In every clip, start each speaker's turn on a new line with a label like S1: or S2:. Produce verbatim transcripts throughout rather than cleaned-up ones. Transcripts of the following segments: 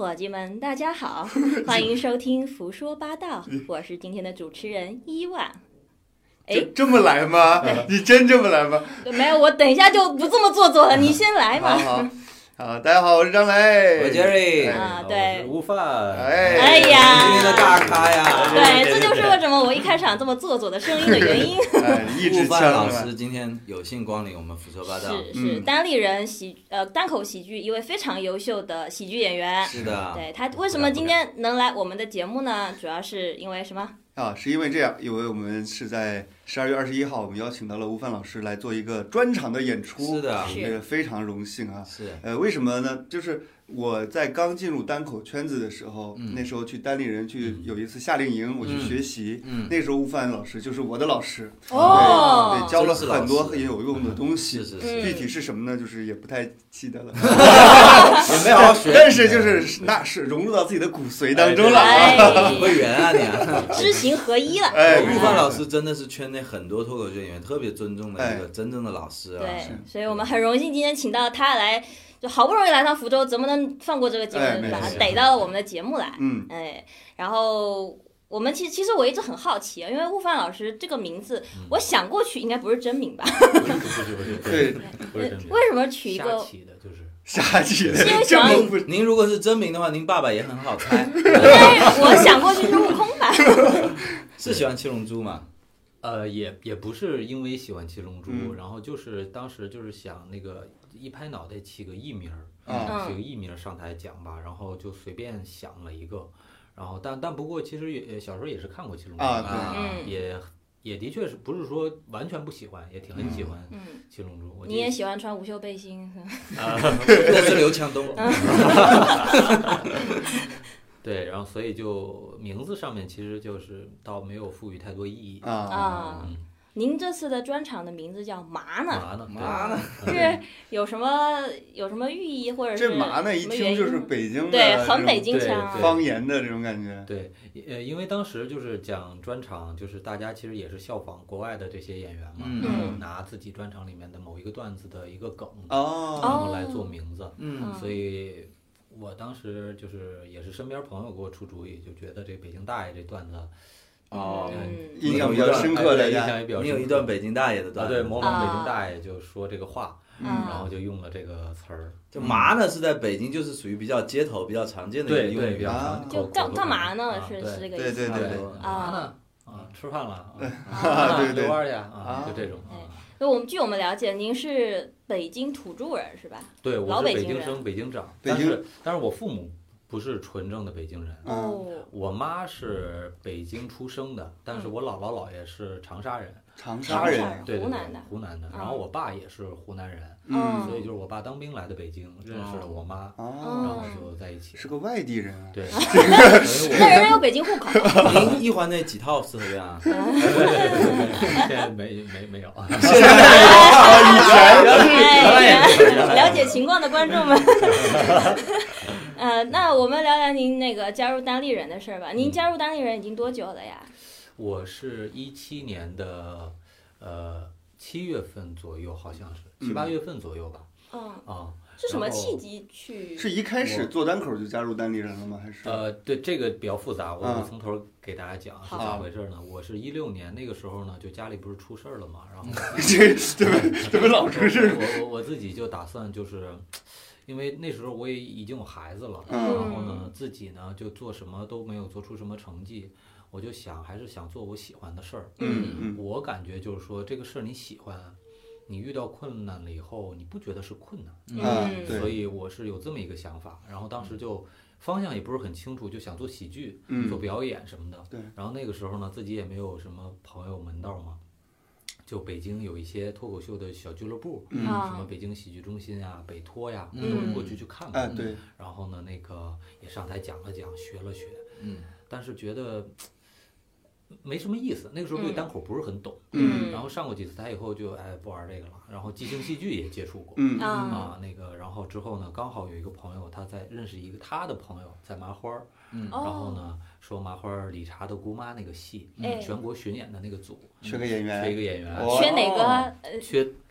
S1: 伙计们，大家好，欢迎收听《胡说八道》，我是今天的主持人伊万。
S2: 哎，这么来吗？你真这么来吗？
S1: 没有，我等一下就不这么做作了，你先来嘛。
S2: 好好好，大家好，我是张雷，
S3: 我是 Jerry，
S1: 啊，对，
S3: 我是悟饭，
S2: 哎，
S1: 哎呀，
S3: 今天的大咖呀，
S1: 对，这就是为什么我一开场这么做作的声音的原因。
S2: 哎，一支
S3: 悟饭
S2: 枪
S3: 老师今天有幸光临我们胡说八道，
S1: 是是，单立人喜呃单口喜剧一位非常优秀的喜剧演员。
S3: 是的，
S1: 对他为什么今天能来我们的节目呢？主要是因为什么？
S2: 啊，是因为这样，因为我们是在十二月二十一号，我们邀请到了悟饭老师来做一个专场的演出。
S3: 是的，
S2: 这个非常荣幸啊。
S3: 是，
S2: 呃，为什么呢？就是我在刚进入单口圈子的时候，
S3: 嗯、
S2: 那时候去单立人去有一次夏令营，嗯、我去学习，
S3: 嗯，
S2: 那时候悟饭老师就是我的老师，
S1: 哦，
S2: 对，对教了很多很有用的东西。
S3: 是是是，
S2: 具体是什么呢？就是也不太记得了，
S3: 也没好好学，
S2: 但是就是那是融入到自己的骨髓当中了。
S1: 哎，
S3: 会圆啊你啊，
S1: 知行合一了。
S2: 哎，
S3: 悟饭老师真的是圈内很多脱口秀演员特别尊重的一个真正的老师啊。
S1: 对，所以我们很荣幸今天请到他来。就好不容易来趟福州，怎么能放过这个机会，
S2: 哎、
S1: 把他逮到了我们的节目来？
S2: 嗯，
S1: 哎，然后我们其实其实我一直很好奇啊，因为悟饭老师这个名字，嗯、我想过去应该不是真名吧？
S4: 不是不是不是，
S2: 对，
S4: 不是真名。
S1: 为什么取一个？
S4: 瞎起的就是
S2: 瞎起的。
S1: 因为喜欢
S3: 您您如果是真名的话，您爸爸也很好猜。
S1: 对，我想过去是悟空吧？
S3: 是喜欢七龙珠吗？
S4: 呃，也也不是因为喜欢七龙珠，
S2: 嗯、
S4: 然后就是当时就是想那个一拍脑袋起个艺名儿。
S2: 啊，
S4: 起个艺名上台讲吧，然后就随便想了一个，然后但但不过其实也小时候也是看过七龙珠
S2: 啊，
S1: 对，
S4: 也也的确是不是说完全不喜欢，也挺很喜欢七龙珠。
S1: 嗯、你也喜欢穿无袖背心？
S4: 啊，
S3: 那是刘强东。
S4: 对，然后所以就名字上面其实就是倒没有赋予太多意义
S2: 啊
S1: 啊。嗯，您这次的专场的名字叫麻呢？
S4: 麻呢？
S2: 麻呢？
S1: 是有什么有什么寓意，或者是
S2: 这麻呢？一听就是北京的，
S1: 对，很北京腔，
S2: 方言的这种感觉。
S4: 对，呃，因为当时就是讲专场，就是大家其实也是效仿国外的这些演员嘛，
S3: 嗯、
S4: 然后拿自己专场里面的某一个段子的一个梗，
S2: 哦，
S4: 然后来做名字。
S3: 嗯，
S4: 所以我当时就是也是身边朋友给我出主意，就觉得这北京大爷这段子。
S3: 哦，
S2: 印象比较深刻的，
S4: 印象也比较深刻。
S3: 你有一段北京大爷的段
S4: 子，对，模仿北京大爷就说这个话，
S1: 嗯、
S4: 然后就用了这个词儿。
S3: 就麻呢是在北京就是属于比较街头、比较常见的一个用语
S4: 啊。
S1: 就干干嘛呢？是是这个意思。
S2: 对对对
S4: 对，
S1: 啊
S4: 呢啊，吃饭了
S2: 啊，对对，
S4: 遛弯去啊，就这种。
S1: 所以我们据我们了解，您是北京土著人是吧？
S4: 对，我是北京生，北京长，
S2: 但
S4: 是但是我父母。不是纯正的北京人，
S1: 哦，
S4: 我妈是北京出生的，但是我姥姥姥爷是长沙人，
S2: 长沙人，
S4: 对，
S1: 湖南的，
S4: 湖南的，然后我爸也是湖南人，
S2: 嗯，
S4: 所以就是我爸当兵来的北京，认识了我妈，
S2: 哦，
S4: 然后就在一起，
S2: 是个外地人，
S4: 对，
S1: 那人家有北京户口。
S3: 您一环内几套四合院啊？
S4: 现在没没没有，
S3: 现在
S2: 以
S1: 前了解情况的观众们。呃，那我们聊聊您那个加入单立人的事儿吧。您加入单立人已经多久了呀？
S4: 我是一七年的，呃，七月份左右，好像是七八月份左右吧。
S1: 嗯
S4: 啊，
S1: 是什么契机去？
S2: 是一开始做单口就加入单立人了吗？还是？
S4: 呃，对，这个比较复杂，我我从头给大家讲是咋回事呢？
S1: 嗯、
S4: 我是一六年那个时候呢，就家里不是出事儿了嘛，然后
S2: 这怎么怎么老出事？
S4: 我我我自己就打算就是。因为那时候我也已经有孩子了，
S2: 嗯、
S4: 然后呢，自己呢就做什么都没有做出什么成绩，我就想还是想做我喜欢的事儿。
S2: 嗯嗯，
S4: 我感觉就是说这个事儿你喜欢，你遇到困难了以后，你不觉得是困难，
S2: 嗯，
S4: 所以我是有这么一个想法。然后当时就方向也不是很清楚，就想做喜剧，
S2: 嗯、
S4: 做表演什么的。
S2: 对。
S4: 然后那个时候呢，自己也没有什么朋友门道嘛。就北京有一些脱口秀的小俱乐部，
S2: 嗯、
S4: 什么北京喜剧中心啊、北托呀，我、嗯、都过去去看过。
S2: 哎、嗯，对。
S4: 然后呢，那个也上台讲了讲，学了学。
S3: 嗯。
S4: 但是觉得没什么意思，那个时候对单口不是很懂。
S1: 嗯。
S4: 然后上过几次台以后就哎不玩这个了。然后即兴戏剧也接触过。
S2: 嗯。
S4: 啊，那个然后之后呢，刚好有一个朋友他在认识一个他的朋友在麻花儿。
S3: 嗯。
S4: 然后呢，说麻花理查的姑妈那个戏，
S1: 哎、
S4: 全国巡演的那个组。
S2: 缺个演员，
S4: 缺一个演员，
S1: 缺哪个？
S4: 缺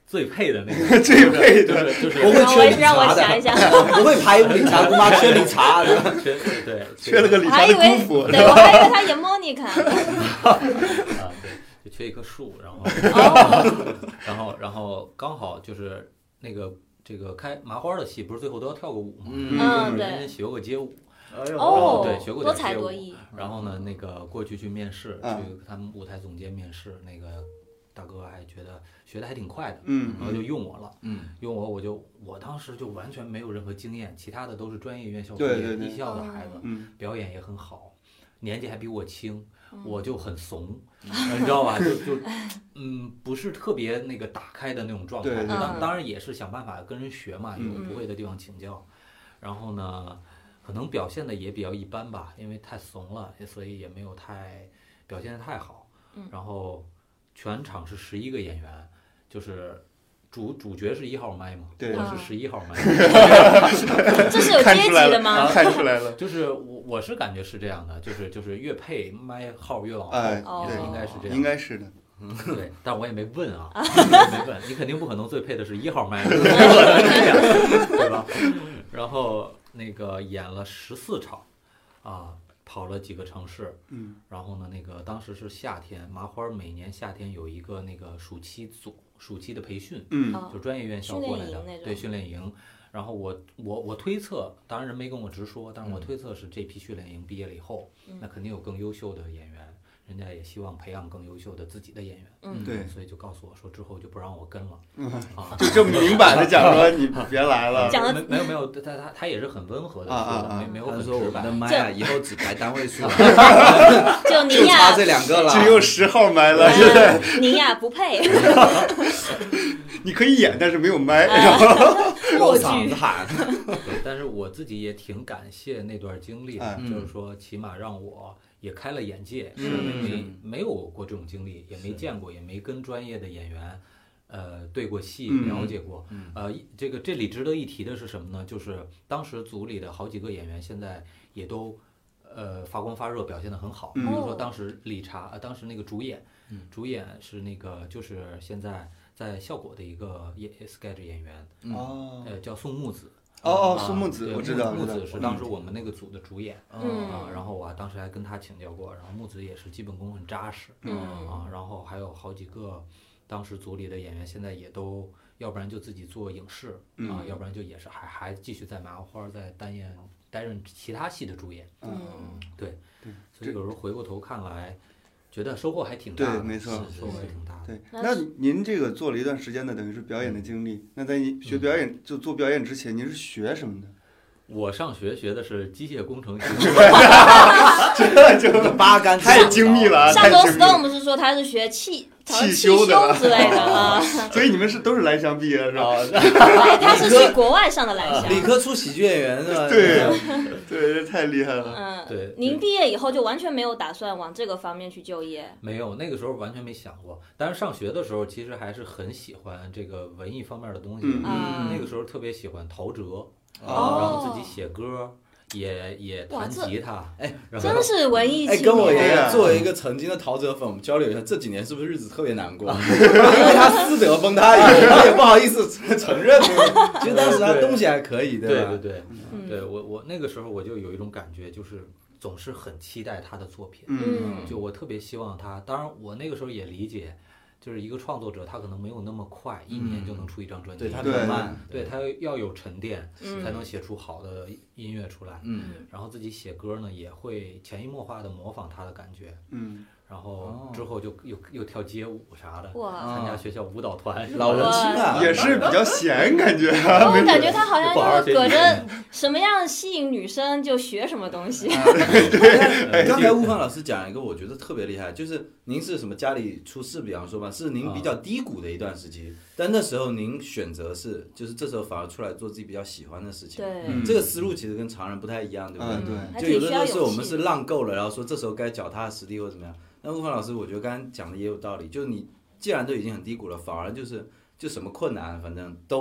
S4: 最配的那个，
S2: 最配的
S4: 就是就是
S3: 不会缺理
S1: 让我
S3: 查
S1: 想一想，
S3: 的，不会排理查，姑妈缺理查，对吧？
S4: 缺对
S2: 缺了个理查的
S1: 我还以为
S2: 姑父，
S1: 对我还以为他演 Monica
S4: 啊，对，就缺一棵树，然后
S1: 哦
S4: 然后然后刚好就是那个这个开麻花的戏，不是最后都要跳个舞吗？
S3: 嗯
S1: 嗯对
S4: 人家学过街舞，
S3: 哎呦
S1: 哦，
S4: 对学过
S1: 多
S4: 点街舞
S1: 才多艺，
S4: 然后呢，那个过去去面试，
S2: 嗯
S4: 去他们舞台总监面试，那个大哥还觉得学的还挺快的，
S2: 嗯
S4: 然后就用我了，
S3: 嗯
S4: 用我我就我当时就完全没有任何经验，其他的都是专业院校毕
S2: 对对对
S4: 业艺校的孩子，
S2: 嗯
S4: 表演也很好，年纪还比我轻，
S1: 嗯
S4: 我就很怂，你知道吧？就就嗯，不是特别那个打开的那种状态。
S2: 对对
S1: 对
S4: 当当然也是想办法跟人学嘛，有
S2: 嗯
S4: 不会的地方请教。然后呢，可能表现的也比较一般吧，因为太怂了，所以也没有太表现的太好。
S1: 嗯
S4: 然后全场是十一个演员，就是。主主角是一号麦嘛，
S2: 对
S4: 我是十一号麦，
S1: 这是有阶级的吗？
S2: 看出来了，
S4: 就是我我是感觉是这样的，就是就是越配麦号越往后，
S2: 哎
S1: 哦
S4: 也是应该是这样，
S2: 应该是的。
S4: 对，但我也没问啊，没问，你肯定不可能最配的是一号麦，不可能这样，对吧？然后那个演了十四场，啊，跑了几个城市，
S2: 嗯，
S4: 然后呢，那个当时是夏天，麻花每年夏天有一个那个暑期组暑期的培训，
S2: 嗯
S1: 哦
S4: 就专业院校过来的
S1: 训练营那，种
S4: 对训练营。然后我我我推测，当然人没跟我直说，但是我推测是这批训练营毕业了以后，
S1: 嗯
S4: 那肯定有更优秀的演员，人家也希望培养更优秀的自己的演员，
S1: 嗯
S2: 对
S4: 所以就告诉我说之后就不让我跟了，啊，
S2: 就这么明摆的讲说你别来了。
S1: 讲
S4: 没没有没有，他他他也是很温和的说的，
S2: 啊啊啊
S4: 没没有
S3: 他
S4: 很直白
S3: 说我们的。麦啊，以后只排单位数了，
S1: 就
S3: 就
S1: 尼亚
S3: 差这两个了。
S2: 只有十号麦了，现在
S1: 嗯尼亚不配，
S2: 你可以演，但是没有麦。
S1: 默
S3: 用嗓
S1: 剧
S3: 子喊，
S4: 对，但是我自己也挺感谢那段经历的，
S2: 哎
S4: 就是说起码让我也开了眼界，
S3: 嗯
S4: 是没
S3: 嗯
S4: 没有过这种经历，也没见过，也没跟专业的演员。呃，对过戏，
S2: 嗯
S4: 了解过。
S3: 嗯
S4: 呃，一这个这里值得一提的是什么呢？就是当时组里的好几个演员，现在也都呃发光发热，表现得很好。比
S2: 嗯
S4: 如说当时理查，呃，当时那个主演，
S3: 嗯
S4: 主演是那个就是现在在效果的一个演 sketch 演员，
S2: 哦
S4: 呃，叫宋木子。
S2: 哦哦，
S4: 啊
S2: 苏木子，
S4: 对
S2: 我知道，
S4: 木
S2: 知道
S4: 子是当时我们那个组的主演。
S1: 嗯
S4: 啊，然后我当时还跟他请教过，然后木子也是基本功很扎实，
S1: 嗯
S4: 啊，然后还有好几个当时组里的演员，现在也都要不然就自己做影视，啊，
S2: 嗯
S4: 要不然就也是还还继续在麻花在担任担任其他戏的主演，
S2: 嗯，
S4: 对，
S2: 对
S4: 所以有时候回过头看来，觉得收获还挺大的，
S2: 对没错
S4: 是收获还挺大的。
S2: 对。
S1: 那
S2: 那您这个做了一段时间的，等于是表演的经历。那在你学表演就做表演之前，您是学什么的？
S4: 我上学学的是机械工程学，
S2: 这就
S3: 八竿子
S2: 太精密了啊，
S1: 上周
S2: 太精密了。
S1: Storm 是说他是学汽好像
S2: 汽
S1: 汽
S2: 修的吧
S1: 之类的啊，
S2: 所以你们是都是蓝翔毕业的是吧？
S3: 哦，
S1: 对，他是去国外上的蓝翔。
S3: 理科出喜剧演员是吧？
S2: 对对，这太厉害了。
S1: 嗯，
S4: 对
S1: 您毕业以后就完全没有打算往这个方面去就业。
S4: 没有，那个时候完全没想过。但是上学的时候，其实还是很喜欢这个文艺方面的东西。
S2: 嗯
S1: 啊
S4: 那个时候特别喜欢陶喆，
S1: 哦
S4: 然后自己写歌，也也弹
S1: 哇这
S4: 吉他，
S3: 哎，
S4: 然后
S1: 真是文艺
S3: 哎，
S1: 青
S3: 跟我一
S1: 年。
S3: 样，作为一个曾经的陶喆粉，我们交流一下，这几年是不是日子特别难过？因为他私德崩塌，也他也不好意思承认。其实当时他东西还可以，吧？
S4: 对对对，
S1: 嗯
S4: 对我我那个时候我就有一种感觉，就是总是很期待他的作品，
S2: 嗯
S4: 就我特别希望他。当然，我那个时候也理解，就是一个创作者，他可能没有那么快，一年就能出一张专辑，
S3: 对他
S2: 对
S3: 很慢，
S4: 对他要有沉淀，
S1: 嗯
S4: 才能写出好的音乐出来。
S3: 嗯
S4: 然后自己写歌呢，也会潜移默化的模仿他的感觉，
S2: 嗯，
S4: 然后之后就又又跳街舞啥的，
S1: 哇，
S4: 参加学校舞蹈团，
S3: 老人青啊，
S2: 也是比较闲感觉。
S1: 我感觉他好像
S4: 不好好学习
S1: 就搁着什么样吸引女生就学什么东西。
S3: 哎刚才悟饭老师讲一个，我觉得特别厉害，就是您是什么家里出事，比方说吧，是您比较低谷的一段时期，但那时候您选择是，就是这时候反而出来做自己比较喜欢的事情。
S1: 对，
S2: 嗯
S3: 这个思路其实跟常人不太一样，对不对？
S2: 嗯对
S1: 还
S3: 就有的时候
S1: 挺需要勇气
S3: 是我们是浪够了，然后说这时候该脚踏实地或者怎么样。那悟饭老师，我觉得刚刚讲的也有道理，就是你既然都已经很低谷了，反而就是就什么困难，反正都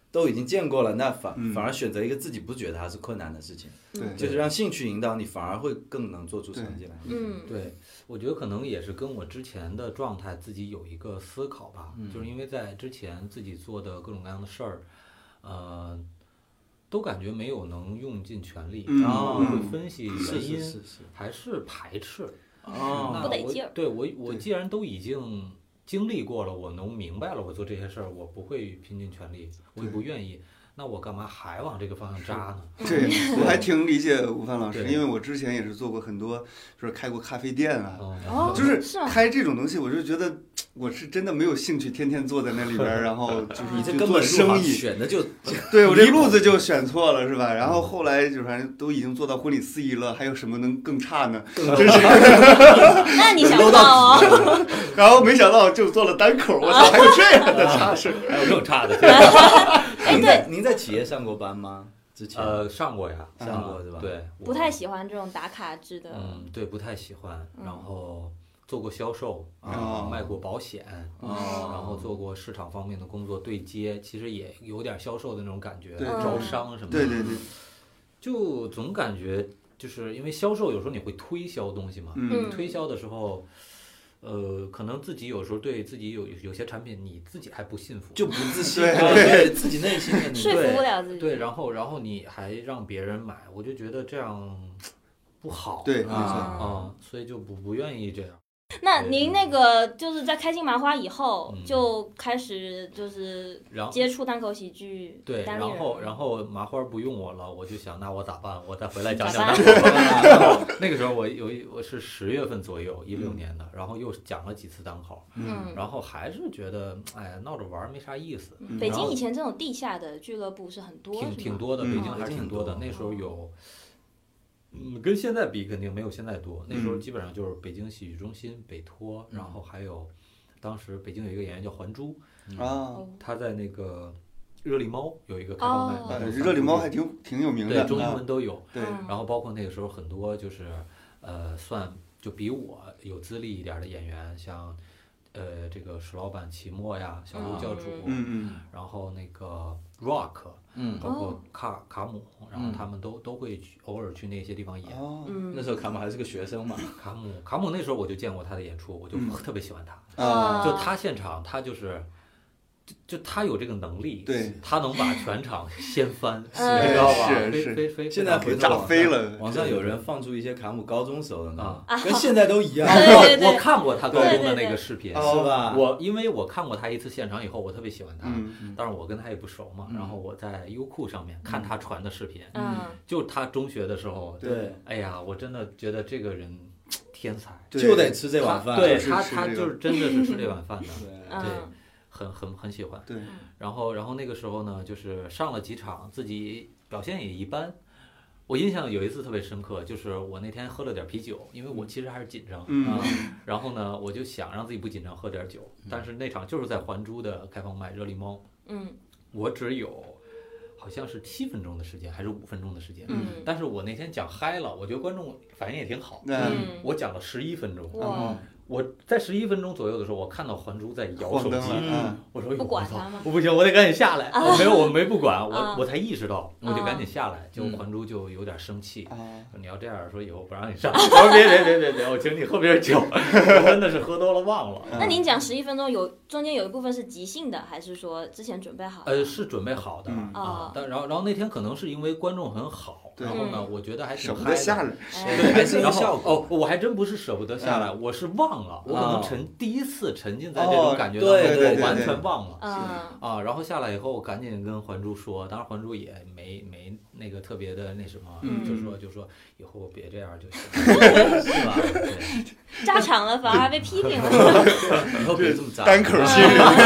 S3: 都已经见过了，那反、
S2: 嗯、
S3: 反而选择一个自己不觉得它是困难的事情，
S2: 对，
S3: 就是让兴趣引导你，反而会更能做出成绩来。
S1: 嗯，
S4: 对，我觉得可能也是跟我之前的状态自己有一个思考吧，
S3: 嗯、
S4: 就是因为在之前自己做的各种各样的事儿，呃，都感觉没有能用尽全力，
S2: 嗯、
S4: 然后会分析原因，
S3: 是是是是
S4: 还是排斥。
S3: 哦，
S4: 那
S1: 不得劲儿。
S4: 对我，我既然都已经经历过了，我能明白了，我做这些事儿，我不会拼尽全力，我也不愿意。那我干嘛还往这个方向扎呢？
S2: 对，我还挺理解吴帆老师，
S4: 对
S2: 因为我之前也是做过很多，就是开过咖啡店啊，
S1: 哦，
S2: 就是
S1: 是吗
S2: 开这种东西，我就觉得我是真的没有兴趣，天天坐在那里边儿，然后就是
S3: 你这
S2: 就做
S3: 根本入行
S2: 生意，
S3: 选的就
S2: 对我这路子就选错了，是吧？然后后来就反正都已经做到婚礼司仪了，还有什么能更差呢？真是，
S1: 那你想不到哦。
S2: 然后没想到就做了单口，我操，还有这样的差事，
S4: 还有更差的。
S1: 哎，
S3: 您在
S1: 对，
S3: 您在企业上过班吗？之前
S4: 呃，上过呀，
S3: 上过是吧？
S4: 对，
S1: 不太喜欢这种打卡制的。
S4: 嗯，对，不太喜欢。
S1: 嗯
S4: 然后做过销售啊，
S2: 哦
S4: 卖过保险，
S3: 哦
S4: 然后做过市场方面的工作对接，其实也有点销售的那种感觉，
S2: 对
S4: 招商什么的。
S2: 对对对，
S4: 就总感觉就是因为销售有时候你会推销东西嘛，
S2: 嗯
S4: 推销的时候。呃，可能自己有时候对自己有有些产品你自己还不信服，
S3: 就不自信，
S2: 对
S3: 对自己内心的
S1: 说服不了自己。
S4: 对，然后然后你还让别人买，我就觉得这样不好。
S2: 对，没错。
S4: 啊，所以就不不愿意这样。
S1: 那您那个就是在开心麻花以后
S4: 嗯
S1: 就开始就是
S4: 然后
S1: 接触单口喜剧，
S4: 对，
S1: 单立人
S4: 然后然后麻花不用我了，我就想那我咋办？我再回来讲讲
S1: 咋
S4: 单
S1: 办
S4: 口。然后那个时候我有一我是十月份左右，一六年的，然后又讲了几次单口，
S1: 嗯，
S4: 然后还是觉得哎闹着玩儿没啥意思。
S1: 北京以前这种地下的俱乐部是很多，
S4: 挺
S1: 是吗
S4: 挺多的，
S2: 嗯
S4: 北京还是挺多的。那时候有，嗯，跟现在比肯定没有现在多。那时候基本上就是北京戏剧中心、北托，然后还有当时北京有一个演员叫还珠，
S2: 啊，
S4: 他在那个热力猫有一个开放麦，
S1: 哦
S2: 啊
S4: 麦克
S2: 热力猫还挺挺有名的，
S4: 对中英
S2: 啊
S4: 文都有。
S2: 对，
S1: 嗯
S4: 然后包括那个时候很多就是呃算就比我有资历一点的演员，像呃这个石老板、齐墨呀、小鹿教主，
S2: 嗯嗯
S4: 然后那个 Rock。
S3: 嗯，
S4: 包括卡卡姆，然后他们都都会去偶尔去那些地方演。
S2: 哦，
S1: 嗯，
S3: 那时候卡姆还是个学生嘛，
S4: 卡姆卡姆那时候我就见过他的演出，我就
S2: 嗯
S4: 特别喜欢他。
S2: 啊，
S4: 就他现场，他就是，就就他有这个能力，
S2: 对，
S4: 他能把全场掀翻，
S1: 嗯
S4: 你知道吧？
S2: 是是
S4: 飞飞飞，
S3: 现在回头
S2: 炸
S3: 网上
S2: 飞了
S3: 网上有人放出一些卡姆高中时候的
S4: 啊
S3: 呢，跟现在都一样，
S1: 对对对
S4: 我看过他高中的那个视频，
S2: 对
S3: 是吧？
S4: 我因为我看过他一次现场以后，我特别喜欢他，
S2: 嗯
S4: 但是我跟他也不熟嘛，
S3: 嗯
S4: 然后我在优酷上面看他传的视频，
S1: 嗯，
S4: 就他中学的时候，
S3: 对，
S4: 哎呀，我真的觉得这个人天才。
S2: 对
S3: 就得吃这碗饭，
S4: 对他，
S2: 就是吃这个
S4: 他就是真的是吃这碗饭的，
S3: 对
S1: 嗯
S4: 对，很很很喜欢。
S2: 对，
S4: 然后，然后那个时候呢，就是上了几场，自己表现也一般。我印象有一次特别深刻，就是我那天喝了点啤酒，因为我其实还是紧张，
S2: 嗯
S4: 啊，然后呢，我就想让自己不紧张，喝点酒。但是那场就是在还珠的开放麦热力猫，
S1: 嗯
S4: 我只有好像是七分钟的时间，还是五分钟的时间。
S1: 嗯
S4: 但是我那天讲嗨了，我觉得观众反应也挺好。
S2: 那
S1: 嗯，
S4: 我讲了十一分钟，
S1: 哇，
S4: 我在十一分钟左右的时候，我看到还珠在摇手机，
S2: 晃灯了，
S3: 嗯
S2: 啊
S4: 我说：“哎呦
S1: 不管
S4: 我操
S1: 他吗
S4: 我不行，我得赶紧下来。我没有，我没不管，我
S1: 啊
S4: 我才意识到，我就赶紧下来。结果
S3: 嗯
S4: 还珠就有点生气，
S2: 啊，
S4: 说你要这样说以后不让你上。我说别别别别别，我请你喝瓶酒。我真的是喝多了忘了。
S1: 那您讲十一分钟有中间有一部分是即兴的，还是说之前准备好的？
S4: 呃，是准备好的
S2: 嗯
S4: 啊
S1: 哦，
S4: 但然后然后那天可能是因为观众很好，
S2: 对
S4: 然后呢
S1: 嗯，
S4: 我觉得还挺
S2: 舍不
S4: 嗨的。
S2: 得下来，
S1: 哎
S4: 对，
S3: 还是一个
S4: 然后
S3: 效果
S4: 哦，我还真不是舍不得下来，我是忘了，我可能
S3: 哦
S4: 沉第一次沉浸在这
S2: 哦
S4: 种感觉当中，
S3: 对对
S2: 对
S4: 我完
S2: 对
S4: 全忘了。
S1: 嗯
S4: 啊，然后下来以后，我赶紧跟还珠说，当然还珠也没没那个特别的那什么，
S2: 嗯
S4: 就说就说以后别这样就行，是吧？对，
S1: 扎场了反而还被批评了。
S3: 以后别这么渣，
S2: 单口戏，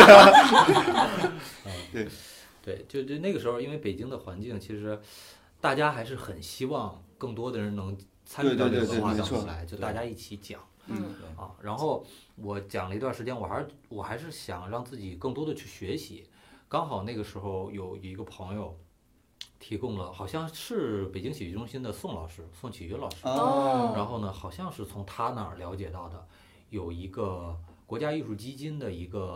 S2: 对
S4: 对，就就那个时候，因为北京的环境，其实大家还是很希望更多的人能参与到这个
S2: 对对对
S4: 文化
S2: 对没错
S4: 当中来，就大家一起讲
S1: 嗯
S4: 啊。然后我讲了一段时间，我还是我还是想让自己更多的去学习。刚好那个时候有一个朋友提供了，好像是北京喜剧中心的宋老师，宋启瑜老师。
S1: 哦
S4: 然后呢，好像是从他那儿了解到的，有一个国家艺术基金的一个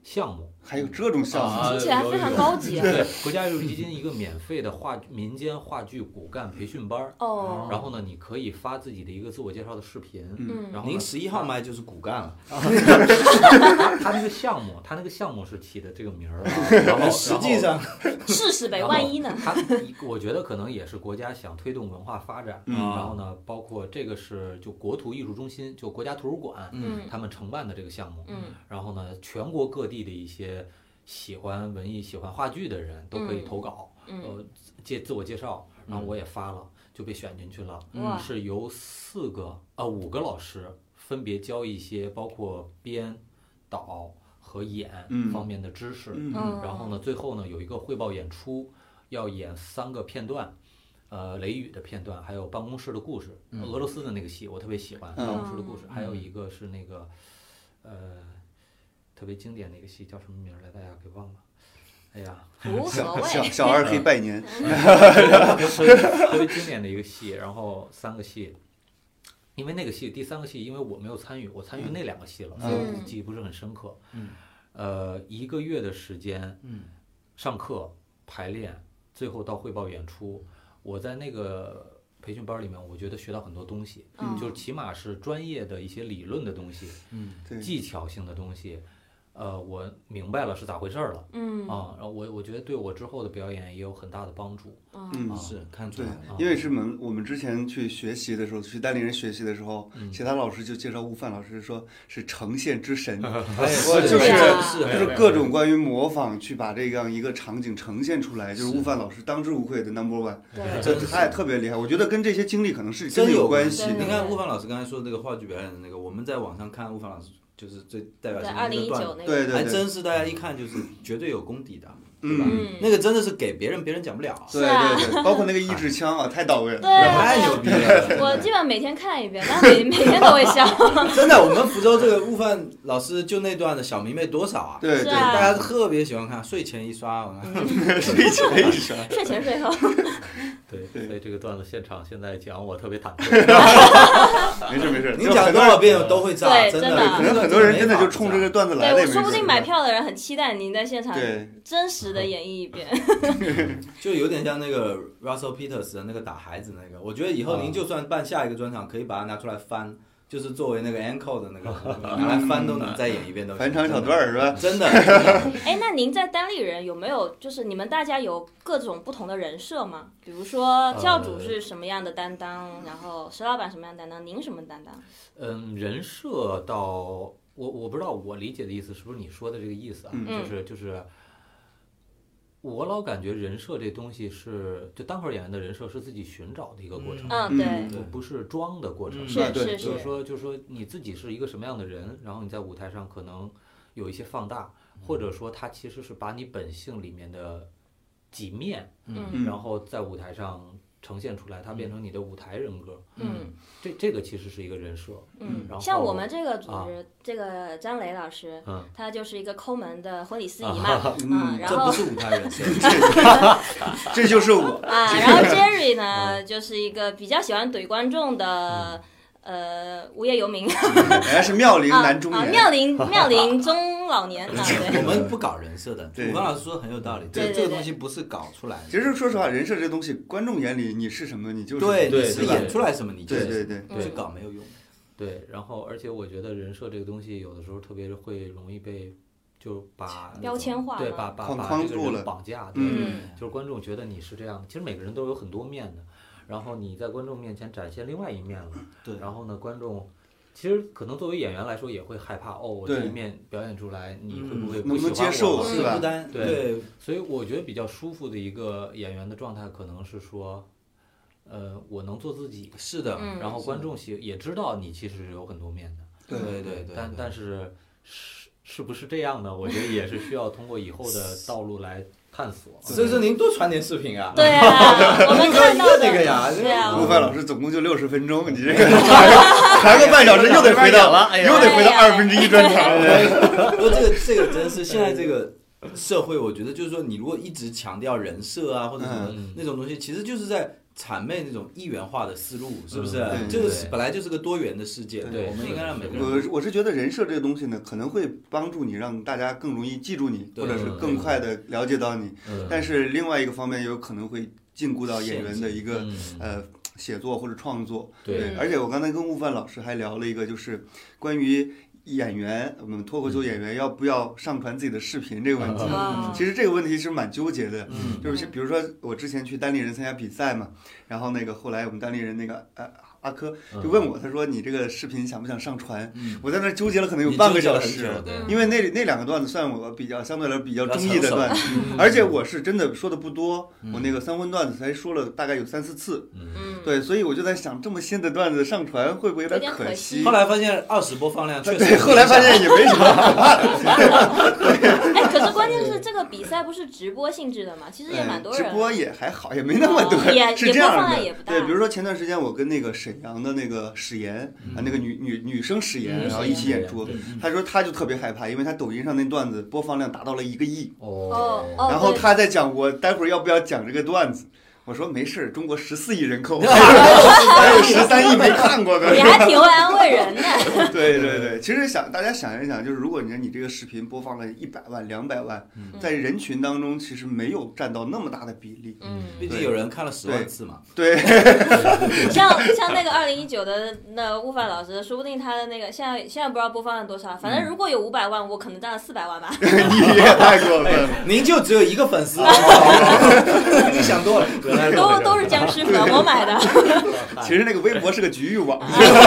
S4: 项目。
S2: 还有这种项目，
S4: 啊
S1: 听起来非常高级啊。
S4: 对，国家艺术基金一个免费的话民间话剧骨干培训班儿。
S1: 哦。
S4: 然后呢，你可以发自己的一个自我介绍的视频。
S1: 嗯。
S4: 然后
S3: 您十一号麦就是骨干了。
S4: 他他那个项目，他那个项目是起的这个名儿，然后
S3: 实际上
S1: 试试呗，万一呢？
S4: 他我觉得可能也是国家想推动文化发展。
S2: 嗯。
S4: 然后呢，包括这个是就国图艺术中心，就国家图书馆，
S1: 嗯，
S4: 他们承办的这个项目。
S1: 嗯。
S4: 然后呢，全国各地的一些喜欢文艺、喜欢话剧的人都可以投稿，
S1: 嗯、
S4: 呃，介自我介绍，然后我也发了，就被选进去了。
S1: 嗯、
S4: 是由四个啊五个老师分别教一些包括编、导和演方面的知识。
S2: 嗯
S1: 嗯、
S4: 然后呢，最后呢有一个汇报演出，要演三个片段。呃，雷雨的片段，还有办公室的故事，
S3: 嗯、
S4: 俄罗斯的那个戏我特别喜欢，办公室的故事，还有一个是那个，呃。特别经典的一个戏叫什么名来？大家给忘了。哎呀，
S1: 无所谓。
S2: 小小二可以拜年。
S4: 特别经典的一个戏，然后三个戏，因为那个戏第三个戏，因为我没有参与，我参与那两个戏了，所以我记忆不是很深刻。
S3: 嗯。
S4: 呃，一个月的时间，
S3: 嗯，
S4: 上课排练，最后到汇报演出，我在那个培训班里面，我觉得学到很多东西，
S1: 嗯、
S4: 就是起码是专业的一些理论的东西，
S3: 嗯，
S4: 技巧性的东西。呃，我明白了是咋回事了，
S1: 嗯
S4: 啊，然后我我觉得对我之后的表演也有很大的帮助，
S2: 嗯，
S4: 啊、
S3: 是看出来了，
S2: 因为是我们我们之前去学习的时候，去单立人学习的时候，
S4: 嗯、
S2: 其他老师就介绍悟饭老师说是呈现之神，
S3: 我
S2: 就是
S3: 是
S2: 就是各种关于模仿去把这样一个场景呈现出来，就是悟饭老师当之无愧的 number one， 这他也特别厉害，我觉得跟这些经历可能是真有关系。
S3: 你看悟饭老师刚才说这个话剧表演的那个，我们在网上看悟饭老师。就是最代表性的那个段子，
S2: 对对对，
S3: 还真是大家一看就是绝对有功底的，对吧？
S1: 嗯，
S3: 那个真的是给别人，别人讲不了。
S2: 对对对，包括那个一支枪啊，太到位了，
S3: 太牛逼了。
S1: 我基本上每天看一遍，但每每天都会笑。
S3: 真的，我们福州这个悟饭老师就那段的小迷妹多少啊？
S2: 对对，
S1: 大
S3: 家特别喜欢看，睡前一刷，我
S2: 看睡前一刷，
S1: 睡前睡后。
S4: 对，所以这个段子现场现在讲我特别忐忑。
S2: 没事没事，
S3: 你讲多少遍都会炸，
S1: 真
S3: 的。
S2: 可能很多人真的就冲这个段子来的。
S1: 对，我说不定买票的人很期待您在现场
S2: 对
S1: 真实的演绎一遍。
S3: 就有点像那个 Russell Peters 的那个打孩子那个，我觉得以后您就算办下一个专场，可以把它拿出来翻。就是作为那个 encore 的那个拿来翻都能再演一遍都
S2: 翻唱小段是吧？
S3: 真的。
S1: 哎，那您在单立人有没有就是你们大家有各种不同的人设吗？比如说教主是什么样的担当，然后石老板什么样的担当，您什么担当？
S4: 嗯，人设到我我不知道我理解的意思是不是你说的这个意思啊？
S2: 嗯、
S4: 就是就是。我老感觉人设这东西是，就单口演员的人设是自己寻找的一个过程，
S1: 嗯，对，
S4: 不是装的过程，
S1: 是是是，
S4: 就是说，就是说你自己是一个什么样的人，然后你在舞台上可能有一些放大，或者说它其实是把你本性里面的几面，
S1: 嗯，
S4: 然后在舞台上呈现出来，它变成你的舞台人格，
S1: 嗯，
S4: 这这个其实是一个人设，
S1: 嗯，
S4: 然后
S1: 像我们这个组织，这个张雷老师，
S4: 嗯，
S1: 他就是一个抠门的婚礼司仪嘛，嗯，然后
S3: 这不是舞台人设，
S2: 这就是我
S1: 啊，然后 Jerry 呢，就是一个比较喜欢怼观众的。呃，无业游民，
S2: 还是妙龄男中年，
S1: 啊，妙龄妙龄中老年啊，对。
S3: 我们不搞人设的，武刚老师说的很有道理，这这个东西不是搞出来的。
S2: 其实说实话，人设这东西，观众眼里你是什么，你就是
S3: 对，你是演出来什么，你就是
S2: 对对
S3: 对，去搞没有用。
S4: 对，然后而且我觉得人设这个东西，有的时候特别会容易被就把
S1: 标签化，
S4: 对，把把把这个人绑架，对，就是观众觉得你是这样的，其实每个人都有很多面的。然后你在观众面前展现另外一面了，
S3: 对。
S4: 然后呢，观众其实可能作为演员来说也会害怕，哦，我这一面表演出来，你会不会不喜欢我？
S2: 是吧？
S4: 对。所以我觉得比较舒服的一个演员的状态，可能是说，呃，我能做自己。
S3: 是的。
S4: 然后观众也也知道你其实是有很多面的。
S3: 对对对。
S4: 但但是是是不是这样呢？我觉得也是需要通过以后的道路来。探索，
S3: 所以说您多传点视频啊！
S1: 对啊，我们看到
S3: 这个呀，
S1: 对啊。
S2: 悟饭老师总共就六十分钟，你这个传个半小时又得回到了，又得回到二分之一专场。
S3: 不过这个这个真是现在这个社会，我觉得就是说，你如果一直强调人设啊或者什么那种东西，其实就是在谄媚那种一元化的思路，是不是？
S2: 嗯、
S3: 这个本来就是个多元的世界，
S4: 对，
S3: 我们应该让每个人。
S2: 我我是觉得人设这个东西呢，可能会帮助你，让大家更容易记住你，或者是更快的了解到你。
S4: 嗯、
S2: 但是另外一个方面，有可能会禁锢到演员的一个、
S4: 嗯、
S2: 呃写作或者创作。
S4: 对，
S2: 对，而且我刚才跟悟饭老师还聊了一个，就是关于演员，我们脱口秀演员要不要上传自己的视频这个问题。
S1: 嗯、
S2: 其实这个问题是蛮纠结的，
S3: 嗯、
S2: 就是比如说我之前去单立人参加比赛嘛，然后那个后来我们单立人那个呃。阿珂就问我，他说：“你这个视频想不想上传？”
S3: 嗯、
S2: 我在那纠结了可能有半个小时，
S3: 嗯、
S2: 因为那那两个段子算我比较相对来说比较中意的段子，嗯、而且我是真的说的不多，
S3: 嗯、
S2: 我那个三荤段子才说了大概有三四次，
S1: 嗯、
S2: 对，所以我就在想，这么新的段子上传会不会有点可惜？
S3: 后来发现二十播放量确实，
S2: 对，后来发现也没什么可怕的。
S1: 哎，可是关键是这个比赛不是直播性质的嘛？其实也蛮多人。
S2: 直播也还好，也没那么多，
S1: 哦、也
S2: 是这样的。
S1: 对，
S2: 比如说前段时间我跟那个沈阳的那个史岩啊，那个女女女生史岩，然后一起演出。他说他就特别害怕，因为他抖音上那段子播放量达到了一个亿。
S1: 哦。
S2: 然后他在讲我待会儿要不要讲这个段子。我说没事，中国十四亿人口，还有十三亿没看过的。
S1: 你还挺会安慰人的。
S2: 对对对，其实想大家想一想，就是如果你看你这个视频播放了一百万、两百万，
S3: 嗯、
S2: 在人群当中其实没有占到那么大的比例。
S1: 嗯，
S3: 毕竟有人看了十万次嘛。
S2: 对。
S1: 像像那个二零一九的那悟饭老师，说不定他的那个现在现在不知道播放量多少，反正如果有五百万，我可能占了四百万吧。
S2: 你也太过分了，
S3: 您就只有一个粉丝，你想多了。
S1: 都都是僵尸粉，我买的。
S2: 其实那个微博是个局域网。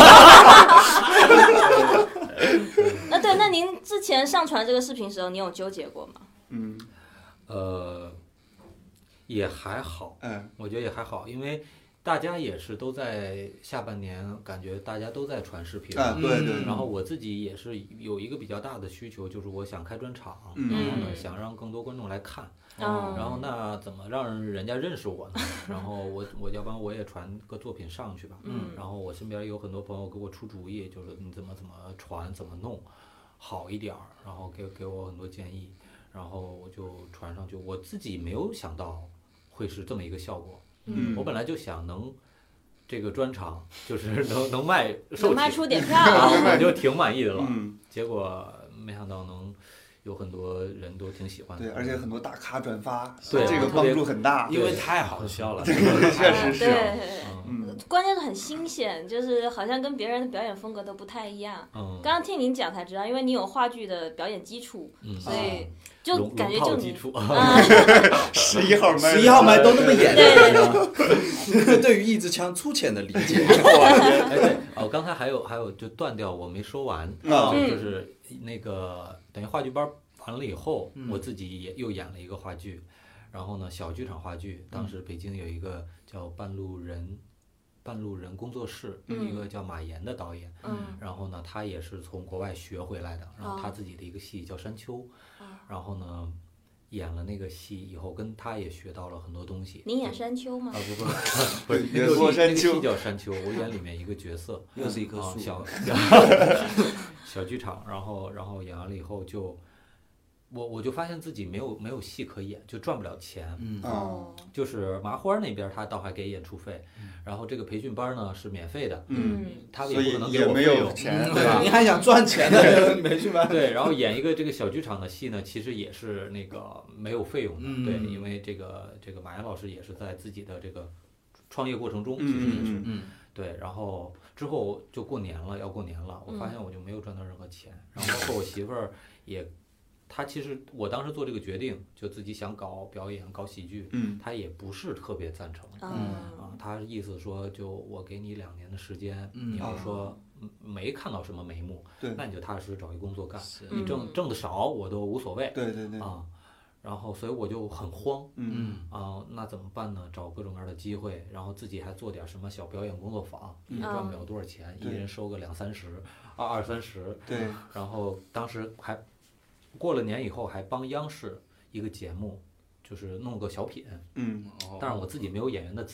S1: 那对，那您之前上传这个视频时候，你有纠结过吗？
S2: 嗯，
S4: 呃，也还好，
S2: 嗯，
S4: 我觉得也还好，因为大家也是都在下半年，感觉大家都在传视频
S2: 啊，对对。
S4: 然后我自己也是有一个比较大的需求，就是我想开专场，
S2: 嗯、
S4: 然后呢，想让更多观众来看。
S1: 嗯、
S4: 然后那怎么让人家认识我呢？然后我我要不然我也传个作品上去吧。
S1: 嗯。
S4: 然后我身边有很多朋友给我出主意，就是你怎么怎么传，怎么弄好一点儿，然后给给我很多建议，然后我就传上去。我自己没有想到会是这么一个效果。
S2: 嗯。
S4: 我本来就想能这个专场就是能能卖
S1: 能卖出点票，
S4: 我就挺满意的了。
S2: 嗯。
S4: 结果没想到能。有很多人都挺喜欢的，
S2: 对，而且很多大咖转发，
S4: 对
S2: 这个帮助很大，
S3: 因为太好笑了，
S2: 确实是，
S1: 对，
S2: 嗯，
S1: 关键是很新鲜，就是好像跟别人的表演风格都不太一样。
S4: 嗯，
S1: 刚刚听您讲才知道，因为你有话剧的表演基础，所以就感觉就
S4: 基础，
S2: 十一号麦，
S3: 十一号麦都那么演，
S1: 对对
S3: 对，对于一支枪粗浅的理解，
S4: 哎对，哦，刚才还有还有就断掉我没说完，就是那个等于话剧班。完了以后，
S3: 嗯、
S4: 我自己也又演了一个话剧，然后呢，小剧场话剧，当时北京有一个叫半路人，半路人工作室，
S1: 嗯、
S4: 一个叫马岩的导演，
S1: 嗯、
S4: 然后呢，他也是从国外学回来的，然后他自己的一个戏叫《山丘》，
S1: 哦、
S4: 然后呢，演了那个戏以后，跟他也学到了很多东西。
S1: 你演山丘吗？
S4: 啊不不不是，
S2: 那个
S4: 山丘，那个戏叫山丘，我演里面一个角色，
S3: 又是一棵树，
S4: 小小剧场，然后然后演完了以后就。我我就发现自己没有没有戏可演，就赚不了钱。
S3: 嗯
S1: 哦，
S4: 就是麻花那边他倒还给演出费，嗯、然后这个培训班呢是免费的。
S2: 嗯，
S4: 他也不可能给我
S2: 费用，钱，
S4: 对吧？
S3: 你还想赚钱呢？培训班。
S4: 对，然后演一个这个小剧场的戏呢，其实也是那个没有费用的。
S3: 嗯、
S4: 对，因为这个这个马岩老师也是在自己的这个创业过程中，其实也是。
S2: 嗯
S3: 嗯
S4: 对，然后之后就过年了，要过年了，我发现我就没有赚到任何钱，然后包括我媳妇儿也。他其实我当时做这个决定，就自己想搞表演、搞喜剧，
S2: 嗯，
S4: 他也不是特别赞成，
S1: 嗯
S4: 啊，他意思说，就我给你两年的时间，
S3: 嗯、
S4: 你要说没看到什么眉目，
S2: 对，
S4: 那你就踏踏实实找一工作干，
S1: 嗯、
S4: 你挣挣的少我都无所谓，
S2: 对对对，
S4: 啊，然后所以我就很慌，
S2: 嗯
S4: 啊，那怎么办呢？找各种各样的机会，然后自己还做点什么小表演工作坊，也赚不了多少钱，
S2: 嗯、
S4: 一人收个两三十，二二三十，
S2: 对，
S4: 然后当时还。过了年以后，还帮央视一个节目，就是弄个小品，
S2: 嗯，
S4: 但是我自己没有演员的资源，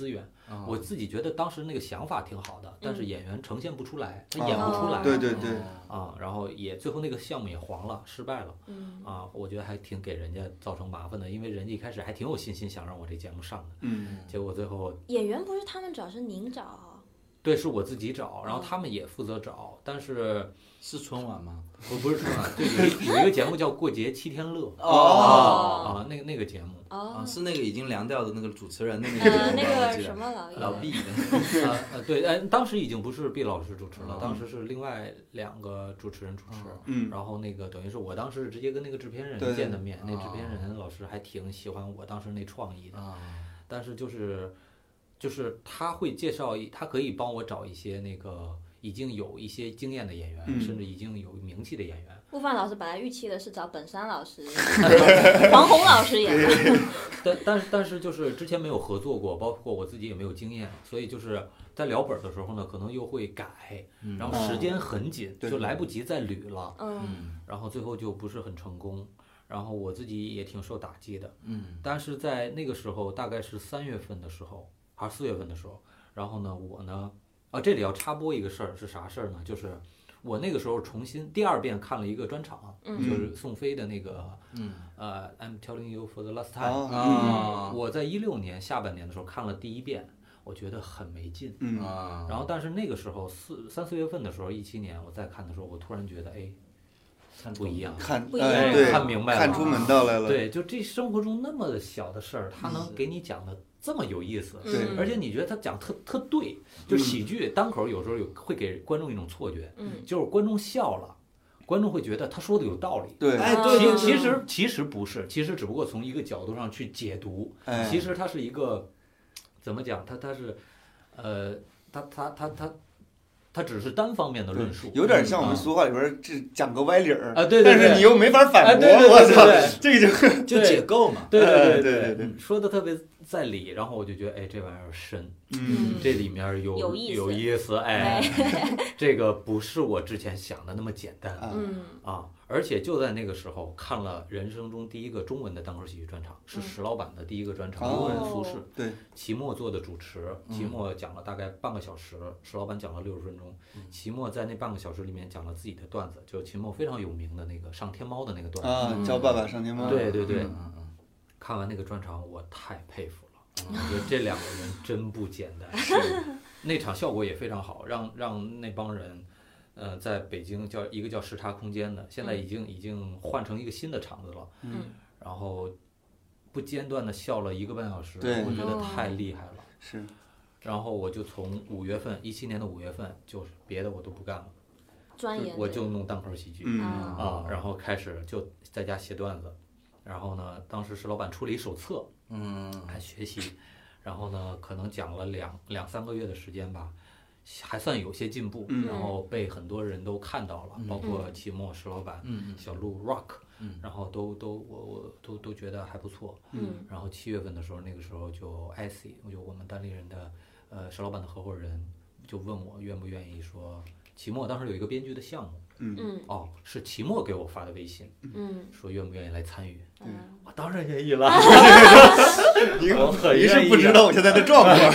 S4: 哦、我自己觉得当时那个想法挺好的，但是演员呈现不出来，他、
S2: 嗯、
S4: 演不出来。
S2: 对对对。
S4: 啊，然后也最后那个项目也黄了，失败了。
S1: 嗯。
S4: 啊，我觉得还挺给人家造成麻烦的，因为人家一开始还挺有信心想让我这节目上的。
S2: 嗯。
S4: 结果最后。
S1: 演员不是他们找，是您找啊？
S4: 对，是我自己找，然后他们也负责找，但是
S3: 是春晚吗？
S4: 不不是春晚，对，有有一个节目叫《过节七天乐》
S1: 哦
S4: 啊，那个那个节目
S1: 哦，
S3: 是那个已经凉掉的那个主持人的那
S1: 个呃那个什么老
S3: 老毕
S4: 的啊呃对，哎，当时已经不是毕老师主持了，当时是另外两个主持人主持，
S2: 嗯，
S4: 然后那个等于是我当时直接跟那个制片人见的面，那制片人老师还挺喜欢我当时那创意的，但是就是。就是他会介绍，他可以帮我找一些那个已经有一些经验的演员，
S2: 嗯、
S4: 甚至已经有名气的演员。
S1: 悟饭老师本来预期的是找本山老师、黄宏老师演的，
S4: 但但是但是就是之前没有合作过，包括我自己也没有经验，所以就是在聊本的时候呢，可能又会改，
S3: 嗯、
S4: 然后时间很紧，
S2: 嗯、
S4: 就来不及再捋了，
S1: 嗯，
S4: 然后最后就不是很成功。然后我自己也挺受打击的，
S3: 嗯，
S4: 但是在那个时候，大概是三月份的时候。还是四月份的时候，然后呢，我呢，啊，这里要插播一个事儿，是啥事儿呢？就是我那个时候重新第二遍看了一个专场，
S1: 嗯、
S4: 就是宋飞的那个，
S3: 嗯，
S4: 呃 ，I'm telling you for the last time，、
S2: 啊、
S4: 我在一六年下半年的时候看了第一遍，我觉得很没劲，
S2: 嗯
S3: 啊，
S4: 然后但是那个时候四三四月份的时候，一七年我再看的时候，我突然觉得，哎。不一样，
S2: 看
S1: 不一样，
S2: 哎、对，
S4: 看明白了，
S2: 看出门道来了。
S4: 对，就这生活中那么小的事儿，他能给你讲的这么有意思，
S2: 对，
S4: 而且你觉得他讲特特对，就喜剧单口有时候有会给观众一种错觉，
S1: 嗯，
S4: 就是观众笑了，观众会觉得他说的有道理，
S2: 对，
S3: 哎，对，
S4: 其实其实不是，其实只不过从一个角度上去解读，
S2: 哎、
S4: 其实它是一个怎么讲，他他是，呃，他他他他。它只是单方面的论述，
S2: 有点像我们俗话里边这讲个歪理儿
S4: 啊，对对，
S2: 但是你又没法反驳，
S4: 我
S2: 操，这个
S3: 就就解构嘛，
S4: 对对
S2: 对对对，
S4: 说的特别在理，然后我就觉得，哎，这玩意儿深，
S2: 嗯，
S4: 这里面有
S1: 有意思，
S4: 有意思，哎，这个不是我之前想的那么简单，
S1: 嗯
S4: 啊，而且就在那个时候看了人生中第一个中文的单口喜剧专场，是石老板的第一个专场，幽人苏轼，
S2: 对，
S4: 齐墨做的主持，齐墨讲了大概半个小时，石老板讲了六十分钟，齐墨在那半个小时里面讲了自己的段子，就齐墨非常有名的那个上天猫的那个段子
S2: 啊，教爸爸上天猫，
S4: 对对对，看完那个专场我太佩服了，我觉得这两个人真不简单，那场效果也非常好，让让那帮人。呃，在北京叫一个叫时差空间的，现在已经已经换成一个新的场子了。
S2: 嗯，
S4: 然后不间断的笑了一个半小时，
S2: 对，
S4: 我觉得太厉害了。
S2: 是。
S4: 然后我就从五月份，一七年的五月份，就是别的我都不干了，
S1: 专业
S4: 我就弄单口喜剧、
S2: 嗯、
S4: 啊，然后开始就在家写段子。然后呢，当时石老板出了一手册，
S3: 嗯，
S4: 还学习。然后呢，可能讲了两两三个月的时间吧。还算有些进步，
S2: 嗯、
S4: 然后被很多人都看到了，
S3: 嗯、
S4: 包括齐墨、石老板、
S3: 嗯、
S4: 小鹿、Rock，、
S3: 嗯、
S4: 然后都都我我都都觉得还不错。
S2: 嗯、
S4: 然后七月份的时候，那个时候就 I C， 就我们单立人的呃石老板的合伙人就问我愿不愿意说，齐墨当时有一个编剧的项目，
S2: 嗯
S4: 哦，是齐墨给我发的微信，
S1: 嗯，
S4: 说愿不愿意来参与，
S1: 嗯，
S4: 我当然愿意了。
S2: 你
S4: 我很
S2: 你是不知道我现在的状况。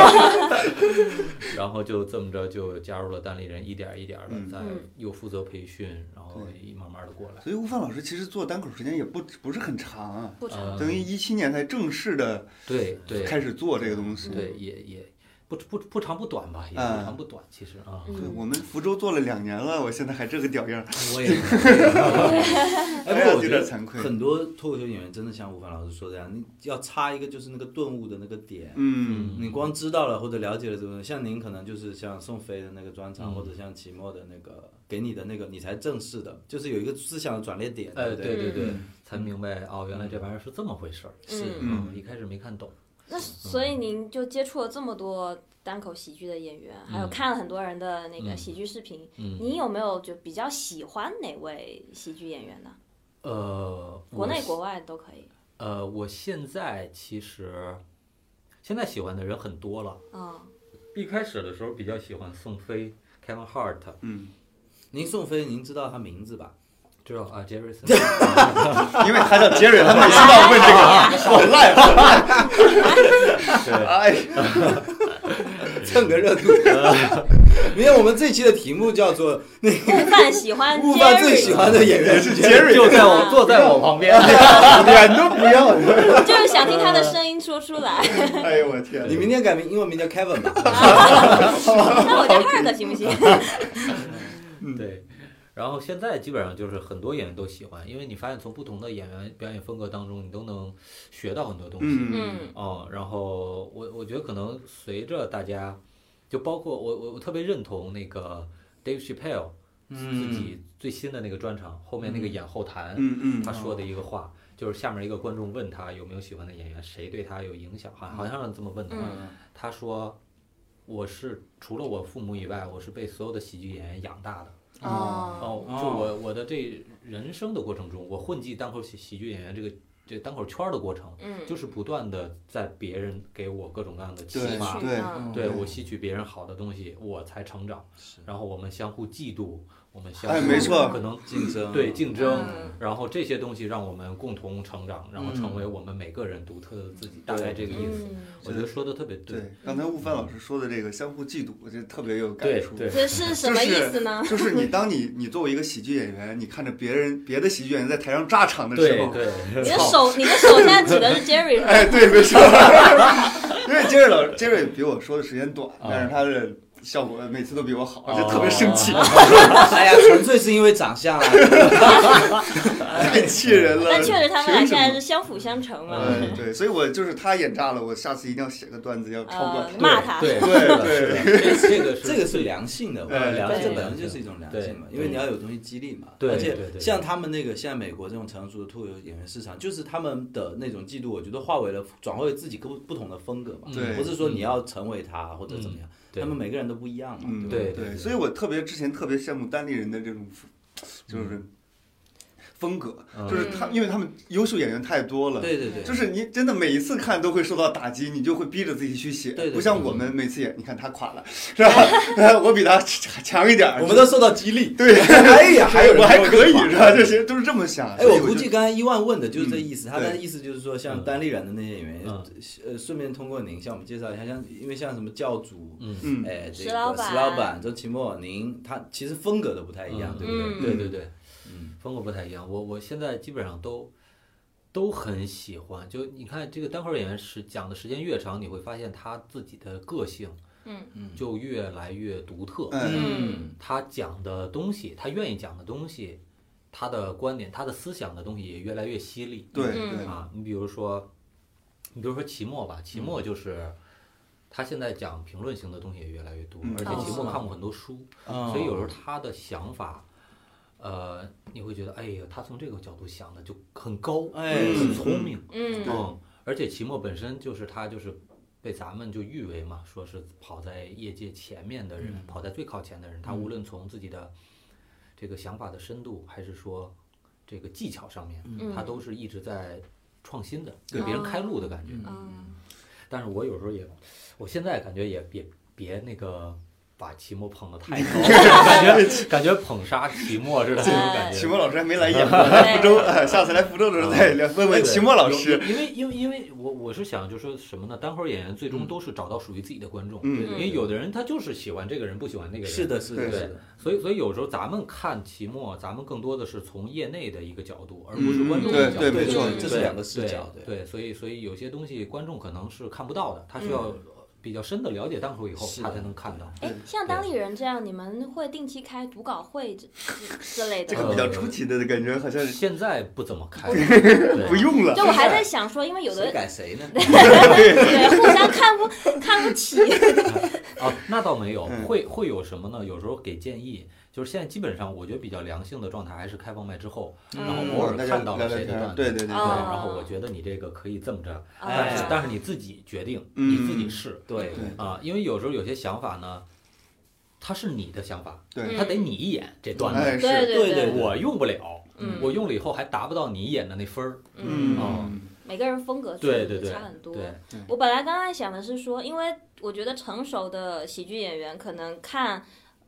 S4: 然后就这么着就加入了单立人，一点一点的
S2: 嗯
S4: 在又负责培训，然后一慢慢的过来。
S2: 所以悟饭老师其实做单口时间也不不是很长啊，
S1: 不长，
S2: 等于一七年才正式的
S4: 对对
S2: 开始做这个东西。
S4: 对，也也不不不长不短吧，也不长不短，其实啊。
S2: 对，我们福州做了两年了，我现在还这个屌样。
S4: 我也。
S3: 哎，不，我觉得
S2: 惭愧。
S3: 很多脱口秀演员真的像悟饭老师说的这样，你要插一个就是那个顿悟的那个点。
S2: 嗯。
S3: 你光知道了或者了解了这个东西，像您可能就是像宋飞的那个专场，
S4: 嗯、
S3: 或者像齐墨的那个给你的那个，你才正式的，就是有一个思想的转捩点。
S4: 哎，对对对，
S3: 嗯、
S4: 才明白哦，原来这玩意儿是这么回事儿。
S1: 是，
S4: 嗯，一开始没看懂。
S1: 那所以您就接触了这么多单口喜剧的演员，还有看了很多人的那个喜剧视频，
S4: 嗯，
S1: 你有没有就比较喜欢哪位喜剧演员呢？
S4: 呃，
S1: 国内国外都可以。
S4: 呃，我现在其实现在喜欢的人很多了。
S1: 嗯，
S4: 一开始的时候比较喜欢宋飞 Kevin Hart。
S2: 嗯，
S3: 您宋飞，您知道他名字吧？
S4: 知道啊 ，Jerry。
S2: 因为他叫 Jerry， 他每次都要问这个，好烂，好烂。
S4: 对，
S2: 哎，
S3: 蹭个热度。因为我们这期的题目叫做那个
S1: 悟饭喜欢
S3: 悟饭最喜欢的演员是
S2: 杰瑞，
S4: 就在我坐在我旁边，
S2: 脸都不要，
S1: 就是想听他的声音说出来。
S2: 哎呦我天！
S3: 你明天改名英文名叫 Kevin 吧？
S1: 那我叫 Hard 行不行？
S4: 对。然后现在基本上就是很多演员都喜欢，因为你发现从不同的演员表演风格当中，你都能学到很多东西。
S1: 嗯
S4: 哦，然后我我觉得可能随着大家，就包括我我我特别认同那个 Dave Chappelle 自己最新的那个专场、嗯、后面那个演后谈，
S2: 嗯嗯，
S4: 他说的一个话，就是下面一个观众问他有没有喜欢的演员，谁对他有影响，好好像是这么问的。
S1: 嗯、
S4: 他说我是除了我父母以外，我是被所有的喜剧演员养大的。
S1: 哦，
S4: 就我我的这人生的过程中，我混迹单口喜喜剧演员这个这个单口圈的过程，
S1: 嗯，
S4: 就是不断的在别人给我各种各样的启发，
S2: 对，
S4: 对我吸取别人好的东西，我才成长。然后我们相互嫉妒，我们相互
S2: 哎，没错，
S4: 可能
S3: 竞争，
S4: 对竞争，
S1: 嗯、
S4: 然后这些东西让我们共同成长，然后成为我们每个人独特的自己，嗯、大概这个意思。
S1: 嗯、
S4: 我觉得说的特别对。
S2: 对，刚才悟饭老师说的这个相互嫉妒，我觉得特别有感触。
S4: 对，
S1: 这是什么意思呢？
S2: 就是、就是你当你你作为一个喜剧演员，你看着别人别的喜剧演员在台上炸场的时候，
S4: 对对，
S1: 你的手你的手现在指的是 Jerry
S2: 哎，对，没错，因为 Jerry 老 Jerry 比我说的时间短，但是他的效果每次都比我好，我就特别生气。
S3: 哎呀，纯粹是因为长相啊，
S2: 太气人了。
S1: 但确实他们俩现在是相辅相成嘛。
S2: 嗯，对，所以我就是他演炸了，我下次一定要写个段子要超过他，
S1: 骂他。
S4: 对
S2: 对对，
S4: 这个
S3: 这个是良性的，
S4: 良
S3: 性本身就是一种良性嘛，因为你要有东西激励嘛。
S4: 对，
S3: 而且像他们那个现在美国这种成熟的脱口秀演员市场，就是他们的那种嫉妒，我觉得化为了转化为自己不不同的风格嘛。
S2: 对，
S3: 不是说你要成为他或者怎么样。他们每个人都不一样嘛，
S2: 嗯，
S4: 对
S2: 对，所以我特别之前特别羡慕单立人的这种，就是风格，就是他，因为他们优秀演员太多了，
S3: 对对对，
S2: 就是你真的每一次看都会受到打击，你就会逼着自己去写，
S3: 对，
S2: 不像我们每次演，你看他垮了，是吧？我比他强一点，
S3: 我们都受到激励，
S2: 对，
S3: 哎呀，还有
S2: 我还可以，是吧？这些都是这么想。
S3: 哎，我估计刚才伊万问的就是这意思，他的意思就是说，像单立人的那些演员，呃，顺便通过您向我们介绍一下，像因为像什么教主，
S2: 嗯，
S3: 哎，这
S1: 石老
S3: 板、石老板、周奇墨，您他其实风格都不太一样，对不对？
S4: 对对对。嗯，风格不太一样。我我现在基本上都都很喜欢。就你看这个单口演员是讲的时间越长，你会发现他自己的个性，
S1: 嗯，
S4: 就越来越独特。
S2: 嗯，
S4: 他讲的东西，他愿意讲的东西，他的观点，他的思想的东西也越来越犀利。
S2: 对对
S4: 啊，你比如说，你比如说齐墨吧，齐墨就是。他现在讲评论型的东西也越来越多，而且齐墨看过很多书，所以有时候他的想法。呃，你会觉得，哎呀，他从这个角度想的就很高，
S3: 哎，
S4: 很聪明，
S1: 嗯
S4: 嗯，而且齐墨本身就是他就是被咱们就誉为嘛，说是跑在业界前面的人，嗯、跑在最靠前的人，他无论从自己的这个想法的深度，还是说这个技巧上面，
S1: 嗯、
S4: 他都是一直在创新的，给别人开路的感觉。
S1: 嗯，
S4: 但是我有时候也，我现在感觉也别别那个。把齐墨捧得太高，感觉感觉捧杀齐墨似的那种感觉。
S2: 齐墨老师还没来演过，来福州，下次来福州的时候再问问齐墨老师。
S4: 因为因为因为我我是想就说什么呢？单口演员最终都是找到属于自己的观众，
S2: 嗯，
S4: 因为有的人他就是喜欢这个人，不喜欢那个人。
S3: 是的，是的，
S4: 对。所以所以有时候咱们看齐墨，咱们更多的是从业内的一个角度，而不是观众的角度。
S2: 对对，没错，
S3: 这是两个视角。
S4: 对，所以所以有些东西观众可能是看不到的，他需要。比较深的了解单口以后，他才能看到。
S1: 哎，像单立人这样，你们会定期开读稿会之之类的？
S2: 这个比较出奇的感觉，好像
S4: 现在不怎么开，
S2: 不用了。
S1: 就我还在想说，因为有的
S3: 谁改谁呢？
S1: 对，互相看不看不起。
S4: 哦，那倒没有，会会有什么呢？有时候给建议。就是现在基本上，我觉得比较良性的状态还是开放麦之后，然后偶尔看到了谁的段子，
S2: 对对对，
S4: 然后我觉得你这个可以这么着，但是但是你自己决定，你自己试，
S3: 对
S4: 啊，因为有时候有些想法呢，它是你的想法，
S2: 对，
S4: 它得你演这段子，
S1: 对
S3: 对对，
S4: 我用不了，我用了以后还达不到你演的那分儿，
S1: 嗯，每个人风格
S4: 对对对
S1: 差很多。
S4: 对，
S1: 我本来刚才想的是说，因为我觉得成熟的喜剧演员可能看。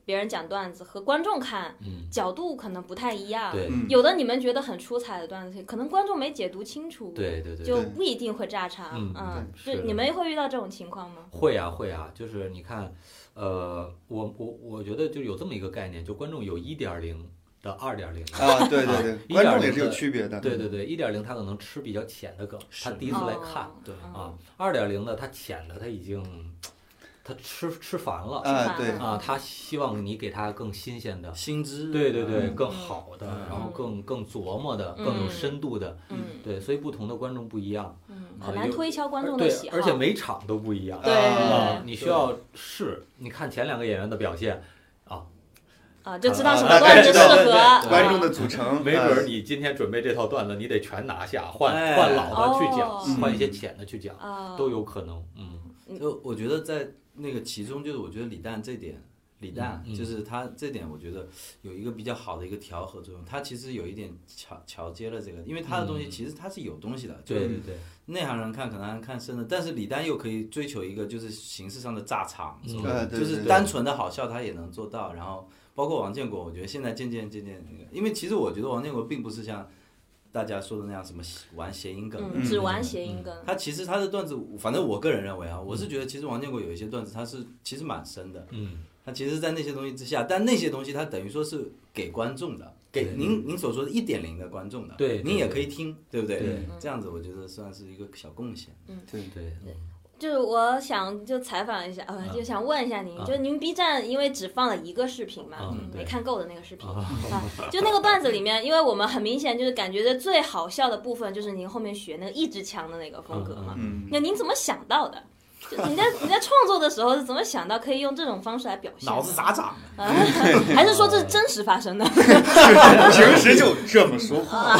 S1: 别人讲段子和观众看、
S4: 嗯、
S1: 角度可能不太一样。
S4: 对，
S1: 有的你们觉得很出彩的段子，可能观众没解读清楚，
S4: 对对对，
S1: 就不一定会炸场。
S4: 嗯，
S1: 嗯就你们会遇到这种情况吗？
S4: 会啊会啊，就是你看，呃，我我我觉得就有这么一个概念，就观众有一点零。的二点零
S2: 啊，对对对，观众也是有区别的。
S4: 对对对，一点零他可能吃比较浅的梗，他第一次来看，
S1: 对
S4: 啊，二点零的他浅的他已经他吃吃烦了
S2: 啊，对
S4: 啊，他希望你给他更新鲜的
S3: 新知，
S4: 对对对，更好的，然后更更琢磨的，更有深度的，
S1: 嗯，
S4: 对，所以不同的观众不一样，
S1: 嗯，很难推敲观众的喜好，
S4: 而且每场都不一样，
S1: 对
S4: 啊，你需要试，你看前两个演员的表现。
S1: 啊，就知道什么段子适合
S2: 观众的组成。
S4: 没准你今天准备这套段子，你得全拿下，换换老的去讲，换一些浅的去讲，都有可能。嗯，
S3: 就我觉得在那个其中，就是我觉得李诞这点，李诞就是他这点，我觉得有一个比较好的一个调和作用。他其实有一点桥桥接了这个，因为他的东西其实他是有东西的。
S4: 对对对。
S3: 内行人看可能还看深的，但是李诞又可以追求一个就是形式上的炸场，就是单纯的好笑他也能做到，然后。包括王建国，我觉得现在渐渐渐渐那个，因为其实我觉得王建国并不是像大家说的那样什么玩谐音梗，
S1: 嗯，只玩谐音梗。
S3: 他其实他的段子，反正我个人认为啊，我是觉得其实王建国有一些段子他是其实蛮深的，
S4: 嗯，
S3: 他其实，在那些东西之下，但那些东西他等于说是给观众的，给您您所说的一点零的观众的，
S4: 对，
S3: 您也可以听，对不对？
S4: 对，
S3: 这样子我觉得算是一个小贡献。
S1: 嗯，
S4: 对对。
S1: 就是我想就采访一下，呃，就想问一下您，就您 B 站因为只放了一个视频嘛，没看够的那个视频啊，就那个段子里面，因为我们很明显就是感觉的最好笑的部分就是您后面学那个一直强的那个风格嘛，那您怎么想到的？就你在你在创作的时候是怎么想到可以用这种方式来表现？
S3: 脑子咋长的？
S1: 还是说这是真实发生的？
S2: 平时就这么说话。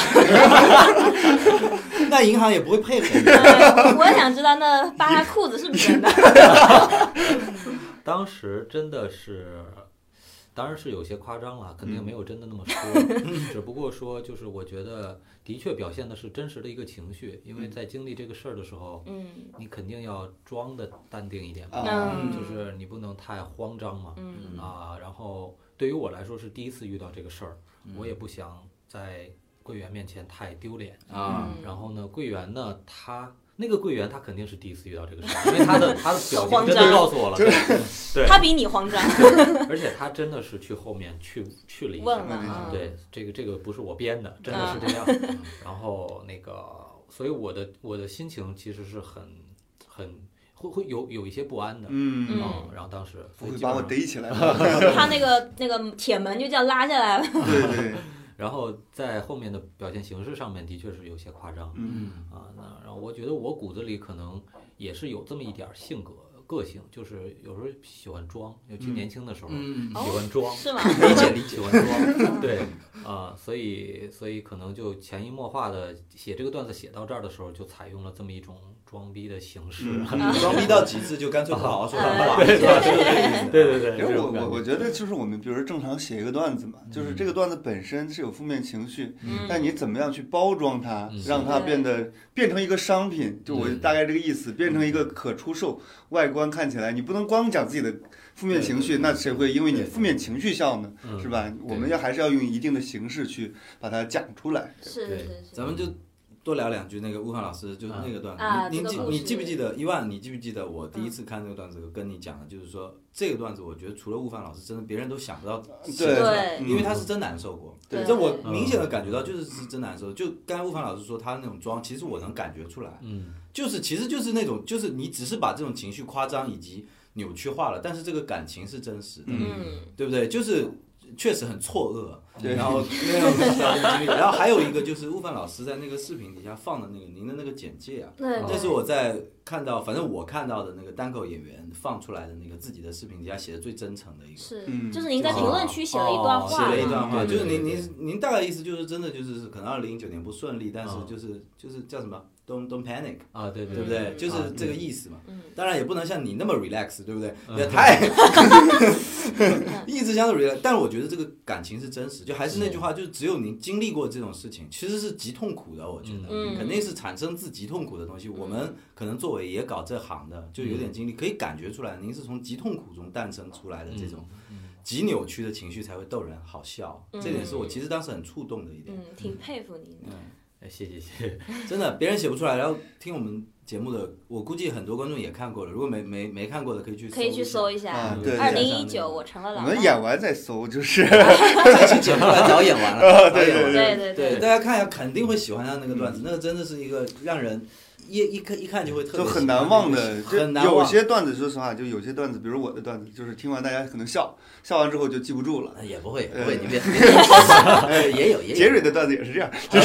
S3: 那银行也不会配合你。
S1: 我也想知道那扒拉裤子是不是真的？
S4: 当时真的是，当然是有些夸张了，肯定没有真的那么说，只不过说就是我觉得的确表现的是真实的一个情绪，因为在经历这个事儿的时候，
S1: 嗯，
S4: 你肯定要装的淡定一点嘛，
S1: 嗯，
S4: 就是你不能太慌张嘛，
S1: 嗯
S4: 啊，然后对于我来说是第一次遇到这个事儿，我也不想在柜员面前太丢脸
S3: 啊，
S4: 然后呢，柜员呢，他那个柜员他肯定是第一次遇到这个事儿，因为他的他的表情真的告诉我了，对，
S1: 他比你慌张，
S4: 而且他真的是去后面去去了一
S1: 下，
S4: 对，这个这个不是我编的，真的是这样，然后那个，所以我的我的心情其实是很很。会会有有一些不安的，
S2: 嗯
S4: 嗯，然后当时
S2: 不会把我逮起来了，
S1: 他那个那个铁门就叫拉下来了，
S2: 对对。
S4: 然后在后面的表现形式上面的确是有些夸张，
S2: 嗯
S4: 啊，那然后我觉得我骨子里可能也是有这么一点性格个性，就是有时候喜欢装，尤其年轻的时候、
S3: 嗯、
S4: 喜欢装，
S1: 是吗？
S3: 理解理解，
S4: 喜欢装，对啊，所以所以可能就潜移默化的写这个段子写到这儿的时候，就采用了这么一种装逼的形式，
S3: 嗯、装逼到极致就干脆不好好说脏话，
S4: 对对对对。
S2: 因为我我我觉得就是我们比如说正常写一个段子嘛，就是这个段子本身是有负面情绪，
S1: 嗯、
S2: 但你怎么样去包装它，嗯、让它变得变成一个商品，就我大概这个意思，变成一个可出售，外观看起来你不能光讲自己的负面情绪，那谁会因为你负面情绪笑呢？是吧？我们要还是要用一定的形式去把它讲出来。
S1: 是是是，
S3: 咱们就。多聊两句那个悟饭老师，就是那个段子，
S1: 啊、
S3: 你你记你记不记得伊万？你记不记得我第一次看这个段子跟你讲的，就是说这个段子，我觉得除了悟饭老师，真的别人都想不到
S2: 对
S1: 对，
S3: 因为他是真难受过。
S1: 对，
S3: 这我明显的感觉到，就是是真难受。就刚才悟饭老师说他那种装，其实我能感觉出来，
S4: 嗯，
S3: 就是其实就是那种，就是你只是把这种情绪夸张以及扭曲化了，但是这个感情是真实的，
S1: 嗯，
S3: 对不对？就是确实很错愕。然后那种经历，然后还有一个就是悟饭老师在那个视频底下放的那个您的那个简介啊，这是我在看到，反正我看到的那个单口演员放出来的那个自己的视频底下写的最真诚的一个，
S1: 是，就是您在评论区写了一段话，
S3: 写了一段话，就是您您您大概意思就是真的就是可能二零一九年不顺利，但是就是就是叫什么 don't don't panic
S4: 啊，对
S3: 对不对？就是这个意思嘛。当然也不能像你那么 relax， 对不对？
S4: 嗯、
S3: 也太一直相对 relax， 但是我觉得这个感情是真实，就还是那句话，就是只有您经历过这种事情，其实是极痛苦的，我觉得、
S1: 嗯、
S3: 肯定是产生自极痛苦的东西。嗯、我们可能作为也搞这行的，就有点经历，可以感觉出来，您是从极痛苦中诞生出来的这种。 极扭曲的情绪才会逗人好笑，
S1: 嗯、
S3: 这点是我其实当时很触动的一点。
S1: 嗯，挺佩服你的。
S3: 嗯，
S4: 哎，谢谢谢谢。
S3: 真的，别人写不出来，然后听我们节目的，我估计很多观众也看过了。如果没没没看过的，可以去
S1: 可以去搜一下。
S2: 啊、对，
S1: 二零一九我成了老大。
S2: 我们演完再搜，就是
S3: 这期节目来早演完了。
S2: 对对
S1: 对对
S3: 对，大家看一下，肯定会喜欢他那个段子，那个真的是一个让人。一一看一看就会特别
S2: 就很难忘的，
S3: 很难
S2: 忘。有些段子，说实话，就有些段子，比如我的段子，就是听完大家可能笑，笑完之后就记不住了。
S3: 也不会，不会，你别，也有也有。
S2: 杰瑞的段子也是这样，就是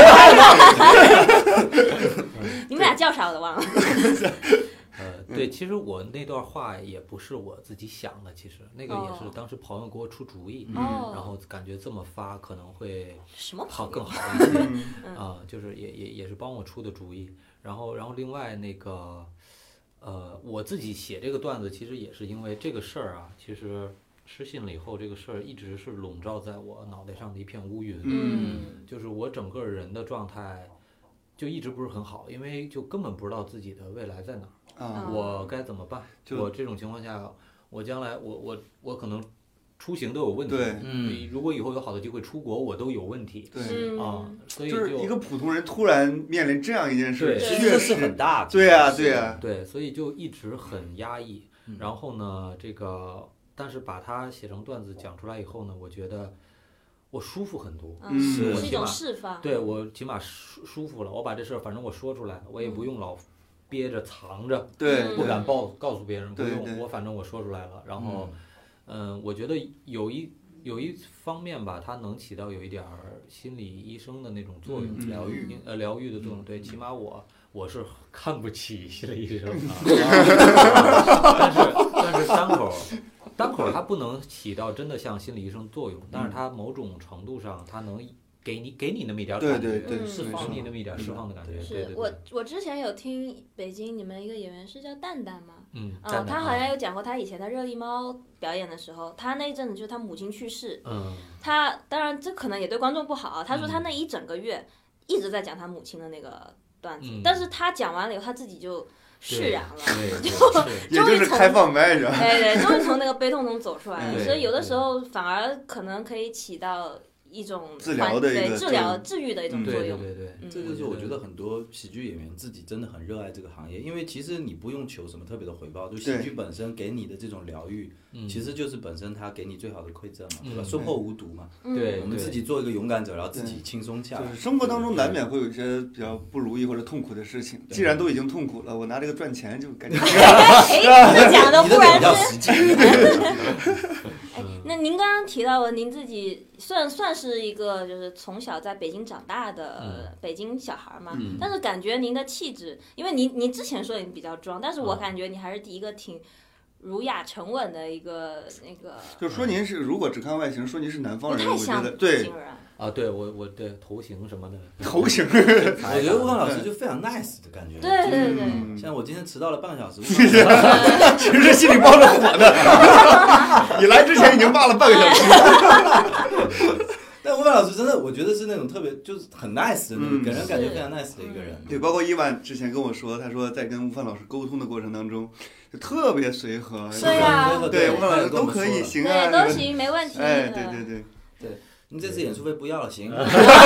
S1: 你们俩叫啥我都忘了。
S4: 呃，对，其实我那段话也不是我自己想的，其实那个也是当时朋友给我出主意，
S1: 哦、
S4: 然后感觉这么发可能会
S1: 什么
S4: 好更好一些啊、
S1: 嗯
S4: 呃，就是也也也是帮我出的主意。然后，然后另外那个，呃，我自己写这个段子，其实也是因为这个事儿啊，其实失信了以后，这个事儿一直是笼罩在我脑袋上的一片乌云。
S1: 嗯，
S4: 就是我整个人的状态就一直不是很好，因为就根本不知道自己的未来在哪儿，
S2: 啊、
S4: 我该怎么办？我这种情况下，我将来我我我可能。出行都有问题，
S2: 对，
S3: 嗯，
S4: 如果以后有好的机会出国，我都有问题，
S2: 对
S4: 啊，所以
S2: 就是一个普通人突然面临这样一件事，
S3: 确实很大，
S2: 对呀，对呀，
S4: 对，所以就一直很压抑。然后呢，这个但是把它写成段子讲出来以后呢，我觉得我舒服很多，
S1: 嗯，
S2: 是
S1: 是一种释放，
S4: 对我起码舒舒服了。我把这事儿反正我说出来了，我也不用老憋着藏着，
S2: 对，
S4: 不敢报告诉别人，不
S2: 对
S4: 用，我反正我说出来了，然后。嗯，我觉得有一有一方面吧，它能起到有一点儿心理医生的那种作用，
S3: 嗯、疗愈
S4: 呃疗愈的作用。对，起码我我是看不起心理医生啊，但是但是单口单口它不能起到真的像心理医生作用，但是它某种程度上它能。给你给你那么一点感觉，
S2: 对对对，
S4: 释放你那么一点释放的感觉。
S1: 是
S4: 对对对
S1: 我我之前有听北京你们一个演员是叫蛋蛋吗？
S4: 嗯，
S1: 啊、哦，他好像有讲过，他以前在热力猫表演的时候，他那一阵子就是他母亲去世，
S4: 嗯，
S1: 他当然这可能也对观众不好，他说他那一整个月一直在讲他母亲的那个段子，
S4: 嗯、
S1: 但是他讲完了以后他自己就释然了，
S2: 就也就是开放麦着，
S1: 对对，终于从那个悲痛中走出来了，
S4: 嗯、
S1: 所以有的时候反而可能可以起到。一种
S2: 治疗的一
S1: 个治疗治愈的一种作用，
S4: 对对对，
S1: 嗯、
S3: 这就是我觉得很多喜剧演员自己真的很热爱这个行业，因为其实你不用求什么特别的回报，就喜剧本身给你的这种疗愈，其实就是本身它给你最好的馈赠嘛，对吧？顺后无毒嘛，
S4: 对，
S3: 我们自己做一个勇敢者，然后自己轻松下来。
S2: 就是生活当中难免会有一些比较不如意或者痛苦的事情，既然都已经痛苦了，我拿这个赚钱就感觉。
S1: 哎，这讲的忽然
S3: 是。
S1: 哎，那您刚刚提到了您自己算算是一个就是从小在北京长大的北京小孩嘛，
S3: 嗯、
S1: 但是感觉您的气质，因为您您之前说你比较装，但是我感觉你还是第一个挺儒雅沉稳的一个那个。
S2: 就说您是如果只看外形，说您是南方人，
S1: 太像
S2: 我觉得对。
S4: 啊，对我我对头型什么的，
S2: 头型，
S3: 我觉得吴刚老师就非常 nice 的感觉。
S1: 对对对，
S3: 像我今天迟到了半个小时，
S2: 其实心里冒着火的。你来之前已经骂了半个小时。
S3: 但吴刚老师真的，我觉得是那种特别就是很 nice 的那种，给人感觉非常 nice 的一个人。
S2: 对，包括伊万之前跟我说，他说在跟吴范老师沟通的过程当中，就特别随和。
S1: 对啊，
S2: 对，吴范老师都可以，行啊，
S1: 都行，没问题。
S2: 哎，对对对。
S3: 对，你这次演出费不要了，行。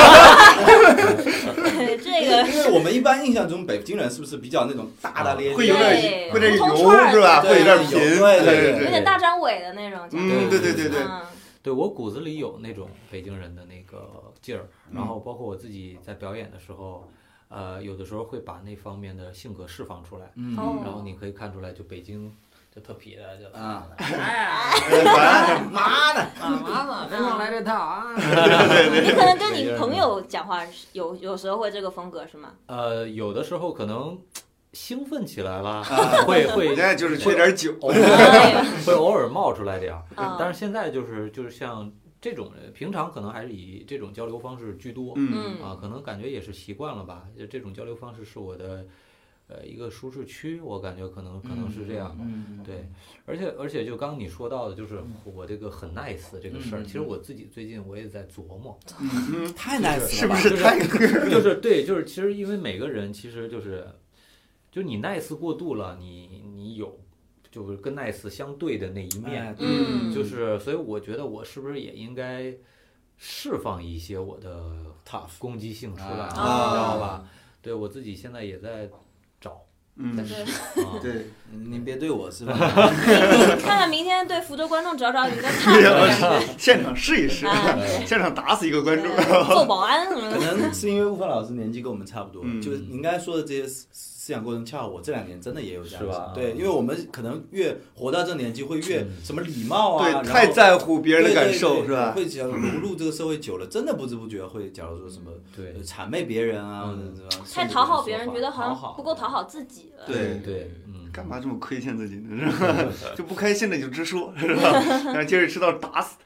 S1: 这个，
S3: 因为我们一般印象中北京人是不是比较那种大大咧咧，
S2: 会有点会有点油是吧？会有点贫，
S3: 对对对，
S1: 有点大张伟的那种。
S2: 嗯，对对对对。
S4: 对我骨子里有那种北京人的那个劲儿，然后包括我自己在表演的时候，呃，有的时候会把那方面的性格释放出来，
S3: 嗯，
S4: 然后你可以看出来，就北京。就特痞的，就
S3: 啊，
S2: 哎，
S3: 妈的，
S4: 妈的，别光来这套啊！
S1: 你可能跟你朋友讲话有有时候会这个风格是吗？
S4: 呃，有的时候可能兴奋起来了，会会，
S2: 现在就是缺点酒，
S4: 会偶尔冒出来点儿。
S1: 嗯、
S4: 但是现在就是就是像这种人，平常可能还是以这种交流方式居多，
S2: 嗯
S4: 啊，可能感觉也是习惯了吧。就这种交流方式是我的。呃，一个舒适区，我感觉可能可能是这样的，
S3: 嗯、
S4: 对，而且而且就刚刚你说到的，就是我这个很 nice 这个事儿，
S3: 嗯、
S4: 其实我自己最近我也在琢磨，
S2: 嗯，
S3: 太 nice 了，
S2: 是不是太？
S4: 就是对，就是其实因为每个人其实就是，就你 nice 过度了，你你有。 就是跟 nice 相对的那一面，
S1: 嗯，
S4: 就是所以我觉得我是不是也应该释放一些我的
S3: tough
S4: 攻击性出来，
S3: 啊、
S4: 你知道吧？对我自己现在也在找。
S2: 嗯，
S4: 对，
S2: 对，
S3: 您别对我是吧？
S1: 你看看明天对福州观众找找，你再看看，
S2: 现场试一试，现场打死一个观众，
S1: 做保安什么的。
S3: 可能是因为悟饭老师年纪跟我们差不多，
S2: 嗯、
S3: 就是您刚才说的这些思想过程，恰好我这两年真的也有这样，
S4: 是吧？
S3: 对，因为我们可能越活到这年纪，会越什么礼貌啊，
S2: 对，太在乎别人的感受，
S3: 对对对
S2: 是吧？
S3: 会讲融入这个社会久了，真的不知不觉会，假如说什么
S4: 对
S3: 谄媚别人啊，或者
S4: 嗯、
S3: 什么
S1: 太讨好别人，觉得好像不够讨好自己了。
S2: 对
S4: 对，嗯，
S2: 干嘛这么亏欠自己呢？是吧？就不开心了就直说，是吧？让杰瑞迟到打死。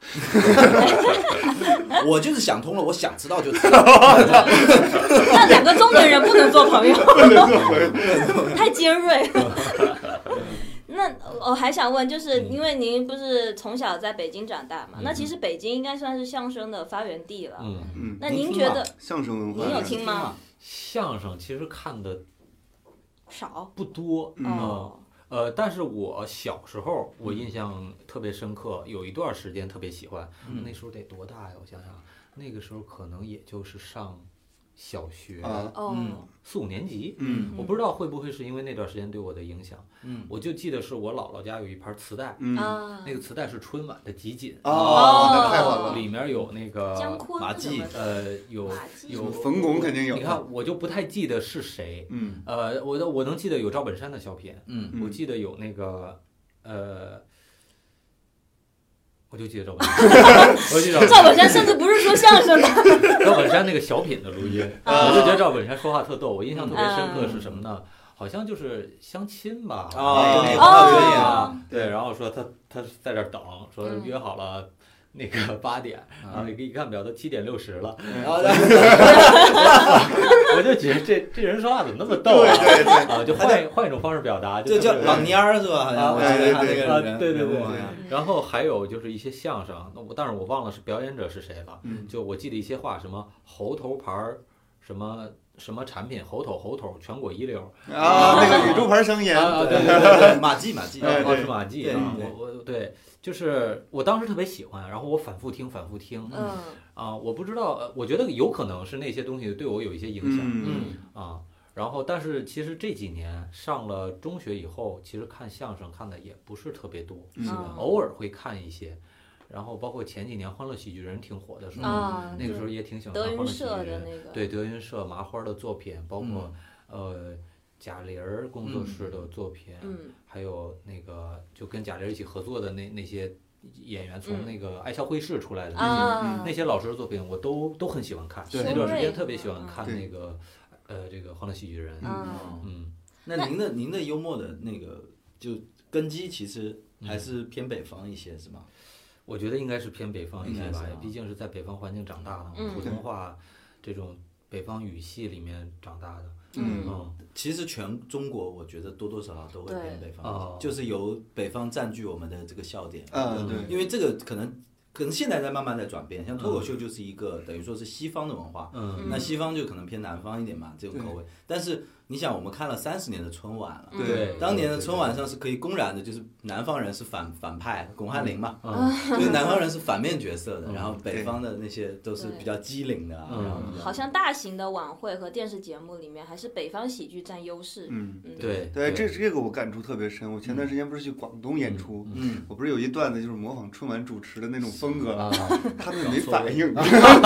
S3: 我就是想通了，我想知道就知道。
S1: 那两个中年人不能做朋友，
S2: 不能做朋友，
S1: 太尖锐了。那我还想问，就是因为您不是从小在北京长大嘛？
S4: 嗯、
S1: 那其实北京应该算是相声的发源地了。
S4: 嗯
S2: 嗯。
S1: 那您觉得
S2: 相声文化？
S1: 您有听吗？
S4: 相声其实看的
S1: 少，
S4: 不多。
S2: 嗯。
S1: 哦
S4: 呃，但是我小时候我印象特别深刻，有一段时间特别喜欢，
S3: 嗯、
S4: 那时候得多大呀？我想想，那个时候可能也就是上小学，
S2: 啊，
S1: 嗯，
S4: 四五年级，
S2: 嗯，
S4: 我不知道会不会是因为那段时间对我的影响，
S3: 嗯，
S4: 我就记得是我姥姥家有一盘磁带，
S2: 嗯，
S4: 那个磁带是春晚的集锦，
S2: 哦，那太好了，
S4: 里面有那个
S3: 马季，
S4: 呃，有有
S2: 冯巩肯定有，
S4: 你看我就不太记得是谁，
S2: 嗯，
S4: 呃，我的我能记得有赵本山的小品，
S3: 嗯，
S4: 我记得有那个，呃。我就记得赵本山，我记得
S1: 赵本山甚至不是说相声的，
S4: 赵本山那个小品的录音，我就觉得赵本山说话特逗。我印象特别深刻是什么呢？好像就是相亲吧，
S3: 啊，
S4: 哦，对，然后说他他在这儿等，说约好了那个八点，然后一看表都七点六十了，我就觉得这这人说话怎么那么逗啊？
S2: 对对对，
S4: 啊，就换换一种方式表达，
S3: 就叫老蔫儿是吧？好像我记得他那个
S4: 人，对对对。然后还有就是一些相声，那我但是我忘了是表演者是谁了，就我记得一些话，什么猴头牌儿，什么。什么产品猴头猴头全国一流
S2: 啊，那个宇宙牌商演
S4: 啊，对对
S3: 对，马季马季，
S4: 哦是马季啊，我我对，就是我当时特别喜欢，然后我反复听反复听，
S1: 嗯
S4: 啊，我不知道，我觉得有可能是那些东西对我有一些影响，
S3: 嗯
S4: 啊，然后但是其实这几年上了中学以后，其实看相声看的也不是特别多，偶尔会看一些。然后包括前几年《欢乐喜剧人》挺火的时候，
S1: 啊、
S4: 那个时候也挺喜欢
S1: 看
S4: 《欢乐喜剧人》
S1: 的那个，
S4: 对德云社麻花的作品，包括、嗯、呃贾玲儿工作室的作品，
S1: 嗯，
S4: 还有那个就跟贾玲一起合作的那那些演员，从那个《爱笑会试》出来的那些、
S1: 嗯、
S4: 那些老师的作品，我都都很喜欢看。那段时间特别喜欢看那个、嗯、呃这个《欢乐喜剧人》。
S1: 嗯
S4: 嗯，
S3: 那您的您的幽默的那个就根基其实还是偏北方一些，是吗？
S4: 我觉得应该是偏北方一些吧，毕竟是在北方环境长大的嘛，
S1: 嗯、
S4: 普通话这种北方语系里面长大的。
S1: 嗯，
S4: 嗯
S3: 其实全中国我觉得多多少少都会偏北方，
S4: 哦、
S3: 就是由北方占据我们的这个笑点。
S2: 嗯，对，
S3: 因为这个可能可能现在在慢慢在转变，像脱口秀就是一个、嗯、等于说是西方的文化，
S4: 嗯，
S3: 那西方就可能偏南方一点嘛，这个口味。但是你想，我们看了三十年的春晚了，
S2: 对，
S3: 当年的春晚上是可以公然的，就是南方人是反反派，巩汉林嘛，嗯，就是南方人是反面角色的，然后北方的那些都是比较机灵的，然后
S1: 好像大型的晚会和电视节目里面，还是北方喜剧占优势。
S2: 嗯，
S4: 对
S2: 对，这这个我感触特别深。我前段时间不是去广东演出，嗯，我不是有一段子就是模仿春晚主持的那种风格，他们没反应。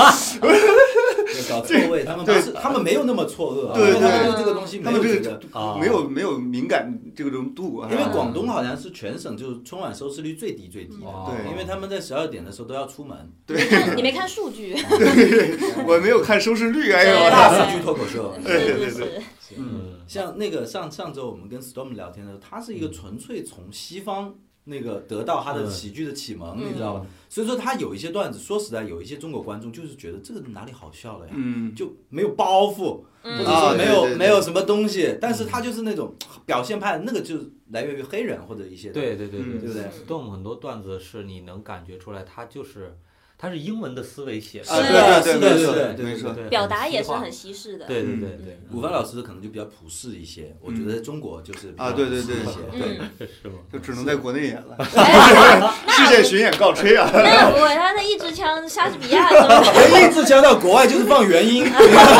S3: 搞错位，他们不是，他们没有那么错愕，
S2: 对对，
S3: 他们对这个东西没有这个
S2: 没有没有敏感这种度，
S3: 因为广东好像是全省就是春晚收视率最低最低的，
S2: 对，
S3: 因为他们在十二点的时候都要出门。
S2: 对，
S1: 你没看数据？
S2: 对，我没有看收视率，哎呦，
S3: 大数据脱口秀，
S2: 对对对，
S3: 嗯，像那个上上周我们跟 Storm 聊天的时候，他是一个纯粹从西方。那个得到他的喜剧的启蒙，
S1: 嗯、
S3: 你知道吧？所以说他有一些段子，说实在，有一些中国观众就是觉得这个哪里好笑了呀，
S2: 嗯，
S3: 就没有包袱，
S1: 嗯、
S3: 或者说没有、
S2: 啊、对对对
S3: 没有什么东西，但是他就是那种表现派，那个就来源于黑人或者一些，
S4: 对对对对，
S3: 对不对
S4: ？Storm 很多段子是你能感觉出来，他就是它是英文的思维写的。
S2: 啊，对对
S3: 对
S2: 对
S3: 对，
S2: 没错，
S1: 表达也是很西式的。
S4: 对对对对，
S3: 伍凡老师可能就比较普世一些，我觉得在中国就是
S2: 啊，对对对，
S3: 对，
S4: 是吗？
S2: 就只能在国内演了，世界巡演告吹啊！
S1: 那不会，他那一支枪莎士比亚什么
S3: 的，一支枪到国外就是放原音，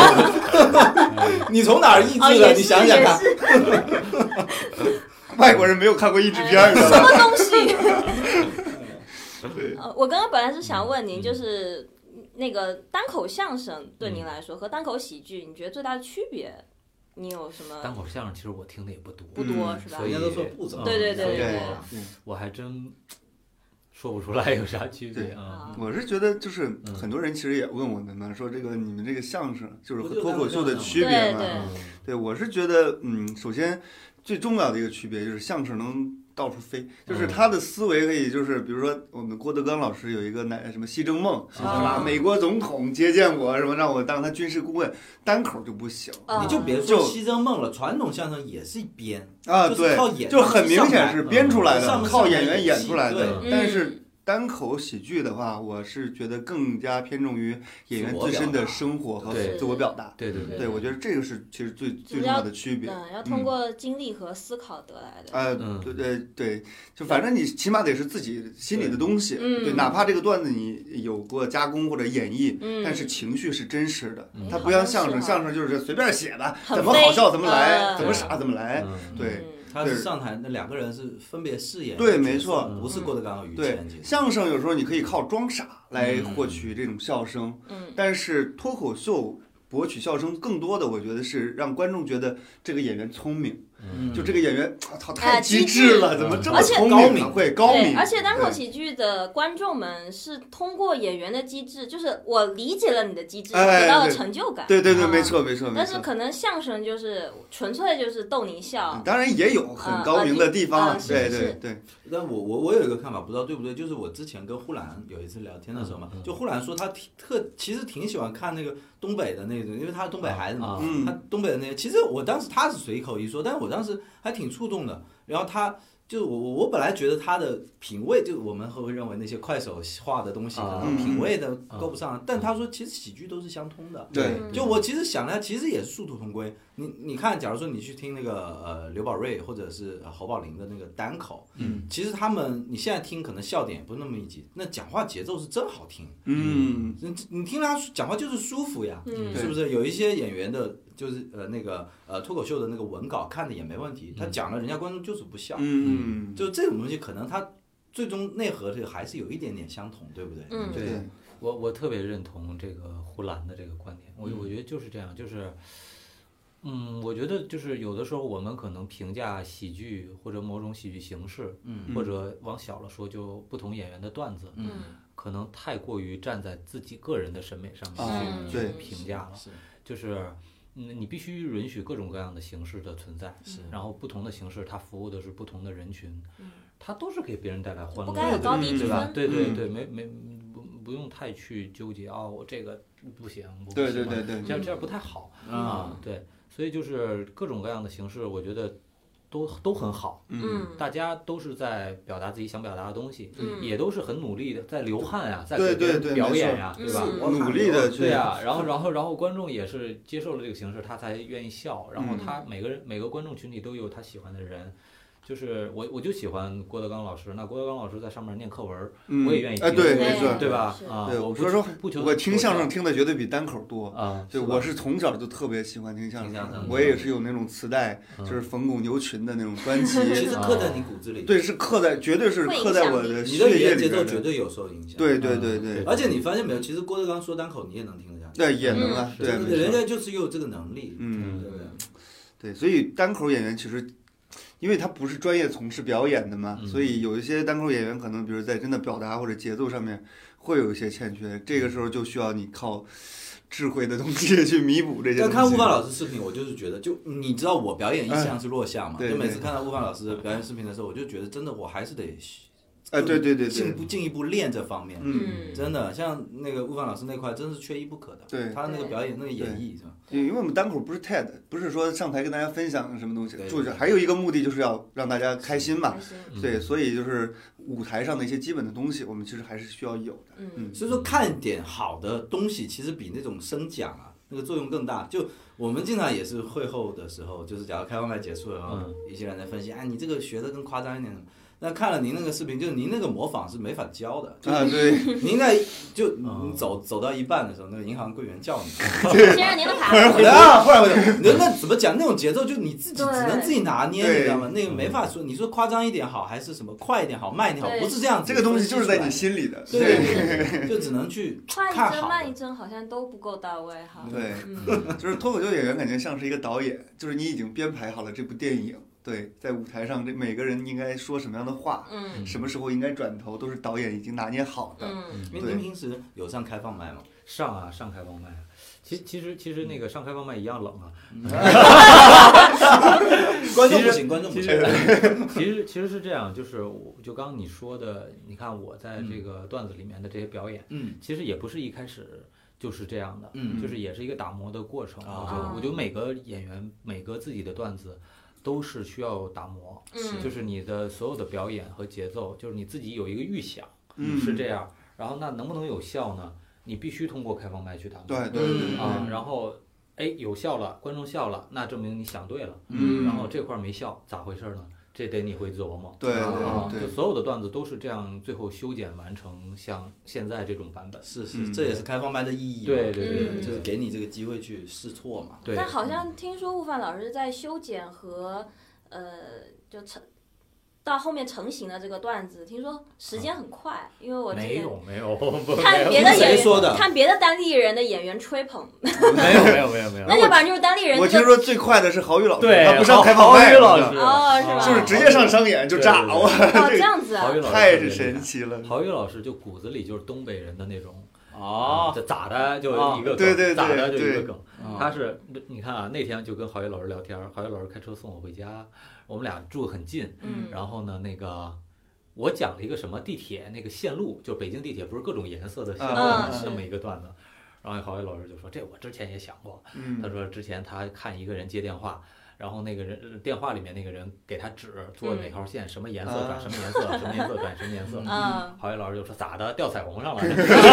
S3: 你从哪儿译制的？你想想看，
S2: 外国人没有看过译制片，
S1: 什么东西？呃，我刚刚本来是想问您，就是那个单口相声对您来说和单口喜剧，你觉得最大的区别？你有什么？
S4: 单口相声其实我听的也不多，
S1: 不多是吧？
S3: 人家都说不怎么。
S1: 对对对对，
S4: 我还真说不出来有啥区别啊。
S2: 我是觉得就是很多人其实也问我们嘛，说这个你们这个相声就是和脱口秀的区别嘛？对，我是觉得嗯，首先最重要的一个区别就是相声能到处飞，就是他的思维可以，就是比如说我们郭德纲老师有一个那什么西征梦，是吧？美国总统接见我，什么让我当他军事顾问，单口就不行。
S3: 你就别说西征梦了，传统相声也是编
S2: 啊，对，就很明显是编出来的，靠演员演出来的，但是。单口喜剧的话，我是觉得更加偏重于演员自身的生活和自我表达。
S4: 对对对，
S2: 对我觉得这个是其实最最重要的区别。
S1: 嗯，要通过经历和思考得来的。
S2: 呃，对对对，就反正你起码得是自己心里的东西。对，哪怕这个段子你有过加工或者演绎，但是情绪是真实的。它不像相声，相声就是随便写的，怎么好笑怎么来，怎么傻怎么来。对。
S3: 他是上台那两个人是分别饰演，
S2: 对，没错，
S3: 不是郭德纲和于谦。
S2: 对，相声有时候你可以靠装傻来获取这种笑声，嗯，但是脱口秀博取笑声更多的，我觉得是让观众觉得这个演员聪明。嗯，就这个演员，操，太机智了，怎么这么聪明？会高明。
S1: 而且单口喜剧的观众们是通过演员的机智，就是我理解了你的机智，得到了成就感。
S2: 对对对，没错没错。
S1: 但是可能相声就是纯粹就是逗你笑。
S2: 当然也有很高明的地方，对对对。
S3: 但我我我有一个看法，不知道对不对，就是我之前跟呼兰有一次聊天的时候嘛，就呼兰说他特其实挺喜欢看那个东北的那种，因为他是东北孩子嘛，他东北的那个，其实我当时他是随口一说，但是我当时还挺触动的。然后他就我我本来觉得他的品味，就我们会认为那些快手化的东西可能品味的够不上，但他说其实喜剧都是相通的。
S2: 对，
S3: 就我其实想了，其实也是殊途同归。你你看，假如说你去听那个呃刘宝瑞或者是侯宝林的那个单口，嗯，其实他们你现在听可能笑点也不是那么密集，那讲话节奏是真好听。嗯，你你听他讲话就是舒服呀，嗯，是不是？有一些演员的。就是呃那个呃脱口秀的那个文稿看的也没问题，他讲了人家观众就是不笑，嗯，就这种东西可能他最终内核这个还是有一点点相同，对不对？
S1: 嗯，
S4: 对，我我特别认同这个呼兰的这个观点，我我觉得就是这样，就是，嗯，我觉得就是有的时候我们可能评价喜剧或者某种喜剧形式，嗯，或者往小了说就不同演员的段子，嗯，可能太过于站在自己个人的审美上面去评价了，就是。嗯，你必须允许各种各样的形式的存在，是，然后不同的形式它服务的是不同的人群，嗯，它都是给别人带来欢乐，
S1: 不该有高低之分，
S4: 对吧？对对对，没没不不用太去纠结哦，我这个不行，我不
S2: 对对对对，
S4: 这样这样不太好啊，对，所以就是各种各样的形式，我觉得。都都很好，嗯，大家都是在表达自己想表达的东西，嗯，也都是很努力的在流汗呀，在给别人表演呀，对吧？
S2: 努力的，
S4: 对呀，然后然后然后观众也是接受了这个形式，他才愿意笑，然后他每个人每个观众群体都有他喜欢的人。就是我，我就喜欢郭德纲老师。那郭德纲老师在上面念课文，我也愿意听，
S2: 哎，对，没错，
S4: 对吧？啊，
S2: 对，我说说，我听相声听的绝对比单口多
S4: 啊。
S2: 对，我是从小就特别喜欢听相声，我也是有那种磁带，就是冯巩、牛群的那种专辑。
S3: 其实刻在你骨子里。
S2: 对，是刻在，绝对是刻在我的
S3: 血液里。你的节奏绝对有受影响。
S2: 对对对对。
S3: 而且你发现没有，其实郭德纲说单口你也能听得下去。
S2: 对，也能啊，对，
S3: 人家就是有这个能力，
S2: 嗯，
S3: 对不对？
S2: 对，所以单口演员其实。因为他不是专业从事表演的嘛，所以有一些单口演员可能，比如在真的表达或者节奏上面会有一些欠缺，这个时候就需要你靠智慧的东西去弥补这些东西。
S3: 但看悟饭老师视频，我就是觉得，就你知道我表演一向是弱项嘛，就每次看到悟饭老师表演视频的时候，我就觉得真的我还是得
S2: 哎，对对对对，
S3: 进步进一步练这方面，
S2: 嗯，
S3: 真的像那个悟饭老师那块，真是缺一不可的。
S2: 对，
S3: 他那个表演那个演绎是吧？
S2: 因为我们单口不是 T E D， 不是说上台跟大家分享什么东西，就是还有一个目的就是要让大家开心嘛。对，所以就是舞台上的一些基本的东西，我们其实还是需要有的。
S3: 嗯，所以说看点好的东西，其实比那种声讲啊那个作用更大。就我们经常也是会后的时候，就是假如开放麦结束了，然后一些人在分析，哎，你这个学的更夸张一点。那看了您那个视频，就是您那个模仿是没法教的
S2: 啊，对，
S3: 您应该就你走走到一半的时候，那个银行柜员叫你，
S1: 先让您的卡，
S3: 啊，后来我就那怎么讲那种节奏，就你自己只能自己拿捏，你知道吗？那个没法说，你说夸张一点好，还是什么快一点好，慢一点好，不是这样子。
S2: 这个东西就是在你心里的，
S3: 对，就只能去
S1: 快一帧慢一帧好像都不够到位哈。
S2: 对，就是脱口秀演员感觉像是一个导演，就是你已经编排好了这部电影。对，在舞台上，这每个人应该说什么样的话，嗯，什么时候应该转头，都是导演已经拿捏好的。
S3: 嗯，因为您平时有上开放麦吗？
S4: 上啊，上开放麦。其其实其实那个上开放麦一样冷啊。
S3: 观众不行，观众不行。
S4: 其实其实是这样，就是就刚刚你说的，你看我在这个段子里面的这些表演，嗯，其实也不是一开始就是这样的，嗯，就是也是一个打磨的过程。我觉得我觉得每个演员每个自己的段子。都是需要打磨，嗯，就是你的所有的表演和节奏，就是你自己有一个预想，嗯，是这样，然后那能不能有效呢？你必须通过开放麦去打磨，
S2: 对对对
S4: 啊，然后哎有效了，观众笑了，那证明你想对了，嗯，然后这块没效，咋回事呢？这得你会琢磨，
S2: 对
S4: 啊，就所有的段子都是这样，最后修剪完成像现在这种版本。
S3: 是是，这也是开放麦的意义。
S4: 对对对，
S3: 就是给你这个机会去试错嘛。
S4: 对。
S1: 但好像听说悟饭老师在修剪和呃，就成到后面成型的这个段子，听说时间很快，因为我
S4: 没有没有
S1: 看别的演员，看别的单立人的演员吹捧。
S4: 没有没有没有没有。
S1: 那要不然就是单立人。
S2: 我听说最快的是郝宇老师，
S4: 对，
S2: 他不上开放麦
S4: 老师
S1: 哦，是吧？
S2: 就是直接上商演就炸，哇，
S1: 这样子啊，
S2: 太是神奇了。
S4: 郝宇老师就骨子里就是东北人的那种。
S3: 哦，
S4: 这咋的就一个梗，
S2: 对对对，
S4: 咋的就一个梗。他是你看啊，那天就跟郝宇老师聊天，郝宇老师开车送我回家，我们俩住很近。嗯。然后呢，那个我讲了一个什么地铁那个线路，就北京地铁不是各种颜色的线路，那么一个段子。然后郝宇老师就说：“这我之前也想过。”他说之前他看一个人接电话。然后那个人电话里面那个人给他指坐哪号线，什么颜色转什么颜色，什么颜色转什么颜色。郝宇老师就说咋的掉彩虹上了？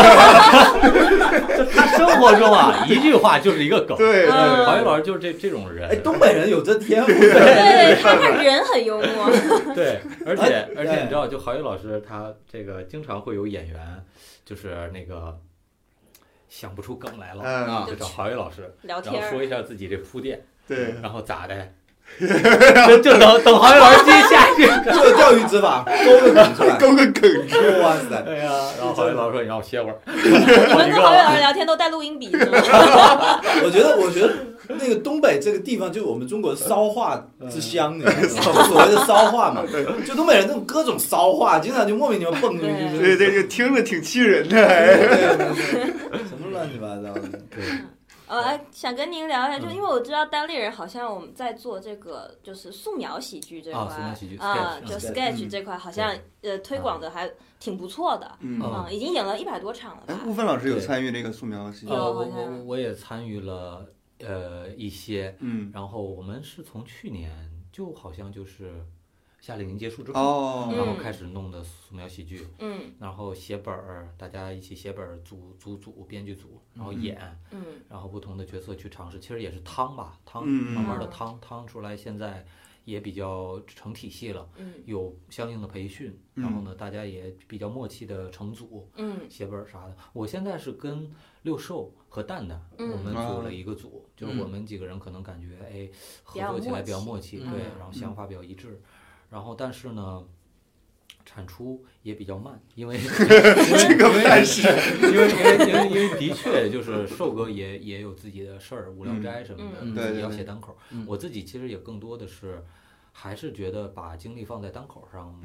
S4: 就他生活中啊，一句话就是一个梗。
S2: 对，
S4: 郝宇老师就是这这种人。
S3: 哎，东北人有这天赋。
S1: 对，他他人很幽默。
S4: 对，而且而且你知道，就郝宇老师他这个经常会有演员，就是那个想不出梗来了，就找郝宇老师
S1: 聊天，
S4: 然后说一下自己这铺垫。
S2: 对，
S4: 然后咋的？就就等等郝宇老师接下去，
S3: 就钓鱼执法，勾个梗出来，
S2: 勾个梗出来，
S3: 哇塞！
S4: 哎呀，然后郝宇老师说：“你让我歇会儿。”
S1: 你们跟郝宇老师聊天都带录音笔是吗？
S3: 我觉得，我觉得那个东北这个地方就是我们中国的骚话之乡，你知道吗？所谓的骚话嘛，就东北人那种各种骚话，经常就莫名其妙蹦出去。
S2: 对对，就听着挺气人的，
S3: 什么乱七八糟的。对。
S1: 呃，想跟您聊一下，就因为我知道单立人好像我们在做这个就是素描喜剧这块啊，就 sketch 这块好像呃推广的还挺不错的，嗯，已经演了一百多场了吧？
S2: 悟饭老师有参与这个素描喜剧？
S4: 有，我我我也参与了呃一些，嗯，然后我们是从去年就好像就是夏令营结束之后，
S2: 哦、
S4: 然后开始弄的素描喜剧，嗯，然后写本儿，大家一起写本儿，组组组编剧组，然后演，嗯，然后不同的角色去尝试，其实也是汤吧，汤，
S2: 嗯、
S4: 慢慢的汤汤出来，现在也比较成体系了，嗯，有相应的培训，然后呢，大家也比较默契的成组，嗯，写本儿啥的。我现在是跟六兽和蛋蛋，嗯、我们组了一个组，嗯、就是我们几个人可能感觉哎合作起来比较默契，对，
S1: 嗯、
S4: 然后想法比较一致。然后，但是呢，产出也比较慢，因为
S2: 这个但是，
S4: 因为因为因为因为的确就是寿哥也也有自己的事儿，无聊斋什么的，
S2: 嗯、
S4: 自己要写单口。嗯、我自己其实也更多的是，还是觉得把精力放在单口上，
S2: 嗯，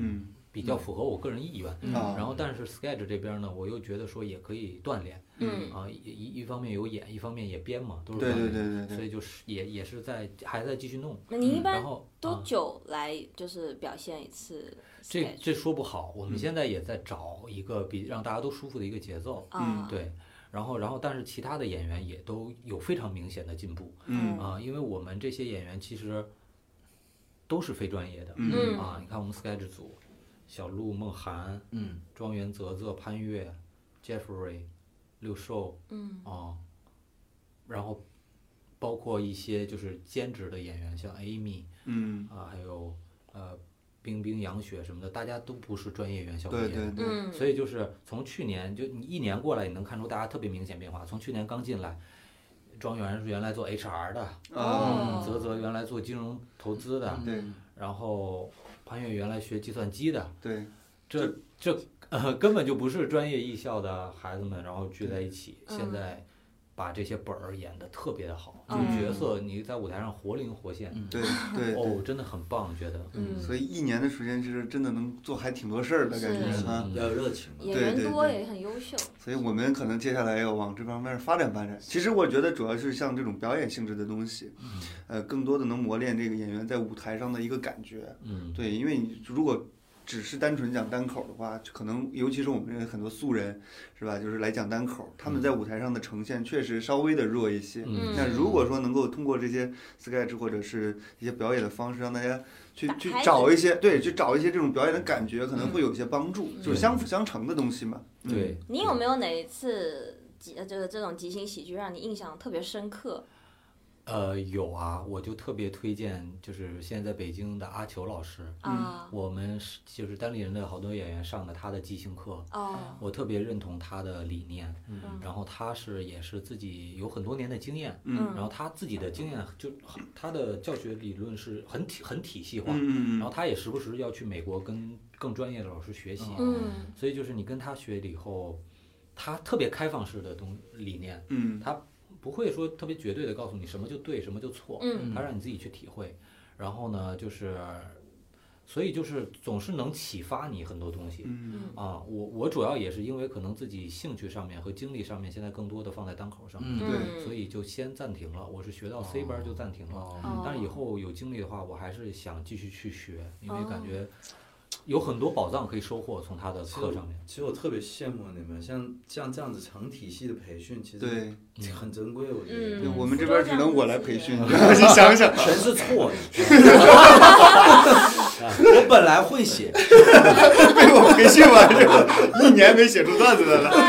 S4: 比较符合我个人意愿。
S2: 嗯、
S4: 然后但是 sketch 这边呢，我又觉得说也可以锻炼。
S1: 嗯
S4: 啊，一一方面有演，一方面也编嘛，都是
S2: 对对对对对，
S4: 所以就是也也是在还在继续弄。
S1: 那你一般
S4: 然后
S1: 多久来就是表现一次 sketch？、
S4: 这这说不好，我们现在也在找一个比让大家都舒服的一个节奏。
S1: 嗯，
S4: 对。然后，然后，但是其他的演员也都有非常明显的进步。
S2: 嗯
S4: 啊，因为我们这些演员其实都是非专业的。
S2: 嗯
S4: 啊，你看我们 sketch 组，小鹿、梦涵，
S3: 嗯，
S4: 庄园泽泽、潘越、Jeffrey。六兽，
S1: 嗯，
S4: 哦，然后包括一些就是兼职的演员，像 Amy，
S2: 嗯，
S4: 啊，还有呃冰冰、杨雪什么的，大家都不是专业院校毕业，
S2: 对对对，
S1: 嗯，
S4: 所以就是从去年就你一年过来，你能看出大家特别明显变化。从去年刚进来，庄园是原来做 H R 的，
S1: 哦，
S4: 泽泽原来做金融投资的，
S2: 对，
S4: 然后潘越原来学计算机的，
S2: 对，
S4: 这这。呃，根本就不是专业艺校的孩子们，然后聚在一起，
S1: 嗯、
S4: 现在把这些本儿演得特别的好，
S1: 嗯、
S4: 就角色你在舞台上活灵活现，
S2: 对对
S4: 哦，真的很棒，觉得，
S1: 嗯，
S2: 所以一年的时间其实真的能做还挺多事儿的感觉啊，
S3: 要有热情，
S1: 演员多也很优秀，
S2: 所以我们可能接下来要往这方面发展发展。其实我觉得主要是像这种表演性质的东西，呃，更多的能磨练这个演员在舞台上的一个感觉，
S4: 嗯，
S2: 对，因为你如果只是单纯讲单口的话，可能尤其是我们很多素人，是吧？就是来讲单口，他们在舞台上的呈现确实稍微的弱一些。
S4: 嗯，
S2: 那如果说能够通过这些 sketch 或者是一些表演的方式，让大家去去找一些对，去找一些这种表演的感觉，可能会有一些帮助，
S1: 嗯、
S2: 就是相辅相成的东西嘛。
S4: 嗯、对。
S1: 你有没有哪一次即这个这种即兴喜剧让你印象特别深刻？
S4: 呃，有啊，我就特别推荐，就是现在在北京的阿球老师，
S1: 啊，
S4: 我们是就是单立人的好多演员上的他的即兴课，
S1: 哦，
S4: 我特别认同他的理念，
S1: 嗯，
S4: 然后他是也是自己有很多年的经验，
S2: 嗯，
S4: 然后他自己的经验就他的教学理论是很体很体系化，
S2: 嗯，
S4: 然后他也时不时要去美国跟更专业的老师学习，
S1: 嗯，
S4: 所以就是你跟他学了以后，他特别开放式的东理念，
S2: 嗯，
S4: 他不会说特别绝对的告诉你什么就对什么就错，
S1: 嗯，
S4: 他让你自己去体会，然后呢就是所以就是总是能启发你很多东西，
S2: 嗯
S4: 啊，我我主要也是因为可能自己兴趣上面和精力上面现在更多的放在单口上面，
S2: 嗯，对，
S4: 所以就先暂停了。我是学到 C 班就暂停了，
S1: 哦，
S4: 但是以后有精力的话，我还是想继续去学，因为感觉有很多宝藏可以收获从他的课上面。
S3: 其实我特别羡慕你们，像像这样子成体系的培训，其实
S2: 对
S3: 很珍贵，我觉得。
S1: 嗯，
S2: 我们这边只能我来培训，你想想，
S3: 全是错的。我本来会写，
S2: 被我培训完之后，一年没写出段子来了。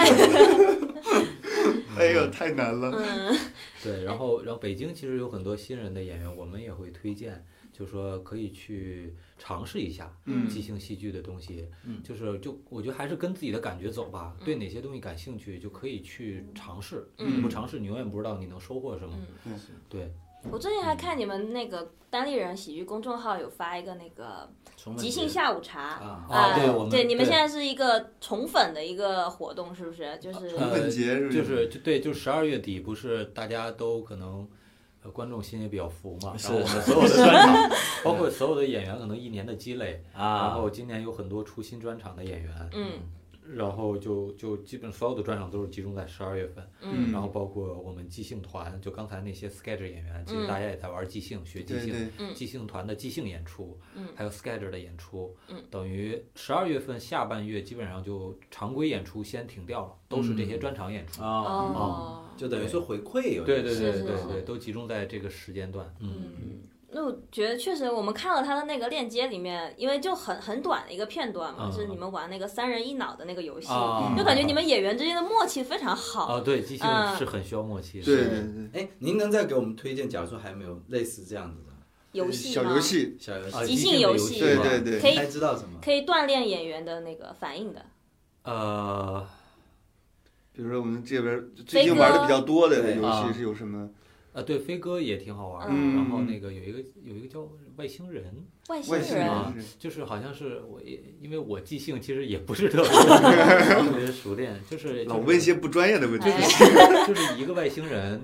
S2: 哎呦，太难了。
S1: 嗯，
S4: 对，然后然后北京其实有很多新人的演员，我们也会推荐。就说可以去尝试一下即兴戏剧的东西，
S3: 嗯、
S4: 就是就我觉得还是跟自己的感觉走吧。嗯、对哪些东西感兴趣，就可以去尝试。
S1: 嗯、
S4: 你不尝试，你永远不知道你能收获什么。
S1: 嗯、
S4: 对。
S1: 我最近还看你们那个单立人喜剧公众号有发一个那个即兴下午茶
S3: 啊，
S4: 啊对，我们
S1: 对你们现在是一个宠粉的一个活动，是不是？就是
S2: 宠粉节是不是？
S4: 就是就对，就十二月底不是大家都可能。呃，观众心也比较服嘛，然后我们所有的专场，包括所有的演员，可能一年的积累，
S3: 啊，
S4: 然后今年有很多出新专场的演员，
S1: 嗯，
S4: 然后就就基本所有的专场都是集中在十二月份，
S1: 嗯，
S4: 然后包括我们即兴团，就刚才那些 sketch 演员，其实大家也在玩即兴，学即兴，即兴团的即兴演出，
S1: 嗯，
S4: 还有 sketch 的演出，
S1: 嗯，
S4: 等于十二月份下半月基本上就常规演出先停掉了，都是这些专场演出，
S1: 哦。
S3: 就等于说回馈有
S4: 对对对对对，都集中在这个时间段。
S1: 嗯，那我觉得确实，我们看了他的那个链接里面，因为就很很短的一个片段嘛，是你们玩那个三人一脑的那个游戏，就感觉你们演员之间的默契非常好。
S4: 哦，对，即兴是很需要默契的。
S2: 对对对。
S3: 哎，您能再给我们推荐，假如说还没有类似这样子的
S1: 游戏
S2: 小游戏，
S3: 小游
S1: 戏，即兴游戏，
S2: 对对对，
S1: 可以
S3: 知道什么？
S1: 可以锻炼演员的那个反应的。
S4: 呃。
S2: 比如说我们这边最近玩的比较多的游戏是有什么？
S4: 啊，对，飞哥也挺好玩。
S1: 嗯、
S4: 然后那个有一个有一个叫外星人，
S1: 外星人
S4: 啊，就是好像是我，因为我即兴其实也不是特别特别熟练，就是
S2: 老问一些不专业的问题，
S4: 就是就是一个外星人，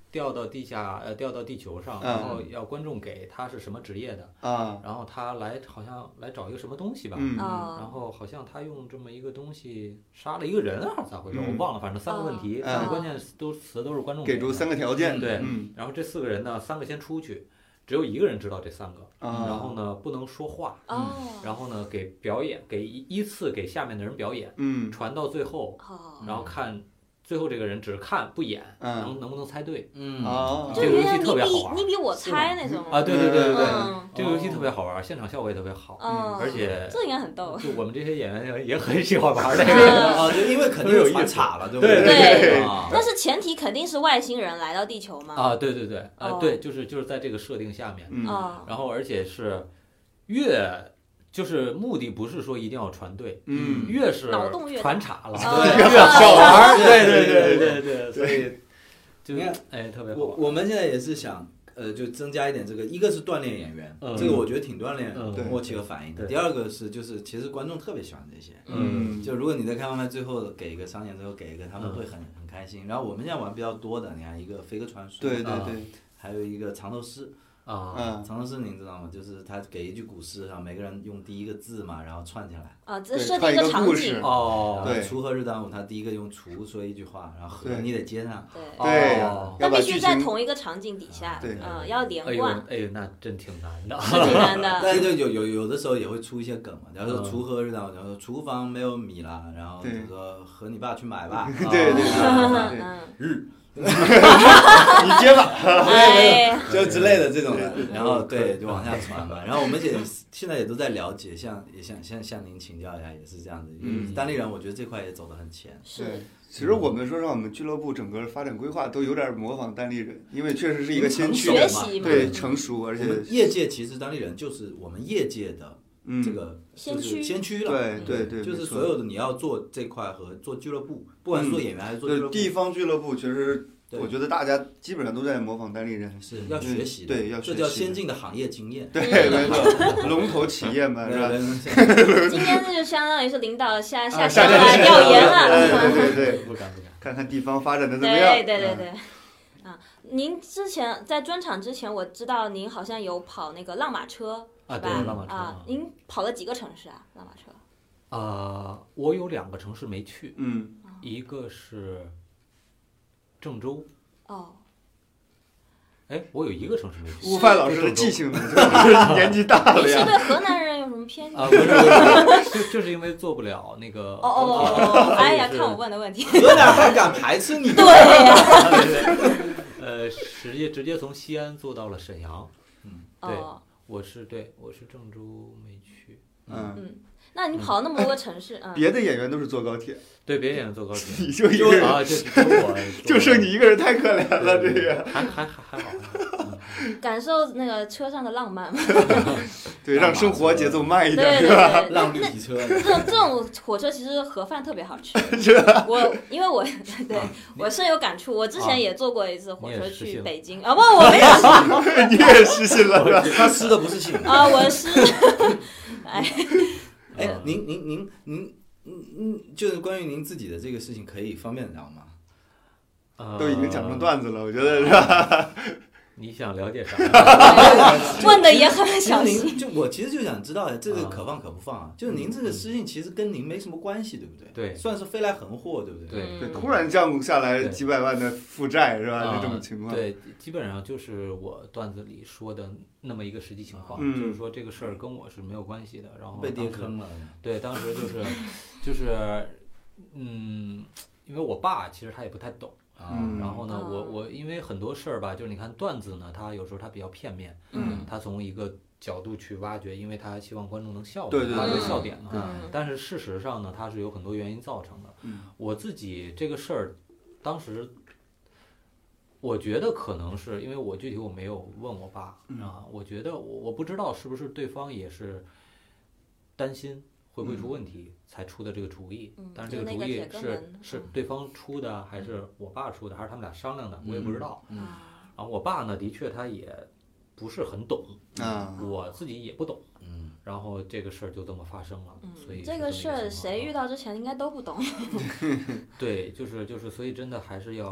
S4: 掉到地下，呃，掉到地球上，然后要观众给他是什么职业的
S2: 啊，
S4: 然后他来好像来找一个什么东西吧，
S2: 嗯，
S4: 然后好像他用这么一个东西杀了一个人还是咋回事，我忘了，反正三个问题，三个关键都词都是观众
S2: 给出三个条件，
S4: 对，然后这四个人呢，三个先出去。只有一个人知道这三个，
S2: 啊、
S4: 然后呢不能说话，
S1: 哦、
S4: 然后呢给表演，给依次给下面的人表演，
S2: 嗯，
S4: 传到最后，
S1: 哦、
S4: 然后看最后这个人只看不演，
S2: 嗯、
S4: 能能不能猜对？
S3: 嗯，
S2: 哦，
S4: 这个游戏特别好玩，
S1: 你比我猜那种
S4: 啊，对对对对对，
S1: 嗯、
S4: 这个游戏特别好玩，现场效果也特别好，
S1: 嗯、
S4: 而且
S1: 这应该很逗，
S4: 就我们这些演员也很喜欢玩这个，
S3: 啊，就因为肯定有传岔了，对不
S4: 对？
S1: 对
S2: 对，
S1: 但是前提肯定是外星人来到地球嘛。
S4: 啊，对对对，呃，
S1: 哦、
S4: 对，就是就是在这个设定下面，
S2: 嗯，
S4: 然后而且是越。就是目的不是说一定要传对，
S2: 嗯，
S4: 越是
S1: 脑洞越
S4: 传岔了，
S1: 对，
S4: 越好玩，对对对对对，所以就
S3: 你看，
S4: 哎，特别好。
S3: 我我们现在也是想，呃，就增加一点这个，一个是锻炼演员，这个我觉得挺锻炼默契和反应的。第二个是就是其实观众特别喜欢这些，
S2: 嗯，
S3: 就如果你在开放麦最后给一个商演最后给一个，他们会很很开心。然后我们现在玩比较多的，你看一个飞鸽传书，
S2: 对对对，
S3: 还有一个藏头诗。
S4: 啊，
S3: 藏头诗您知道吗？就是他给一句古诗，然后每个人用第一个字嘛，然后串起来。
S1: 啊，这设定一个场景
S4: 哦。
S3: 对，锄禾日当午，他第一个用锄说一句话，然后禾你得接上。
S2: 对，
S1: 那必须在同一个场景底下，
S2: 对，
S1: 嗯，要连贯。
S4: 哎呦，那真挺难的。
S1: 是挺难的。
S3: 但是就有有有的时候也会出一些梗嘛，比方说锄禾日当午，然后厨房没有米了，然后就说和你爸去买吧。
S2: 对对对。
S3: 日。
S2: 你接吧，
S1: 哎，
S3: 就之类的这种的，然后对，就往下传嘛。然后我们也现在也都在了解，像也向向向您请教一下，也是这样的。嗯，单立人我觉得这块也走得很前。
S1: 是。
S2: 其实我们说实话，我们俱乐部整个发展规划都有点模仿单立人，因为确实是一个先驱
S1: 学习
S2: 嘛，对，成熟，而且
S3: 业界其实单立人就是我们业界的这个
S1: 先驱
S3: 先驱了。
S2: 对对对，
S3: 就是所有的你要做这块和做俱乐部，不管是做演员还是做俱乐部，
S2: 地方俱乐部确实。我觉得大家基本上都在模仿单立人，
S3: 是要学习的，
S2: 对，要学习，
S3: 这叫先进的行业经验。
S2: 对，没错，龙头企业嘛，是吧？
S1: 今天这就相当于是领导下下下来调研了，
S2: 对对对，
S4: 不敢不敢，
S2: 看看地方发展的怎么样。
S1: 对对对对，啊，您之前在专场之前，我知道您好像有跑那个浪马车，是吧？
S4: 浪马车
S1: 啊，您跑了几个城市啊？浪马车？
S4: 啊，我有两个城市没去，
S2: 嗯，
S4: 一个是。郑州，
S1: 哦，
S4: 哎，我有一个城市没去。
S2: 悟饭老师的记性呢，就是年纪大了呀。
S1: 你是对河南人有什么偏见？
S4: 啊，不是，不是，就就是因为做不了那个。
S1: 哦哦哦！哎呀，看我问的问题。
S3: 河南还敢排斥你？
S1: 对呀。
S4: 呃，直接直接从西安坐到了沈阳。
S3: 嗯，
S4: 对，我是对，我是郑州没去。
S2: 嗯
S1: 嗯。那你跑那么多城市，嗯，
S2: 别的演员都是坐高铁，
S4: 对，别的演员坐高铁，
S2: 你就一个人
S4: 啊，就就我，
S2: 就剩你一个人，太可怜了，这个
S4: 还还还还好，
S1: 感受那个车上的浪漫嘛，
S2: 对，让生活节奏慢一点，
S1: 是吧？
S3: 让绿皮车，
S1: 这种这种火车其实盒饭特别好吃，我因为我对我深有感触，我之前也坐过一次火车去北京，啊不，我没有，
S2: 你也失信了，是吧？
S3: 他失的不是信
S1: 啊，我是。哎，
S3: 哎，您您您您嗯，就是关于您自己的这个事情，可以方便聊吗？
S4: 呃，
S2: 都已经讲成段子了，我觉得是吧？
S4: 你想了解啥？
S1: 问的也很小心。
S3: 就我其实就想知道，这个可放可不放啊。就是您这个事情其实跟您没什么关系，对不对？
S4: 对，
S3: 算是飞来横祸，对不对？
S4: 对
S2: 对，突然降下来几百万的负债，是吧？这种情况。
S4: 对，基本上就是我段子里说的那么一个实际情况，就是说这个事儿跟我是没有关系的。然后
S3: 被跌坑了。
S4: 对，当时就是就是嗯，因为我爸其实他也不太懂。
S2: 嗯，
S4: 然后呢，我我因为很多事儿吧，就是你看段子呢，它有时候它比较片面，
S1: 嗯，
S4: 它从一个角度去挖掘，因为他希望观众能笑，
S2: 对对对，
S4: 挖掘笑点嘛。
S1: 嗯，
S4: 但是事实上呢，它是有很多原因造成的。
S2: 嗯，
S4: 我自己这个事儿，当时我觉得可能是因为我具体我没有问我爸啊，我觉得我我不知道是不是对方也是担心会不会出问题才出的这个主意，但是这个主意是是对方出的还是我爸出的，还是他们俩商量的，我也不知道。
S3: 嗯，
S4: 然后我爸呢，的确他也不是很懂
S2: 啊，
S4: 我自己也不懂。
S3: 嗯，
S4: 然后这个事儿就这么发生了，所以
S1: 这个事儿谁遇到之前应该都不懂。
S4: 对，就是就是，所以真的还是要。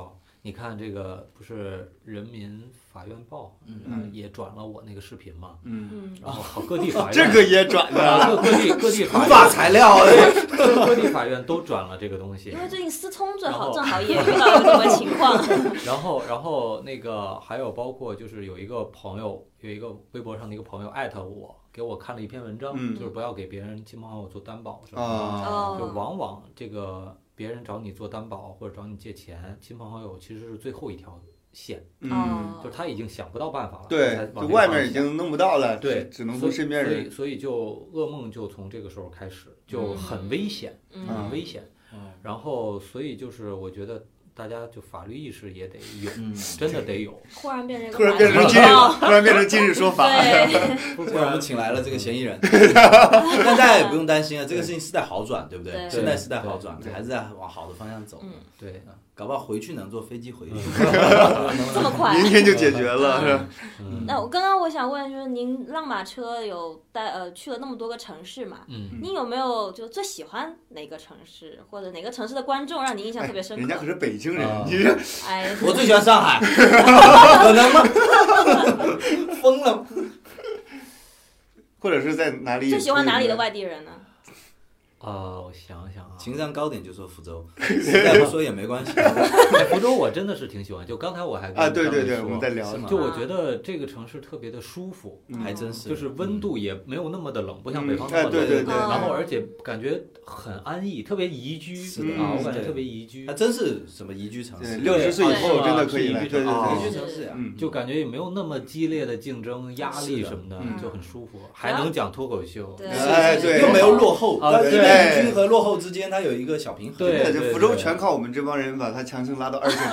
S4: 你看这个不是人民法院报，嗯，也转了我那个视频嘛，
S2: 嗯，
S4: 然后好各地法院
S2: 这个也转了，
S4: 各各地各地法院
S3: 法材料，
S4: 各地法院都转了这个东西。
S1: 因为最近思聪正好正好也遇到了这么情况。
S4: 然后然后那个还有包括就是有一个朋友，有一个微博上的一个朋友艾特我，给我看了一篇文章，
S2: 嗯、
S4: 就是不要给别人亲朋好友做担保什么的，
S2: 哦、
S4: 就往往这个。别人找你做担保或者找你借钱，亲朋好友其实是最后一条线，
S2: 嗯，
S4: 就是他已经想不到办法了，
S2: 对，就外面已经弄不到了，
S4: 对，
S2: 只能从身边人，
S4: 所以所以就噩梦就从这个时候开始，就很危险，
S1: 嗯、
S4: 很危险，嗯、然后所以就是我觉得。大家就法律意识也得有，嗯、真的得有。
S1: 突然变成
S2: 突然变成今日，突然变成今日说法。
S3: 不然我们请来了这个嫌疑人，但大家也不用担心啊，这个事情是在好转，对不对？现在是在好转，还是在往好的方向走。
S1: 嗯，
S4: 对，
S3: 搞不好回去能坐飞机回去，
S1: 这么快，
S2: 明天就解决了，是吧？
S1: 那我刚刚我想问，就是您浪马车有带呃去了那么多个城市嘛？嗯，您有没有就最喜欢哪个城市，或者哪个城市的观众让你印象特别深刻？
S2: 人家可是北京人，你这，
S1: 哎，
S3: 我最喜欢上海，可能吗？疯了。
S2: 或者是在哪里？
S1: 最喜欢哪里的外地人呢？
S4: 呃，我想想啊，
S3: 情商高点就说福州，实在不说也没关系。
S4: 福州我真的是挺喜欢，就刚才我还跟
S2: 啊，对对对，我们在聊，
S4: 就我觉得这个城市特别的舒服，
S3: 还真是，
S4: 就是温度也没有那么的冷，不像北方那么冷，
S2: 对对对，
S4: 然后而且感觉很安逸，特别宜居啊，我感觉特别宜居，
S3: 还真是什么宜居城市，
S2: 六十岁以后真的可以
S4: 来，
S2: 对对对，
S3: 宜居城市，
S4: 就感觉也没有那么激烈的竞争压力什么的，就很舒服，还能讲脱口秀，
S2: 哎对，
S3: 又没有落后，
S2: 对。
S3: 宜居和落后之间，它有一个小平衡。
S4: 对，
S2: 就福州全靠我们这帮人把它强行拉到二线。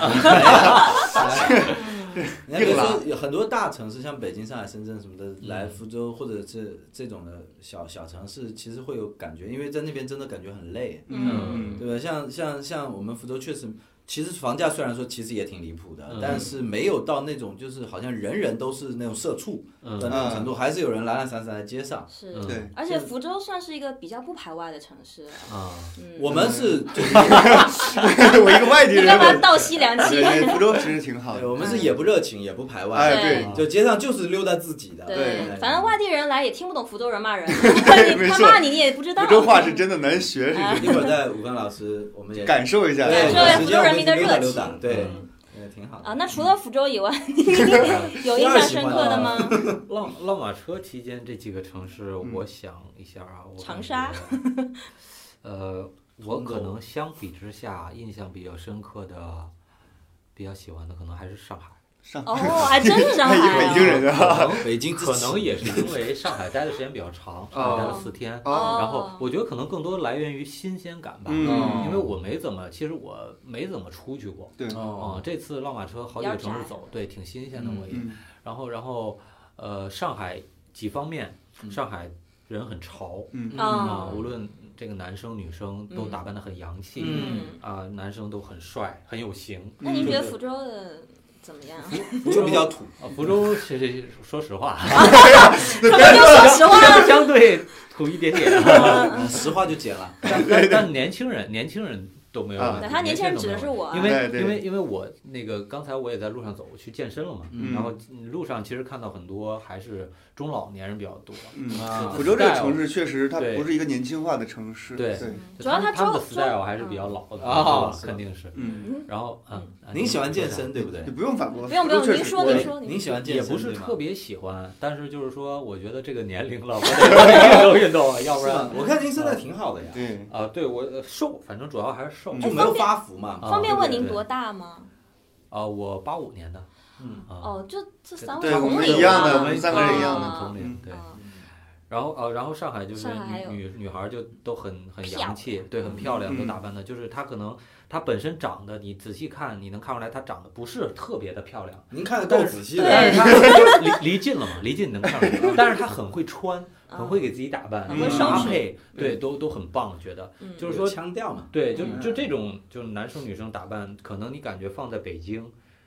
S3: 你看，比如说很多大城市，像北京、上海、深圳什么的，来福州或者是这种的小小城市，其实会有感觉，因为在那边真的感觉很累，
S1: 嗯，
S3: 对吧？像像像我们福州确实。其实房价虽然说其实也挺离谱的，但是没有到那种就是好像人人都是那种社畜的那种程度，还是有人懒懒散散在街上。
S1: 是，对。而且福州算是一个比较不排外的城市啊。
S3: 我们是就是
S2: 我一个外地人，
S1: 你干嘛倒吸凉气？
S2: 福州其实挺好的。
S3: 我们是也不热情也不排外，
S2: 哎对，
S3: 就街上就是溜达自己的。
S1: 对，反正外地人来也听不懂福州人骂人，他骂你你也不知道。
S2: 福州话是真的难学，
S3: 一会儿在武刚老师我们也
S2: 感受一下，
S1: 感受福州人民的热情。
S3: 对，也挺好的
S1: 啊。那除了福州以外，有印象深刻的吗？
S4: 浪浪马车期间这几个城市，我想一下啊，
S1: 长沙。
S4: 呃，我可能相比之下印象比较深刻的、比较喜欢的，可能还是上海。
S2: 上
S1: 哦，还真是上海。
S2: 北京人啊，
S3: 北京
S4: 可能也是因为上海待的时间比较长，上海待了四天，然后我觉得可能更多来源于新鲜感吧，因为我没怎么，其实我没怎么出去过，
S2: 对，
S4: 啊，这次浪马车好几个城市走，对，挺新鲜的我也，然后然后呃，上海几方面，上海人很潮，啊，无论这个男生女生都打扮得很洋气，啊，男生都很帅，很有型。
S1: 那您觉得福州的？怎么样？
S3: 福州比较土
S4: 啊，福州是是说实话，
S1: 可能就说实话，
S4: 相对土一点点，
S3: 实话就剪了。
S4: 但但年轻人，年轻人都没有问题。
S1: 他年轻人指的是我，
S4: 因为因为因为我那个刚才我也在路上走，我去健身了嘛，然后路上其实看到很多还是中老年人比较多。
S2: 嗯，福州这个城市确实它不是一个年轻化的城市，
S4: 对，
S1: 主要
S4: 他们的 style 还是比较老的啊，肯定是。
S2: 嗯，
S4: 然后嗯，
S3: 您喜欢健身对不对？
S2: 你不用反驳，
S1: 不用不用，您说您说，
S3: 您喜欢健身
S4: 也不是特别喜欢，但是就是说，我觉得这个年龄了，我得运动运动，要不然
S3: 我看您身材挺好的呀。
S2: 对
S4: 啊，对我瘦，反正主要还是瘦，
S3: 就没有发福嘛。
S1: 方便问您多大吗？
S4: 啊，我八五年的。
S3: 嗯
S1: 哦，就这三
S2: 对我们一样的，我们三个人一样
S4: 的同龄，对。然后呃，然后上海就是女女女孩就都很很洋气，对，很漂亮，都打扮的，就是她可能她本身长得，你仔细看，你能看出来她长得不是特别的漂亮。
S3: 您看得够仔细的，
S4: 但是她离离近了嘛，离近你能看出来。但是她很会穿，很会给自己打扮，搭配，对，都都很棒，觉得。就是说
S3: 腔调嘛。
S4: 对，就就这种就是男生女生打扮，可能你感觉放在北京。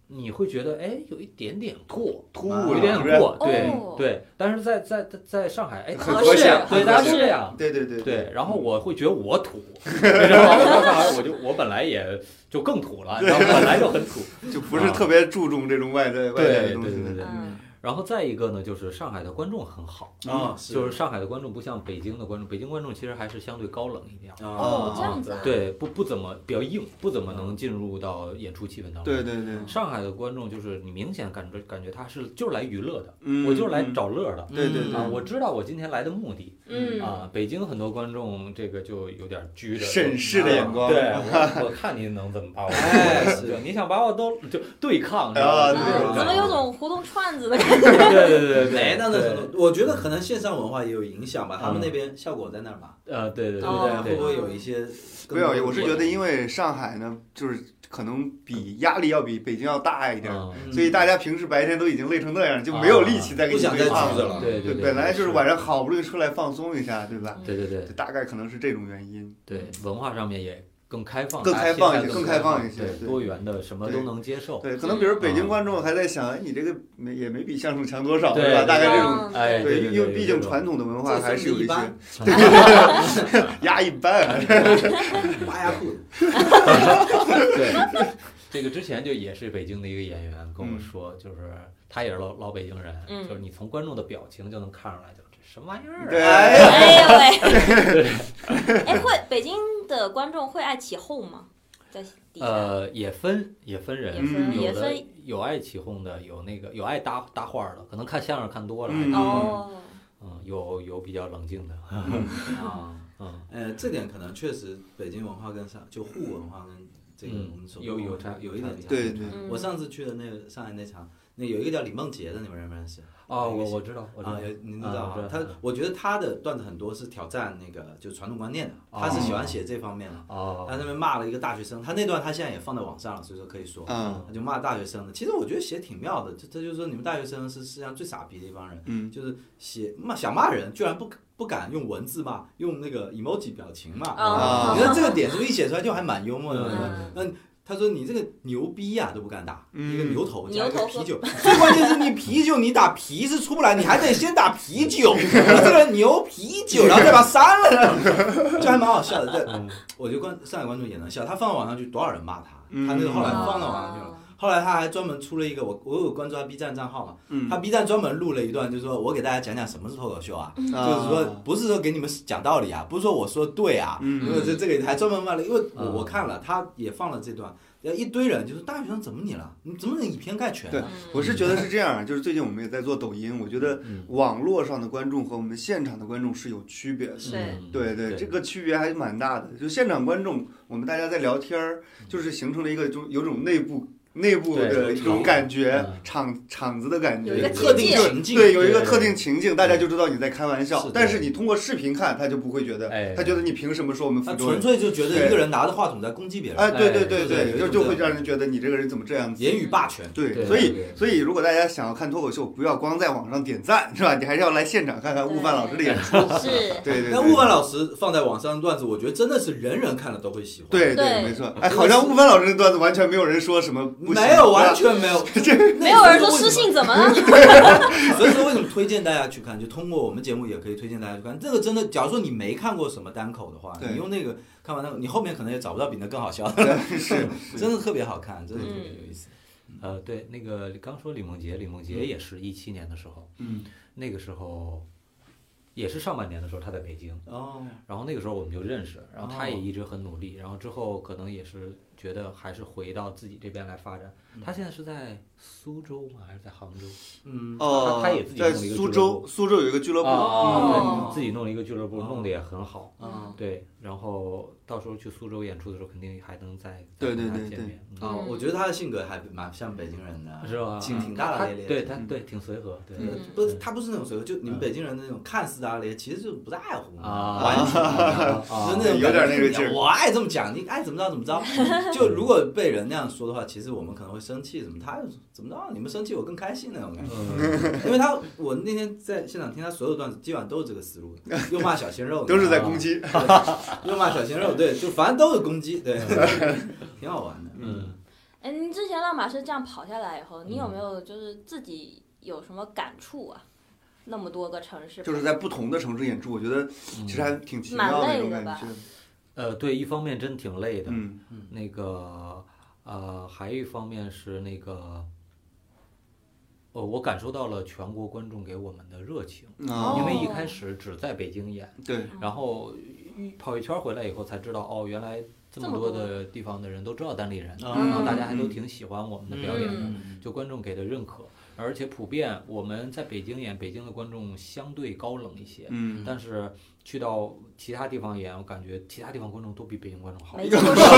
S4: 你会觉得哎有一点点过，
S2: 突兀，
S4: 有一点点过，对、
S1: 哦、
S4: 对。但是在在在在上海，哎，
S1: 合
S2: 适，
S4: 对，大家是这样，
S2: 对对对
S4: 对。然后我会觉得我土，你知道吗？我上海我就我本来也就更土了，然后本来就很土，
S2: 就不是特别注重这种外在、啊、外在的东西。
S4: 对对对对。
S1: 嗯
S4: 然后再一个呢，就是上海的观众很好
S3: 啊，
S4: 就是上海的观众不像北京的观众，北京观众其实还是相对高冷一点
S1: 哦，这样子、啊，
S4: 对，不不怎么比较硬，不怎么能进入到演出气氛当中。
S2: 对对对，
S4: 上海的观众就是你明显感觉感觉他是就是来娱乐的，
S2: 嗯、
S4: 我就是来找乐的，
S2: 对对对
S4: 啊，我知道我今天来的目的，
S1: 嗯
S4: 啊，北京很多观众这个就有点拘着，
S2: 审视的眼光，
S4: 对，我我看你能怎么把我，哎，是，你想把我都就对抗，
S2: 啊，
S1: 怎么有种胡同串子的感觉？
S4: 对对对。
S3: 没到那程度，我觉得可能线上文化也有影响吧，他们那边效果在那儿嘛。
S4: 呃，对对
S3: 对不对？会不会有一些？
S2: 没有，我是觉得因为上海呢，就是可能比压力要比北京要大一点，所以大家平时白天都已经累成那样，就没有力气再给你对抗
S3: 了。
S4: 对对，
S2: 本来就是晚上好不容易出来放松一下，对吧？
S4: 对对对，
S2: 大概可能是这种原因。
S4: 对，文化上面也。更开放，
S2: 更开放一些，
S4: 更
S2: 开放一些，
S4: 对，多元的，什么都能接受。
S2: 对，可能比如北京观众还在想，哎，你这个没也没比相声强多少，对吧？大概这种，
S4: 哎，
S2: 对，因为毕竟传统的文化还是有一些，压一般，
S3: 挖牙裤。
S4: 对，这个之前就也是北京的一个演员跟我说，就是他也是老老北京人，就是你从观众的表情就能看出来，就这什么玩意儿？
S2: 对，
S1: 哎呦喂，哎，会北京的观众会爱起哄吗？在底下
S4: 呃，也分也分人，
S1: 也分也分
S4: 有爱起哄的，有那个有爱搭搭话的，可能看相声看多了，
S2: 嗯
S1: 哦，
S4: 嗯，有有比较冷静的啊，
S3: 嗯，呃，这点可能确实北京文化跟上就沪文化跟这个我们所
S4: 有有
S3: 差有一点差。
S2: 对对，
S3: 我上次去的那个上海那场，那有一个叫李梦洁的，你们认不认识？
S4: 哦，我我知道，我知道，
S3: 啊，您知道啊？他，我觉得他的段子很多是挑战那个就传统观念的，他是喜欢写这方面的。
S4: 哦。
S3: 他那边骂了一个大学生，他那段他现在也放在网上了，所以说可以说，
S2: 嗯，
S3: 他就骂大学生的。其实我觉得写挺妙的，这这就是说你们大学生是世界上最傻逼的一帮人，
S2: 嗯，
S3: 就是写骂想骂人，居然不不敢用文字骂，用那个 emoji 表情骂。
S1: 啊。
S3: 你看这个点是不是一写出来就还蛮幽默的？
S1: 嗯。
S3: 那。他说：“你这个牛逼呀、啊、都不敢打，
S2: 嗯、
S3: 一个牛头加一个啤酒，
S1: 牛
S3: 最关键是你啤酒你打皮是出不来，你还得先打啤酒，你这个牛啤酒，然后再把它删了，这还蛮好笑的。这我觉得观上海观众也能笑，他放到网上去多少人骂他，他那个后来放到网上去了。”后来他还专门出了一个，我我有关注他 B 站账号嘛，
S2: 嗯、
S3: 他 B 站专门录了一段，就是说我给大家讲讲什么是脱口秀啊，
S2: 嗯、
S3: 就是说不是说给你们讲道理啊，不是说我说对啊，因为这这个还专门骂了，因为我我看了，他也放了这段。一堆人就是大学生怎么你了？你怎么能以偏概全、啊？
S2: 对，我是觉得是这样，就是最近我们也在做抖音，我觉得网络上的观众和我们现场的观众是有区别的。
S1: 嗯、
S2: 对对对，这个区别还蛮大的。就现场观众，我们大家在聊天儿，就是形成了一个就有种内部。内部的一种感觉，场场子的感觉，
S1: 有一个
S3: 特定情境，
S2: 对，有一个特定情境，大家就知道你在开玩笑。但是你通过视频看，他就不会觉得，他觉得你凭什么说我们福州人？
S3: 他纯粹就觉得一个人拿着话筒在攻击别人。
S2: 哎，对对对对，就就会让人觉得你这个人怎么这样子？
S3: 言语霸权。
S2: 对，所以所以如果大家想要看脱口秀，不要光在网上点赞，是吧？你还是要来现场看看悟饭老师的演出。
S1: 是，
S2: 对对。
S3: 那悟饭老师放在网上的段子，我觉得真的是人人看了都会喜欢。
S2: 对对，没错。哎，好像悟饭老师的段子完全没有人说什么不行。
S3: 没有，完全。没有，
S1: 没有人说失信怎么了？
S3: 所以说为什么推荐大家去看？就通过我们节目也可以推荐大家去看。这个真的，假如说你没看过什么单口的话，你用那个看完那个，你后面可能也找不到比那更好笑的。
S2: 是，
S3: 真的特别好看，真的特别有意思。
S4: 呃，对，那个刚说李梦洁，李梦洁也是一七年的时候，
S2: 嗯，
S4: 那个时候。也是上半年的时候，他在北京，
S3: 哦，
S4: 然后那个时候我们就认识，然后他也一直很努力，然后之后可能也是觉得还是回到自己这边来发展。他现在是在苏州吗？还是在杭州？
S2: 嗯，哦，
S4: 他也自己弄了一个
S2: 苏州，苏州有一个俱乐部，
S4: 哦，自己弄了一个俱乐部，弄得也很好，
S3: 嗯，
S4: 对，然后到时候去苏州演出的时候，肯定还能再
S2: 对对对
S4: 见面。
S3: 啊，我觉得他的性格还蛮像北京人的，
S4: 是吧？
S3: 挺挺大大咧咧，
S4: 对他对挺随和，对，
S3: 不是他不是那种随和，就你们北京人那种看似大大咧咧，其实就不在乎
S4: 啊，
S3: 完全就那种
S2: 有点那个劲儿。
S3: 我爱这么讲，你爱怎么着怎么着。就如果被人那样说的话，其实我们可能会生气，怎么他怎么着？你们生气我更开心那种感觉。因为他我那天在现场听他所有段子，基本上都是这个思路，又骂小鲜肉，
S2: 都是在攻击，
S3: 又骂小鲜肉，对，就反正都是攻击，对，挺好玩的。
S4: 嗯。
S1: 哎，你之前浪马车这样跑下来以后，你有没有就是自己有什么感触啊？那么多个城市，
S2: 就是在不同的城市演出，我觉得其实还挺奇妙的那种感觉。
S4: 呃，对，一方面真挺累的，
S2: 嗯，
S4: 那个呃，还有一方面是那个。呃，我感受到了全国观众给我们的热情，
S2: 哦、
S4: 因为一开始只在北京演，
S2: 对，
S4: 然后跑一圈回来以后才知道，哦，原来这么多的地方的人都知道单立人，
S1: 嗯、
S4: 然后大家还都挺喜欢我们的表演的，
S1: 嗯、
S4: 就观众给的认可，而且普遍我们在北京演，北京的观众相对高冷一些，
S2: 嗯，
S4: 但是去到其他地方演，我感觉其他地方观众都比北京观众好，
S1: 有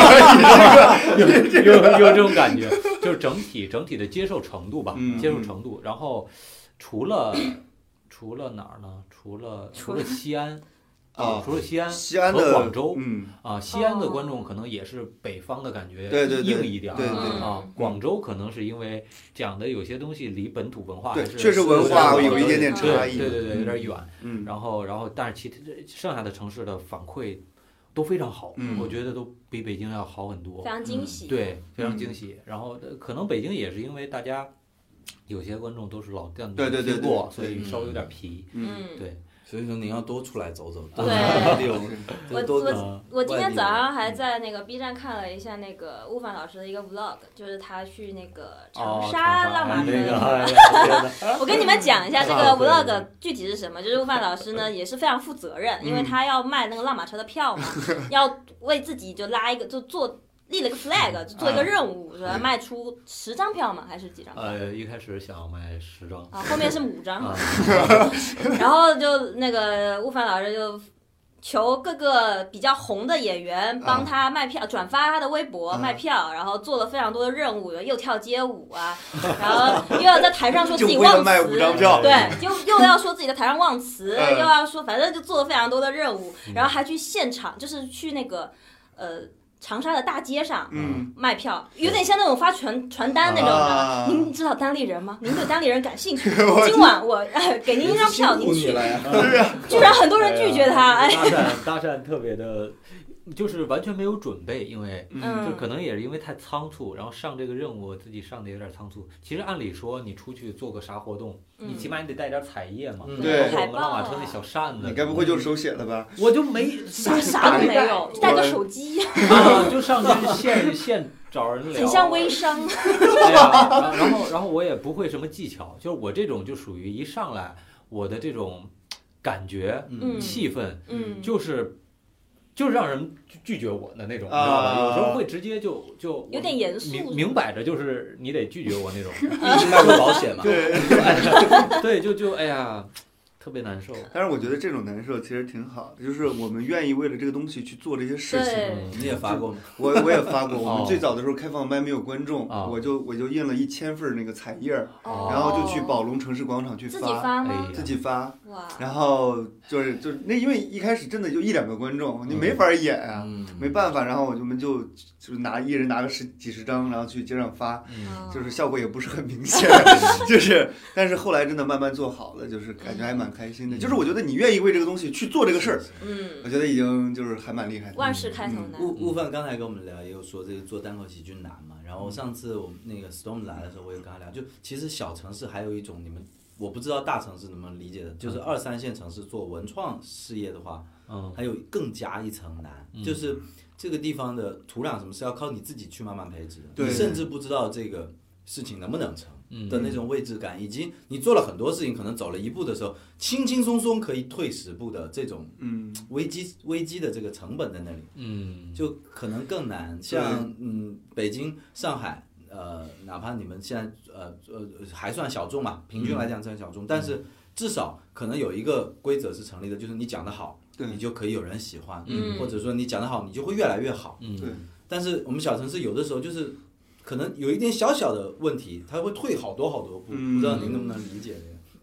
S4: 有有这种感觉，就是整体整体的接受程度吧，
S2: 嗯、
S4: 接受程度。然后除了除了哪儿呢？除了除了西安。
S2: 啊，
S4: 除了西安，
S2: 西安
S4: 和广州，
S2: 嗯
S4: 啊，西安的观众可能也是北方的感觉
S2: 对对对
S4: 硬一点，
S2: 对对
S4: 啊，广州可能是因为讲的有些东西离本土文化还是
S2: 确实文化有一点点差异，
S4: 对对对，有点远，
S2: 嗯，
S4: 然后然后但是其剩下的城市的反馈都非常好，
S2: 嗯，
S4: 我觉得都比北京要好很多，
S1: 非常惊喜，
S4: 对，非常惊喜。然后可能北京也是因为大家有些观众都是老店
S2: 对对对
S4: 过，所以稍微有点皮，
S1: 嗯，
S4: 对。
S3: 所以说您要多出来走走，
S1: 对，我我我今天早上还在那个 B 站看了一下那个悟饭老师的一个 vlog， 就是他去那个长沙浪马车。我跟你们讲一下这个 vlog 具体是什么，就是悟饭老师呢也是非常负责任，因为他要卖那个浪马车的票嘛，要为自己就拉一个就做。立了个 flag， 做一个任务，说要卖出十张票吗？还是几张票？
S4: 呃，一开始想卖十张，
S1: 啊，后面是五张，然后就那个悟饭老师就求各个比较红的演员帮他卖票，转发他的微博卖票，然后做了非常多的任务，又跳街舞啊，然后又要在台上说自己忘词，对，就又要说自己在台上忘词，又要说，反正就做了非常多的任务，然后还去现场，就是去那个呃。长沙的大街上，
S2: 嗯，
S1: 卖票有点像那种发传传单那种的。啊、您知道单立人吗？您对单立人感兴趣？今晚我、呃、给您一张票，您去。居然很多人拒绝他，哎。
S4: 搭讪搭讪特别的。就是完全没有准备，因为就可能也是因为太仓促，然后上这个任务自己上的有点仓促。其实按理说你出去做个啥活动，
S1: 嗯、
S4: 你起码你得带点彩页嘛，
S2: 对，
S4: 包括我们浪马车那小扇子，
S2: 你该不会就手写了吧？
S4: 我就没
S1: 啥啥都没有，带个手机
S4: 啊，就上去现现找人聊，
S1: 很像微商。
S4: 哎呀，然后然后我也不会什么技巧，就是我这种就属于一上来我的这种感觉、
S1: 嗯、
S4: 气氛，
S1: 嗯，
S4: 就是。就是让人拒绝我的那种，你知道吧？有时候会直接就就
S1: 有点严肃，
S4: 明明摆着就是你得拒绝我那种。
S3: 毕竟卖过保险嘛。
S2: 对，
S4: 对，就就哎呀，特别难受。
S2: 但是我觉得这种难受其实挺好的，就是我们愿意为了这个东西去做这些事情。
S3: 你也发过吗？
S2: 我我也发过。我们最早的时候开放麦没有观众，
S4: 哦、
S2: 我就我就印了一千份那个彩页，
S1: 哦、
S2: 然后就去宝龙城市广场去发。
S1: 自己发吗？
S2: 自己发。
S1: 哇。
S2: 然后就是就是那因为一开始真的就一两个观众，你没法演啊，
S3: 嗯、
S2: 没办法。然后我们就就拿一人拿个十几十张，然后去街上发，
S1: 嗯、
S2: 就是效果也不是很明显，就是但是后来真的慢慢做好了，就是感觉还蛮开心的。嗯、就是我觉得你愿意为这个东西去做这个事儿，
S1: 嗯，
S2: 我觉得已经就是还蛮厉害的。
S1: 万事开头难。
S3: 悟悟饭刚才跟我们聊，也有说这个做单口喜剧难嘛。然后上次我们那个 Storm 来的时候，我也跟他聊，就其实小城市还有一种你们。我不知道大城市能不能理解的，就是二三线城市做文创事业的话，
S4: 嗯，
S3: 还有更加一层难，
S4: 嗯、
S3: 就是这个地方的土壤什么是要靠你自己去慢慢培植的，
S2: 对，
S3: 你甚至不知道这个事情能不能成
S4: 嗯
S3: 的那种未知感，以及你做了很多事情，可能走了一步的时候，轻轻松松可以退十步的这种危机危机的这个成本在那里，
S4: 嗯，
S3: 就可能更难。像嗯北京、上海。呃，哪怕你们现在呃呃还算小众嘛，平均来讲算小众，嗯、但是至少可能有一个规则是成立的，就是你讲得好，你就可以有人喜欢，
S4: 嗯、
S3: 或者说你讲得好，你就会越来越好。
S4: 嗯，
S2: 对。
S3: 但是我们小城市有的时候就是可能有一点小小的问题，它会退好多好多步，
S2: 嗯、
S3: 不知道您能不能理解这个？
S4: 退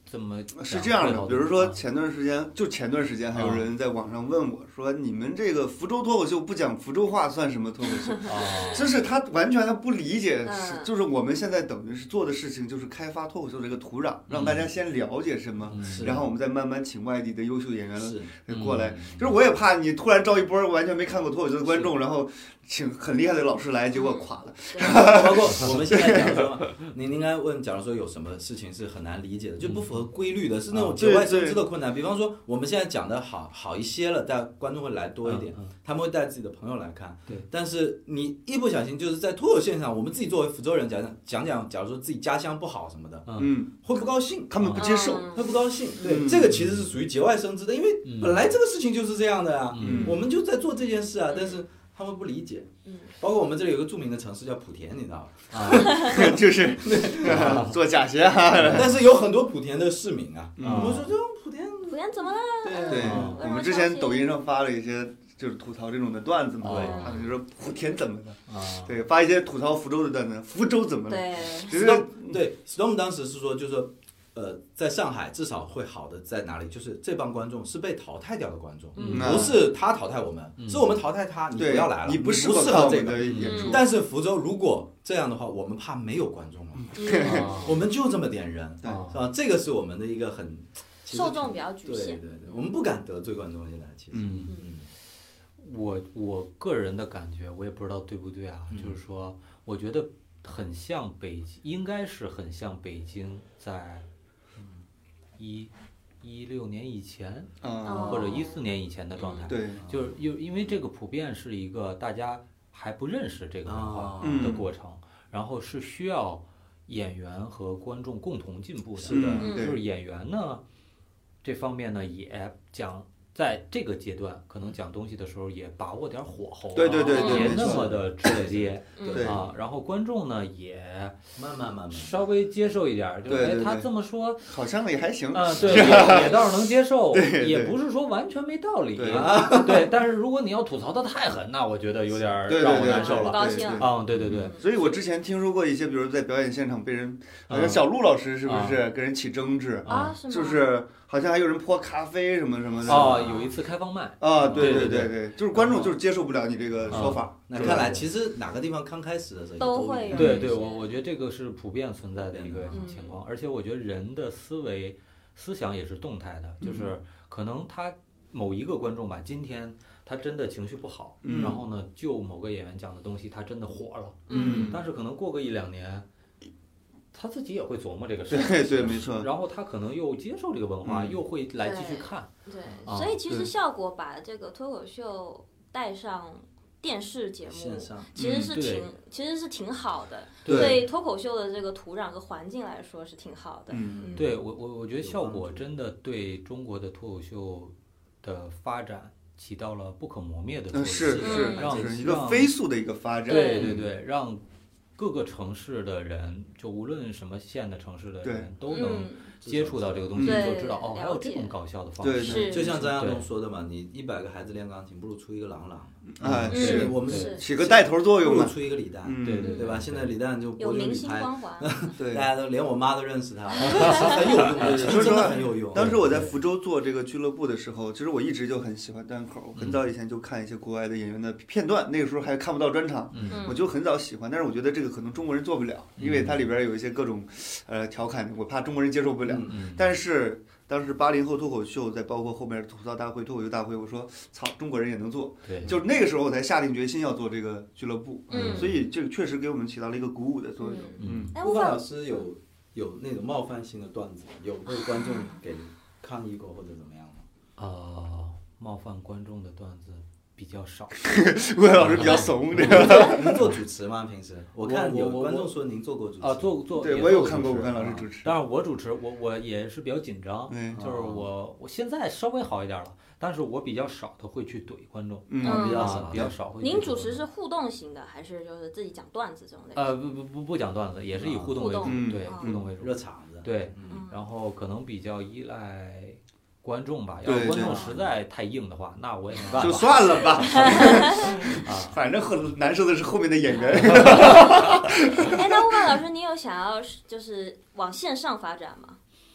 S4: 怎么
S2: 是这样的？比如说前段时间，就前段时间还有人在网上问我说：“你们这个福州脱口秀不讲福州话算什么脱口秀？”就是他完全他不理解，就是我们现在等于是做的事情就是开发脱口秀这个土壤，让大家先了解什么，然后我们再慢慢请外地的优秀演员过来。就是我也怕你突然招一波完全没看过脱口秀的观众，然后请很厉害的老师来，结果垮了。
S3: 包括我们现在讲说，您应该问，假如说有什么事情是很难理解的，就不符合规律的，是那种节外生枝的困难。比方说，我们现在讲的好好一些了，但观众会来多一点，他们会带自己的朋友来看。
S4: 对。
S3: 但是你一不小心，就是在脱口秀上，我们自己作为福州人讲讲讲讲，假如说自己家乡不好什么的，
S2: 嗯，
S3: 会不高兴，
S2: 他们不接受，
S3: 会不高兴。对，这个其实是属于节外生枝的，因为本来这个事情就是这样的啊，我们就在做这件事啊，但是他们不理解。包括我们这里有个著名的城市叫莆田，你知道吧？
S2: 啊，就是做假鞋啊。
S3: 但是有很多莆田的市民啊，我们说这莆田，
S1: 莆田怎么了？
S2: 对，我们之前抖音上发了一些就是吐槽这种的段子嘛，他们就说莆田怎么了？对，发一些吐槽福州的段子，福州怎么了？
S1: 对，
S2: 只是
S3: 对 ，Storm 当时是说，就是说。呃，在上海至少会好的在哪里？就是这帮观众是被淘汰掉的观众，
S1: 嗯、
S3: 不是他淘汰我们，嗯、是我们淘汰他，你不要来了，
S2: 你不适
S3: 合这个
S2: 演出。
S3: 但是福州如果这样的话，我们怕没有观众了，
S1: 嗯、
S3: 我们就这么点人，是吧？这个是我们的一个很
S1: 受众比较局限，
S3: 对对对，我们不敢得罪观众。现在其实，
S4: 嗯嗯，我我个人的感觉，我也不知道对不对啊，嗯、就是说，我觉得很像北京，应该是很像北京在。一一六年以前，
S2: 嗯、
S4: 或者一四年以前的状态，
S2: 对，
S4: 就是因因为这个普遍是一个大家还不认识这个文化的过程，
S2: 嗯、
S4: 然后是需要演员和观众共同进步的。
S2: 是的，
S4: 就是演员呢，这方面呢也讲，在这个阶段可能讲东西的时候也把握点火候，
S2: 对对对对，
S4: 别那么的直接，
S2: 对
S4: 啊，然后观众呢也
S3: 慢慢慢慢
S4: 稍微接受一点，就是哎他这么说
S2: 好像也还行
S4: 啊，对，也也倒是能接受，也不是说完全没道理
S2: 啊，
S4: 对，但是如果你要吐槽的太狠，那我觉得有点让我难受了，
S1: 不高兴
S4: 啊，对对对，
S2: 所以我之前听说过一些，比如在表演现场被人，好像小陆老师是不是跟人起争执
S1: 啊？
S2: 就是好像还有人泼咖啡什么什么的
S4: 啊，有一次开放麦
S2: 啊，对对对对，就是观众就是接受不了你这个说法。
S3: 那看来其实哪个地方刚开始的时候
S1: 都会有，
S4: 对对，我我觉得这个是普遍存在的一个情况，而且我觉得人的思维思想也是动态的，就是可能他某一个观众吧，今天他真的情绪不好，然后呢，就某个演员讲的东西他真的火了，
S2: 嗯，
S4: 但是可能过个一两年。他自己也会琢磨这个事情，
S2: 对对，没错。
S4: 然后他可能又接受这个文化，
S2: 嗯、
S4: 又会来继续看。
S1: 对，对所以其实效果把这个脱口秀带上电视节目，其实是挺、嗯、其实是挺好的，对脱口秀的这个土壤和环境来说是挺好的。
S2: 嗯，
S4: 对我我我觉得效果真的对中国的脱口秀的发展起到了不可磨灭的作用，
S2: 是是，
S4: 让
S2: 是一个飞速的一个发展。
S4: 对对对，让。各个城市的人，就无论什么县的城市的人，都能接触到这个东西，就知道哦，还有这种搞笑的方式。
S2: 对，
S3: 就像张亚东说的嘛，你一百个孩子练钢琴，不如出一个郎朗。
S2: 啊，
S3: 是我们
S2: 起个带头作用嘛，
S3: 不如出一个李诞，
S4: 对对
S3: 对吧？现在李诞就
S1: 有明星光环，
S2: 对，
S3: 大家都连我妈都认识他，很有用的，真的很有用。
S2: 当时我在福州做这个俱乐部的时候，其实我一直就很喜欢单口，很早以前就看一些国外的演员的片段，那个时候还看不到专场，我就很早喜欢，但是我觉得这个可能中国人做不了，因为它里边有一些各种呃调侃，我怕中国人接受不了，但是。当时八零后脱口秀，再包括后面吐槽大会、脱口秀大会，我说操，中国人也能做，就那个时候我才下定决心要做这个俱乐部，
S1: 嗯，
S2: 所以这个确实给我们起到了一个鼓舞的作用。
S1: 嗯，
S3: 悟饭老师有有那种冒犯性的段子，有被观众给抗议过或者怎么样吗？
S4: 呃，冒犯观众的段子。比较少，
S2: 吴凡老师比较怂，这
S3: 个。您做主持吗？平时我看有观众说您做过主持
S4: 啊，做做。
S2: 对，我有看过吴凡老师主持。
S4: 当然我主持，我我也是比较紧张，就是我我现在稍微好一点了，但是我比较少的会去怼观众，
S2: 嗯，
S3: 比较少，
S4: 比较少会。
S1: 您主持是互动型的，还是就是自己讲段子这种类型？
S4: 呃，不不不不讲段子，也是以互动为主，对，互动为主，
S3: 热场子。
S4: 对，然后可能比较依赖。观众吧，要是观众实在太硬的话，那我也没办法，
S2: 就算了吧。
S4: 啊，
S2: 反正很难受的是后面的演员。
S1: 哎，那悟饭老师，你有想要就是往线上发展吗？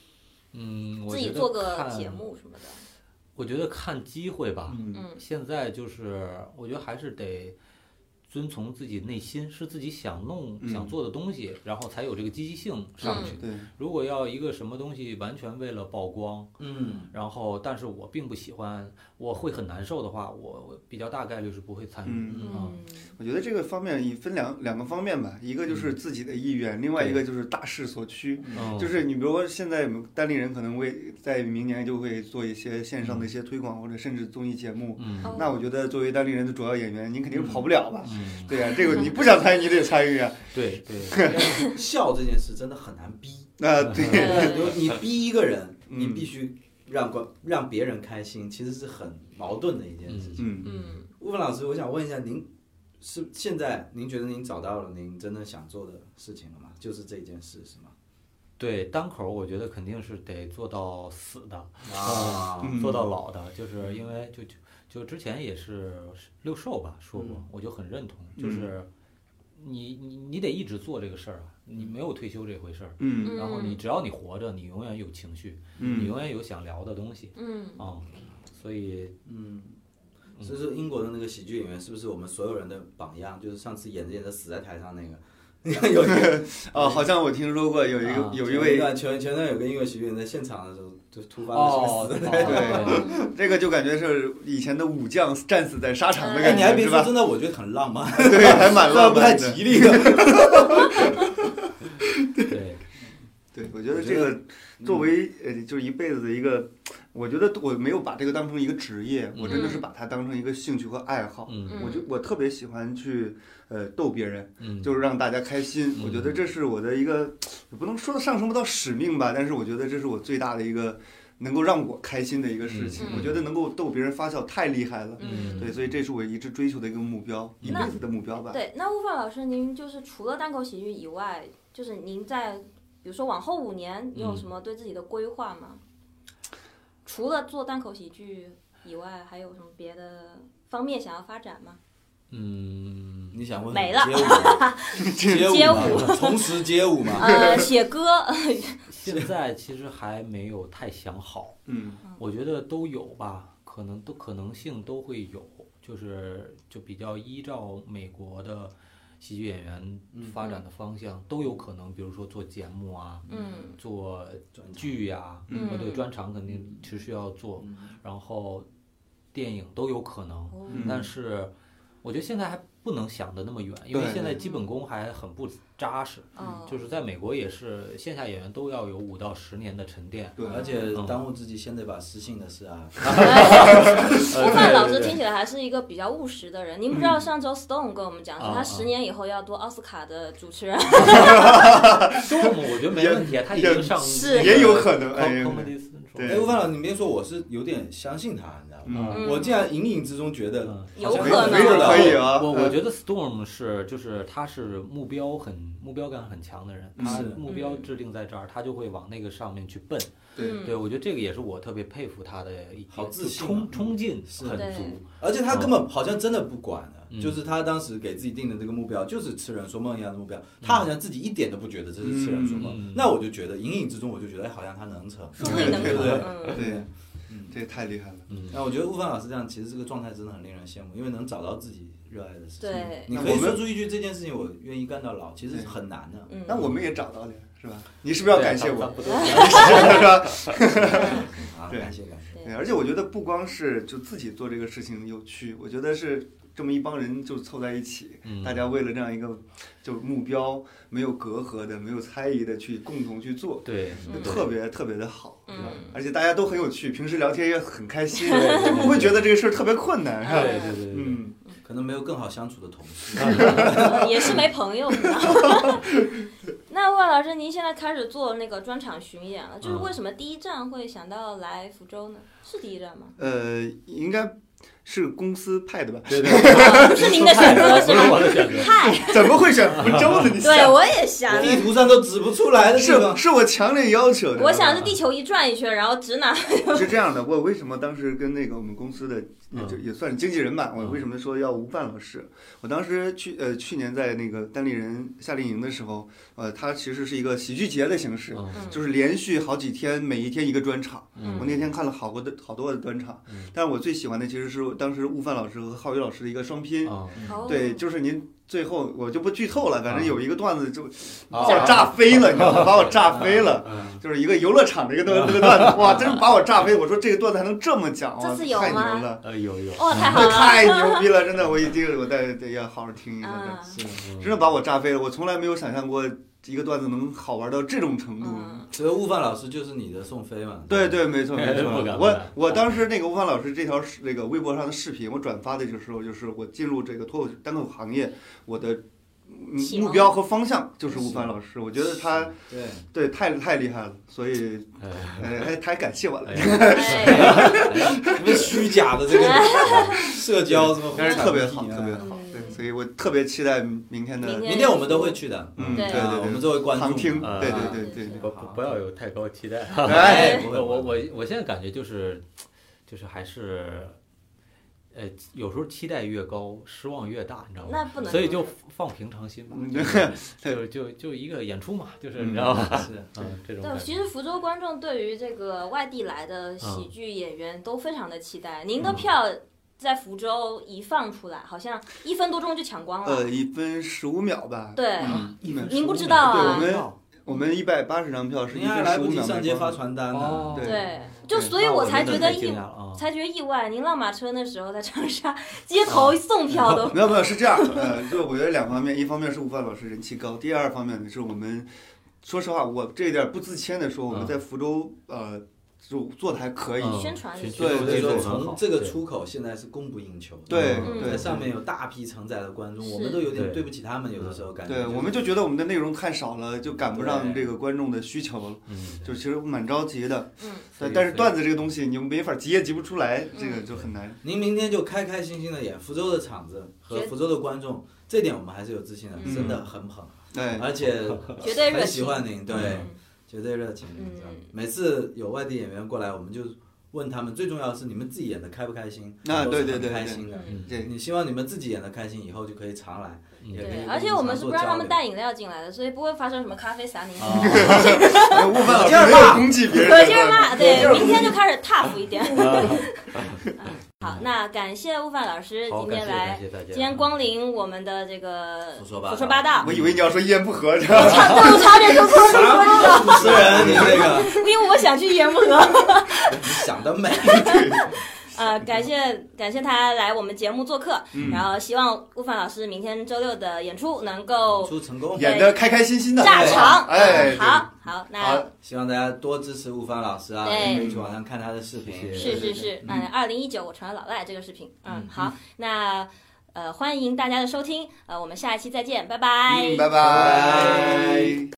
S4: 嗯，
S1: 自己做个节目什么的。
S4: 我觉得看机会吧。
S2: 嗯，
S4: 现在就是我觉得还是得遵从自己内心，是自己想弄、
S2: 嗯、
S4: 想做的东西，然后才有这个积极性上去。
S2: 对，
S4: 如果要一个什么东西完全为了曝光，
S3: 嗯，
S4: 然后但是我并不喜欢，我会很难受的话，我比较大概率是不会参与。
S2: 嗯
S4: 嗯，
S2: 我觉得这个方面也分两两个方面吧，一个就是自己的意愿，嗯、另外一个就是大势所趋。
S4: 嗯、
S2: 就是你比如说现在单立人可能会在明年就会做一些线上的一些推广，或者甚至综艺节目。
S4: 嗯，
S2: 那我觉得作为单立人的主要演员，您肯定是跑不了吧？
S4: 嗯
S2: 对呀、啊，这个你不想参与，你得参与啊。
S4: 对对，
S3: 笑这件事真的很难逼。
S2: 啊，对，
S3: 你逼一个人，你必须让观让别人开心，其实是很矛盾的一件事情。
S2: 嗯
S1: 嗯。
S3: 吴凡老师，我想问一下，您是现在您觉得您找到了您真正想做的事情了吗？就是这件事是吗？
S4: 对，单口我觉得肯定是得做到死的
S3: 啊，
S4: 做到老的，就是因为就就就之前也是六兽吧说过，
S3: 嗯、
S4: 我就很认同，就是你你你得一直做这个事儿啊，你没有退休这回事儿，
S2: 嗯，
S4: 然后你只要你活着，你永远有情绪，
S2: 嗯，
S4: 你永远有想聊的东西，
S1: 嗯
S4: 啊、嗯，所以
S3: 嗯。所以说，英国的那个喜剧演员是不是我们所有人的榜样？就是上次演着演着死在台上那个，有一个
S2: 哦，好像我听说过有一个、啊、有一位
S3: 前前段有个音乐喜剧演员在现场的时候就突发
S4: 哦，
S3: 的死
S2: 对对，这个就感觉是以前的武将战死在沙场的感觉，
S3: 你还别说，
S2: 是吧？
S3: 真的我觉得很浪漫，
S2: 对，还蛮浪漫的，
S3: 不太吉利的。
S4: 对，
S2: 对，我觉得这个作为呃，就是一辈子的一个。我觉得我没有把这个当成一个职业，我真的是把它当成一个兴趣和爱好。
S4: 嗯，
S2: 我就我特别喜欢去呃逗别人，
S4: 嗯，
S2: 就是让大家开心。
S4: 嗯、
S2: 我觉得这是我的一个，也不能说上升不到使命吧，但是我觉得这是我最大的一个能够让我开心的一个事情。
S1: 嗯、
S2: 我觉得能够逗别人发笑太厉害了。
S1: 嗯，
S2: 对，所以这是我一直追求的一个目标，一辈子的目标吧。
S1: 对，那悟饭老师，您就是除了单口喜剧以外，就是您在比如说往后五年，你有什么对自己的规划吗？嗯，除了做单口喜剧以外，还有什么别的方面想要发展吗？
S4: 嗯，
S3: 你想问
S1: 没了，
S3: 街舞，街舞，重拾街舞吗？
S1: 呃，写歌。
S4: 现在其实还没有太想好，
S2: 嗯，
S4: 我觉得都有吧，可能都可能性都会有，就是就比较依照美国的喜剧演员发展的方向、嗯、都有可能，比如说做节目啊，
S1: 嗯，
S4: 做剧呀、啊，
S1: 嗯，
S4: 对，专场肯定持续要做，
S3: 嗯、
S4: 然后电影都有可能，
S2: 嗯、
S4: 但是我觉得现在还不能想得那么远，因为现在基本功还很不扎实，
S1: 嗯、
S4: 就是在美国也是线下演员都要有五到十年的沉淀，
S2: 对，
S3: 而且当务之急先得把私信的事啊。
S1: 悟饭老师听起来还是一个比较务实的人。您不知道上周 Stone 跟我们讲说，他十年以后要做奥斯卡的主持人。
S4: Stone 我觉得没问题，他已经上
S1: 是
S2: 也有可能。
S4: 哎，
S3: 哎，悟饭老师，你别说，我是有点相信他，你知道吗？
S2: 嗯、
S3: 我竟然隐隐之中觉得
S1: 有可能，
S2: 没准可以啊。
S4: 我我觉得 Storm 是就是他是目标很目标感很强的人，他目标制定在这儿，他就会往那个上面去奔。
S2: 对，
S4: 对我觉得这个也是我特别佩服他的一
S3: 好自信，
S4: 冲冲劲很足，
S3: 而且他根本好像真的不管的，就是他当时给自己定的这个目标就是痴人说梦一样的目标，他好像自己一点都不觉得这是痴人说梦。那我就觉得隐隐之中我就觉得，哎，好像他能成，
S1: 说不定能成，
S2: 对。这个太厉害了，
S4: 嗯，
S3: 那我觉得悟饭老师这样，其实这个状态真的很令人羡慕，因为能找到自己热爱的事情。
S1: 对，
S3: 你可以说出一句这件事情我愿意干到老，其实很难的。
S1: 嗯，
S2: 那我们也找到了，是吧？你是不是要感谢我？
S3: 是吧？啊，感谢感谢。
S2: 对，而且我觉得不光是就自己做这个事情有趣，我觉得是这么一帮人就凑在一起，
S4: 嗯、
S2: 大家为了这样一个就目标没有隔阂的、没有猜疑的去共同去做，
S4: 对，
S2: 就特别特别的好。
S1: 嗯，
S2: 而且大家都很有趣，平时聊天也很开心，不会觉得这个事儿特别困难，是吧？
S4: 对对对，
S2: 嗯，
S3: 可能没有更好相处的同事，
S1: 也是没朋友。那万老师，您现在开始做那个专场巡演了，就是为什么第一站会想到来福州呢？是第一站吗？
S2: 呃，应该是公司派的吧？
S3: 对对，
S1: 不是您的选择是吧？
S4: 不是我的选择。
S1: 嗨，
S2: 怎么会选福州呢？你
S1: 对我也想，
S3: 地图上都指不出来的地
S2: 是
S3: 方。
S2: 是我强烈要求的。
S1: 我想是地球一转一圈，然后指哪？
S2: 是这样的，我为什么当时跟那个我们公司的也就也算是经纪人吧，我为什么说要吴范老师？我当时去呃去年在那个单立人夏令营的时候，呃，它其实是一个喜剧节的形式，就是连续好几天，每一天一个专场。我那天看了好多的好多的专场，但是我最喜欢的其实是当时吴范老师和浩宇老师的一个双拼。对，就是您最后我就不剧透了，反正有一个段子就把我炸飞了，你知道吗？把我炸飞了，就是一个游乐场的一个段这个段子，哇，真是把我炸飞！我说这个段子还能这么讲，哇，太牛了！
S4: 呃，有有。
S1: 哇，太好了！
S2: 太牛逼了，真的，我一定我再得要好好听一下。
S1: 是，
S2: 真的把我炸飞了，我从来没有想象过一个段子能好玩到这种程度。
S3: 所以悟饭老师就是你的宋飞嘛？
S2: 对对，没错没错。我我当时那个悟饭老师这条那个微博上的视频，我转发的时候，就是我进入这个脱口单口行业，我的目标和方向就是悟饭老师。我觉得他
S3: 对
S2: 对太太厉害了，所以呃还还感谢我了。
S3: 什么虚假的这个社交，什么
S2: 但是特别好，特别好。所以我特别期待明天的，
S3: 明天我们都会去的，
S2: 嗯，对对对，
S3: 我们作为观众，
S2: 听，对对对对，
S4: 不不不要有太高期待。
S2: 哎，
S4: 我我我我现在感觉就是，就是还是，呃，有时候期待越高，失望越大，你知道吗？
S1: 那不能，
S4: 所以就放平常心吧，就就就一个演出嘛，就是你知道吗？
S3: 是，
S4: 嗯，这种。
S1: 对，其实福州观众对于这个外地来的喜剧演员都非常的期待，您的票。在福州一放出来，好像一分多钟就抢光了。
S2: 呃，一分十五秒吧。
S1: 对，
S2: 嗯、
S1: 您不知道啊？
S2: 对，我们我们一百八十张票是一分十五秒。
S3: 上街发传单
S2: 呢。
S1: 对，对就所以我才觉得意，才觉得意外。您浪马车那时候在长沙街头送票都。
S2: 没有没有，是这样。呃，就我觉得两方面，一方面是悟饭老师人气高，第二方面呢是我们，说实话，我这一点不自谦的说，我们在福州呃。就做的还可以，
S1: 宣传
S2: 对对对，
S3: 从这个出口现在是供不应求，
S2: 对
S3: 对，上面有大批承载的观众，我们都有点对不起他们，有的时候感觉，
S2: 对，我们就觉得我们的内容太少了，就赶不上这个观众的需求了，就其实蛮着急的，对，但是段子这个东西你又没法急也急不出来，这个就很难。
S3: 您明天就开开心心的演福州的场子和福州的观众，这点我们还是有自信的，真的很捧，
S2: 对，
S3: 而且
S1: 绝对
S3: 很喜欢您，对。绝对热情，嗯，每次有外地演员过来，我们就问他们，最重要的是你们自己演的开不开心？
S2: 啊，对对对，
S3: 开心的，
S2: 对，
S3: 你希望你们自己演的开心，以后就可以常来，也可以。
S1: 而且我们是不让他们带饮料进来的，所以不会发生什么咖啡洒你。
S2: 悟饭老师没有攻击别人，
S1: 可劲儿骂，对，明天就开始 tough 一点。好，那感谢悟饭老师今天来，今天光临我们的这个
S3: 胡说
S1: 八道。
S2: 我以为你要说一言不合，
S1: 我差对我差点说错了，
S3: 主持人你这个，
S1: 因为我想去一言不合。
S3: 你想得美。
S1: 呃，感谢感谢他来我们节目做客，嗯、然后希望悟饭老师明天周六的演出能够
S3: 演出成功，
S2: 演得开开心心的
S1: 炸场。
S2: 哎，
S1: 好好，那
S3: 希望大家多支持悟饭老师啊，也可以去网上看他的视频。
S1: 是是是，嗯，二零一九我成了老赖这个视频，嗯，好，那呃欢迎大家的收听，呃，我们下一期再见，拜拜，
S2: 嗯、拜拜。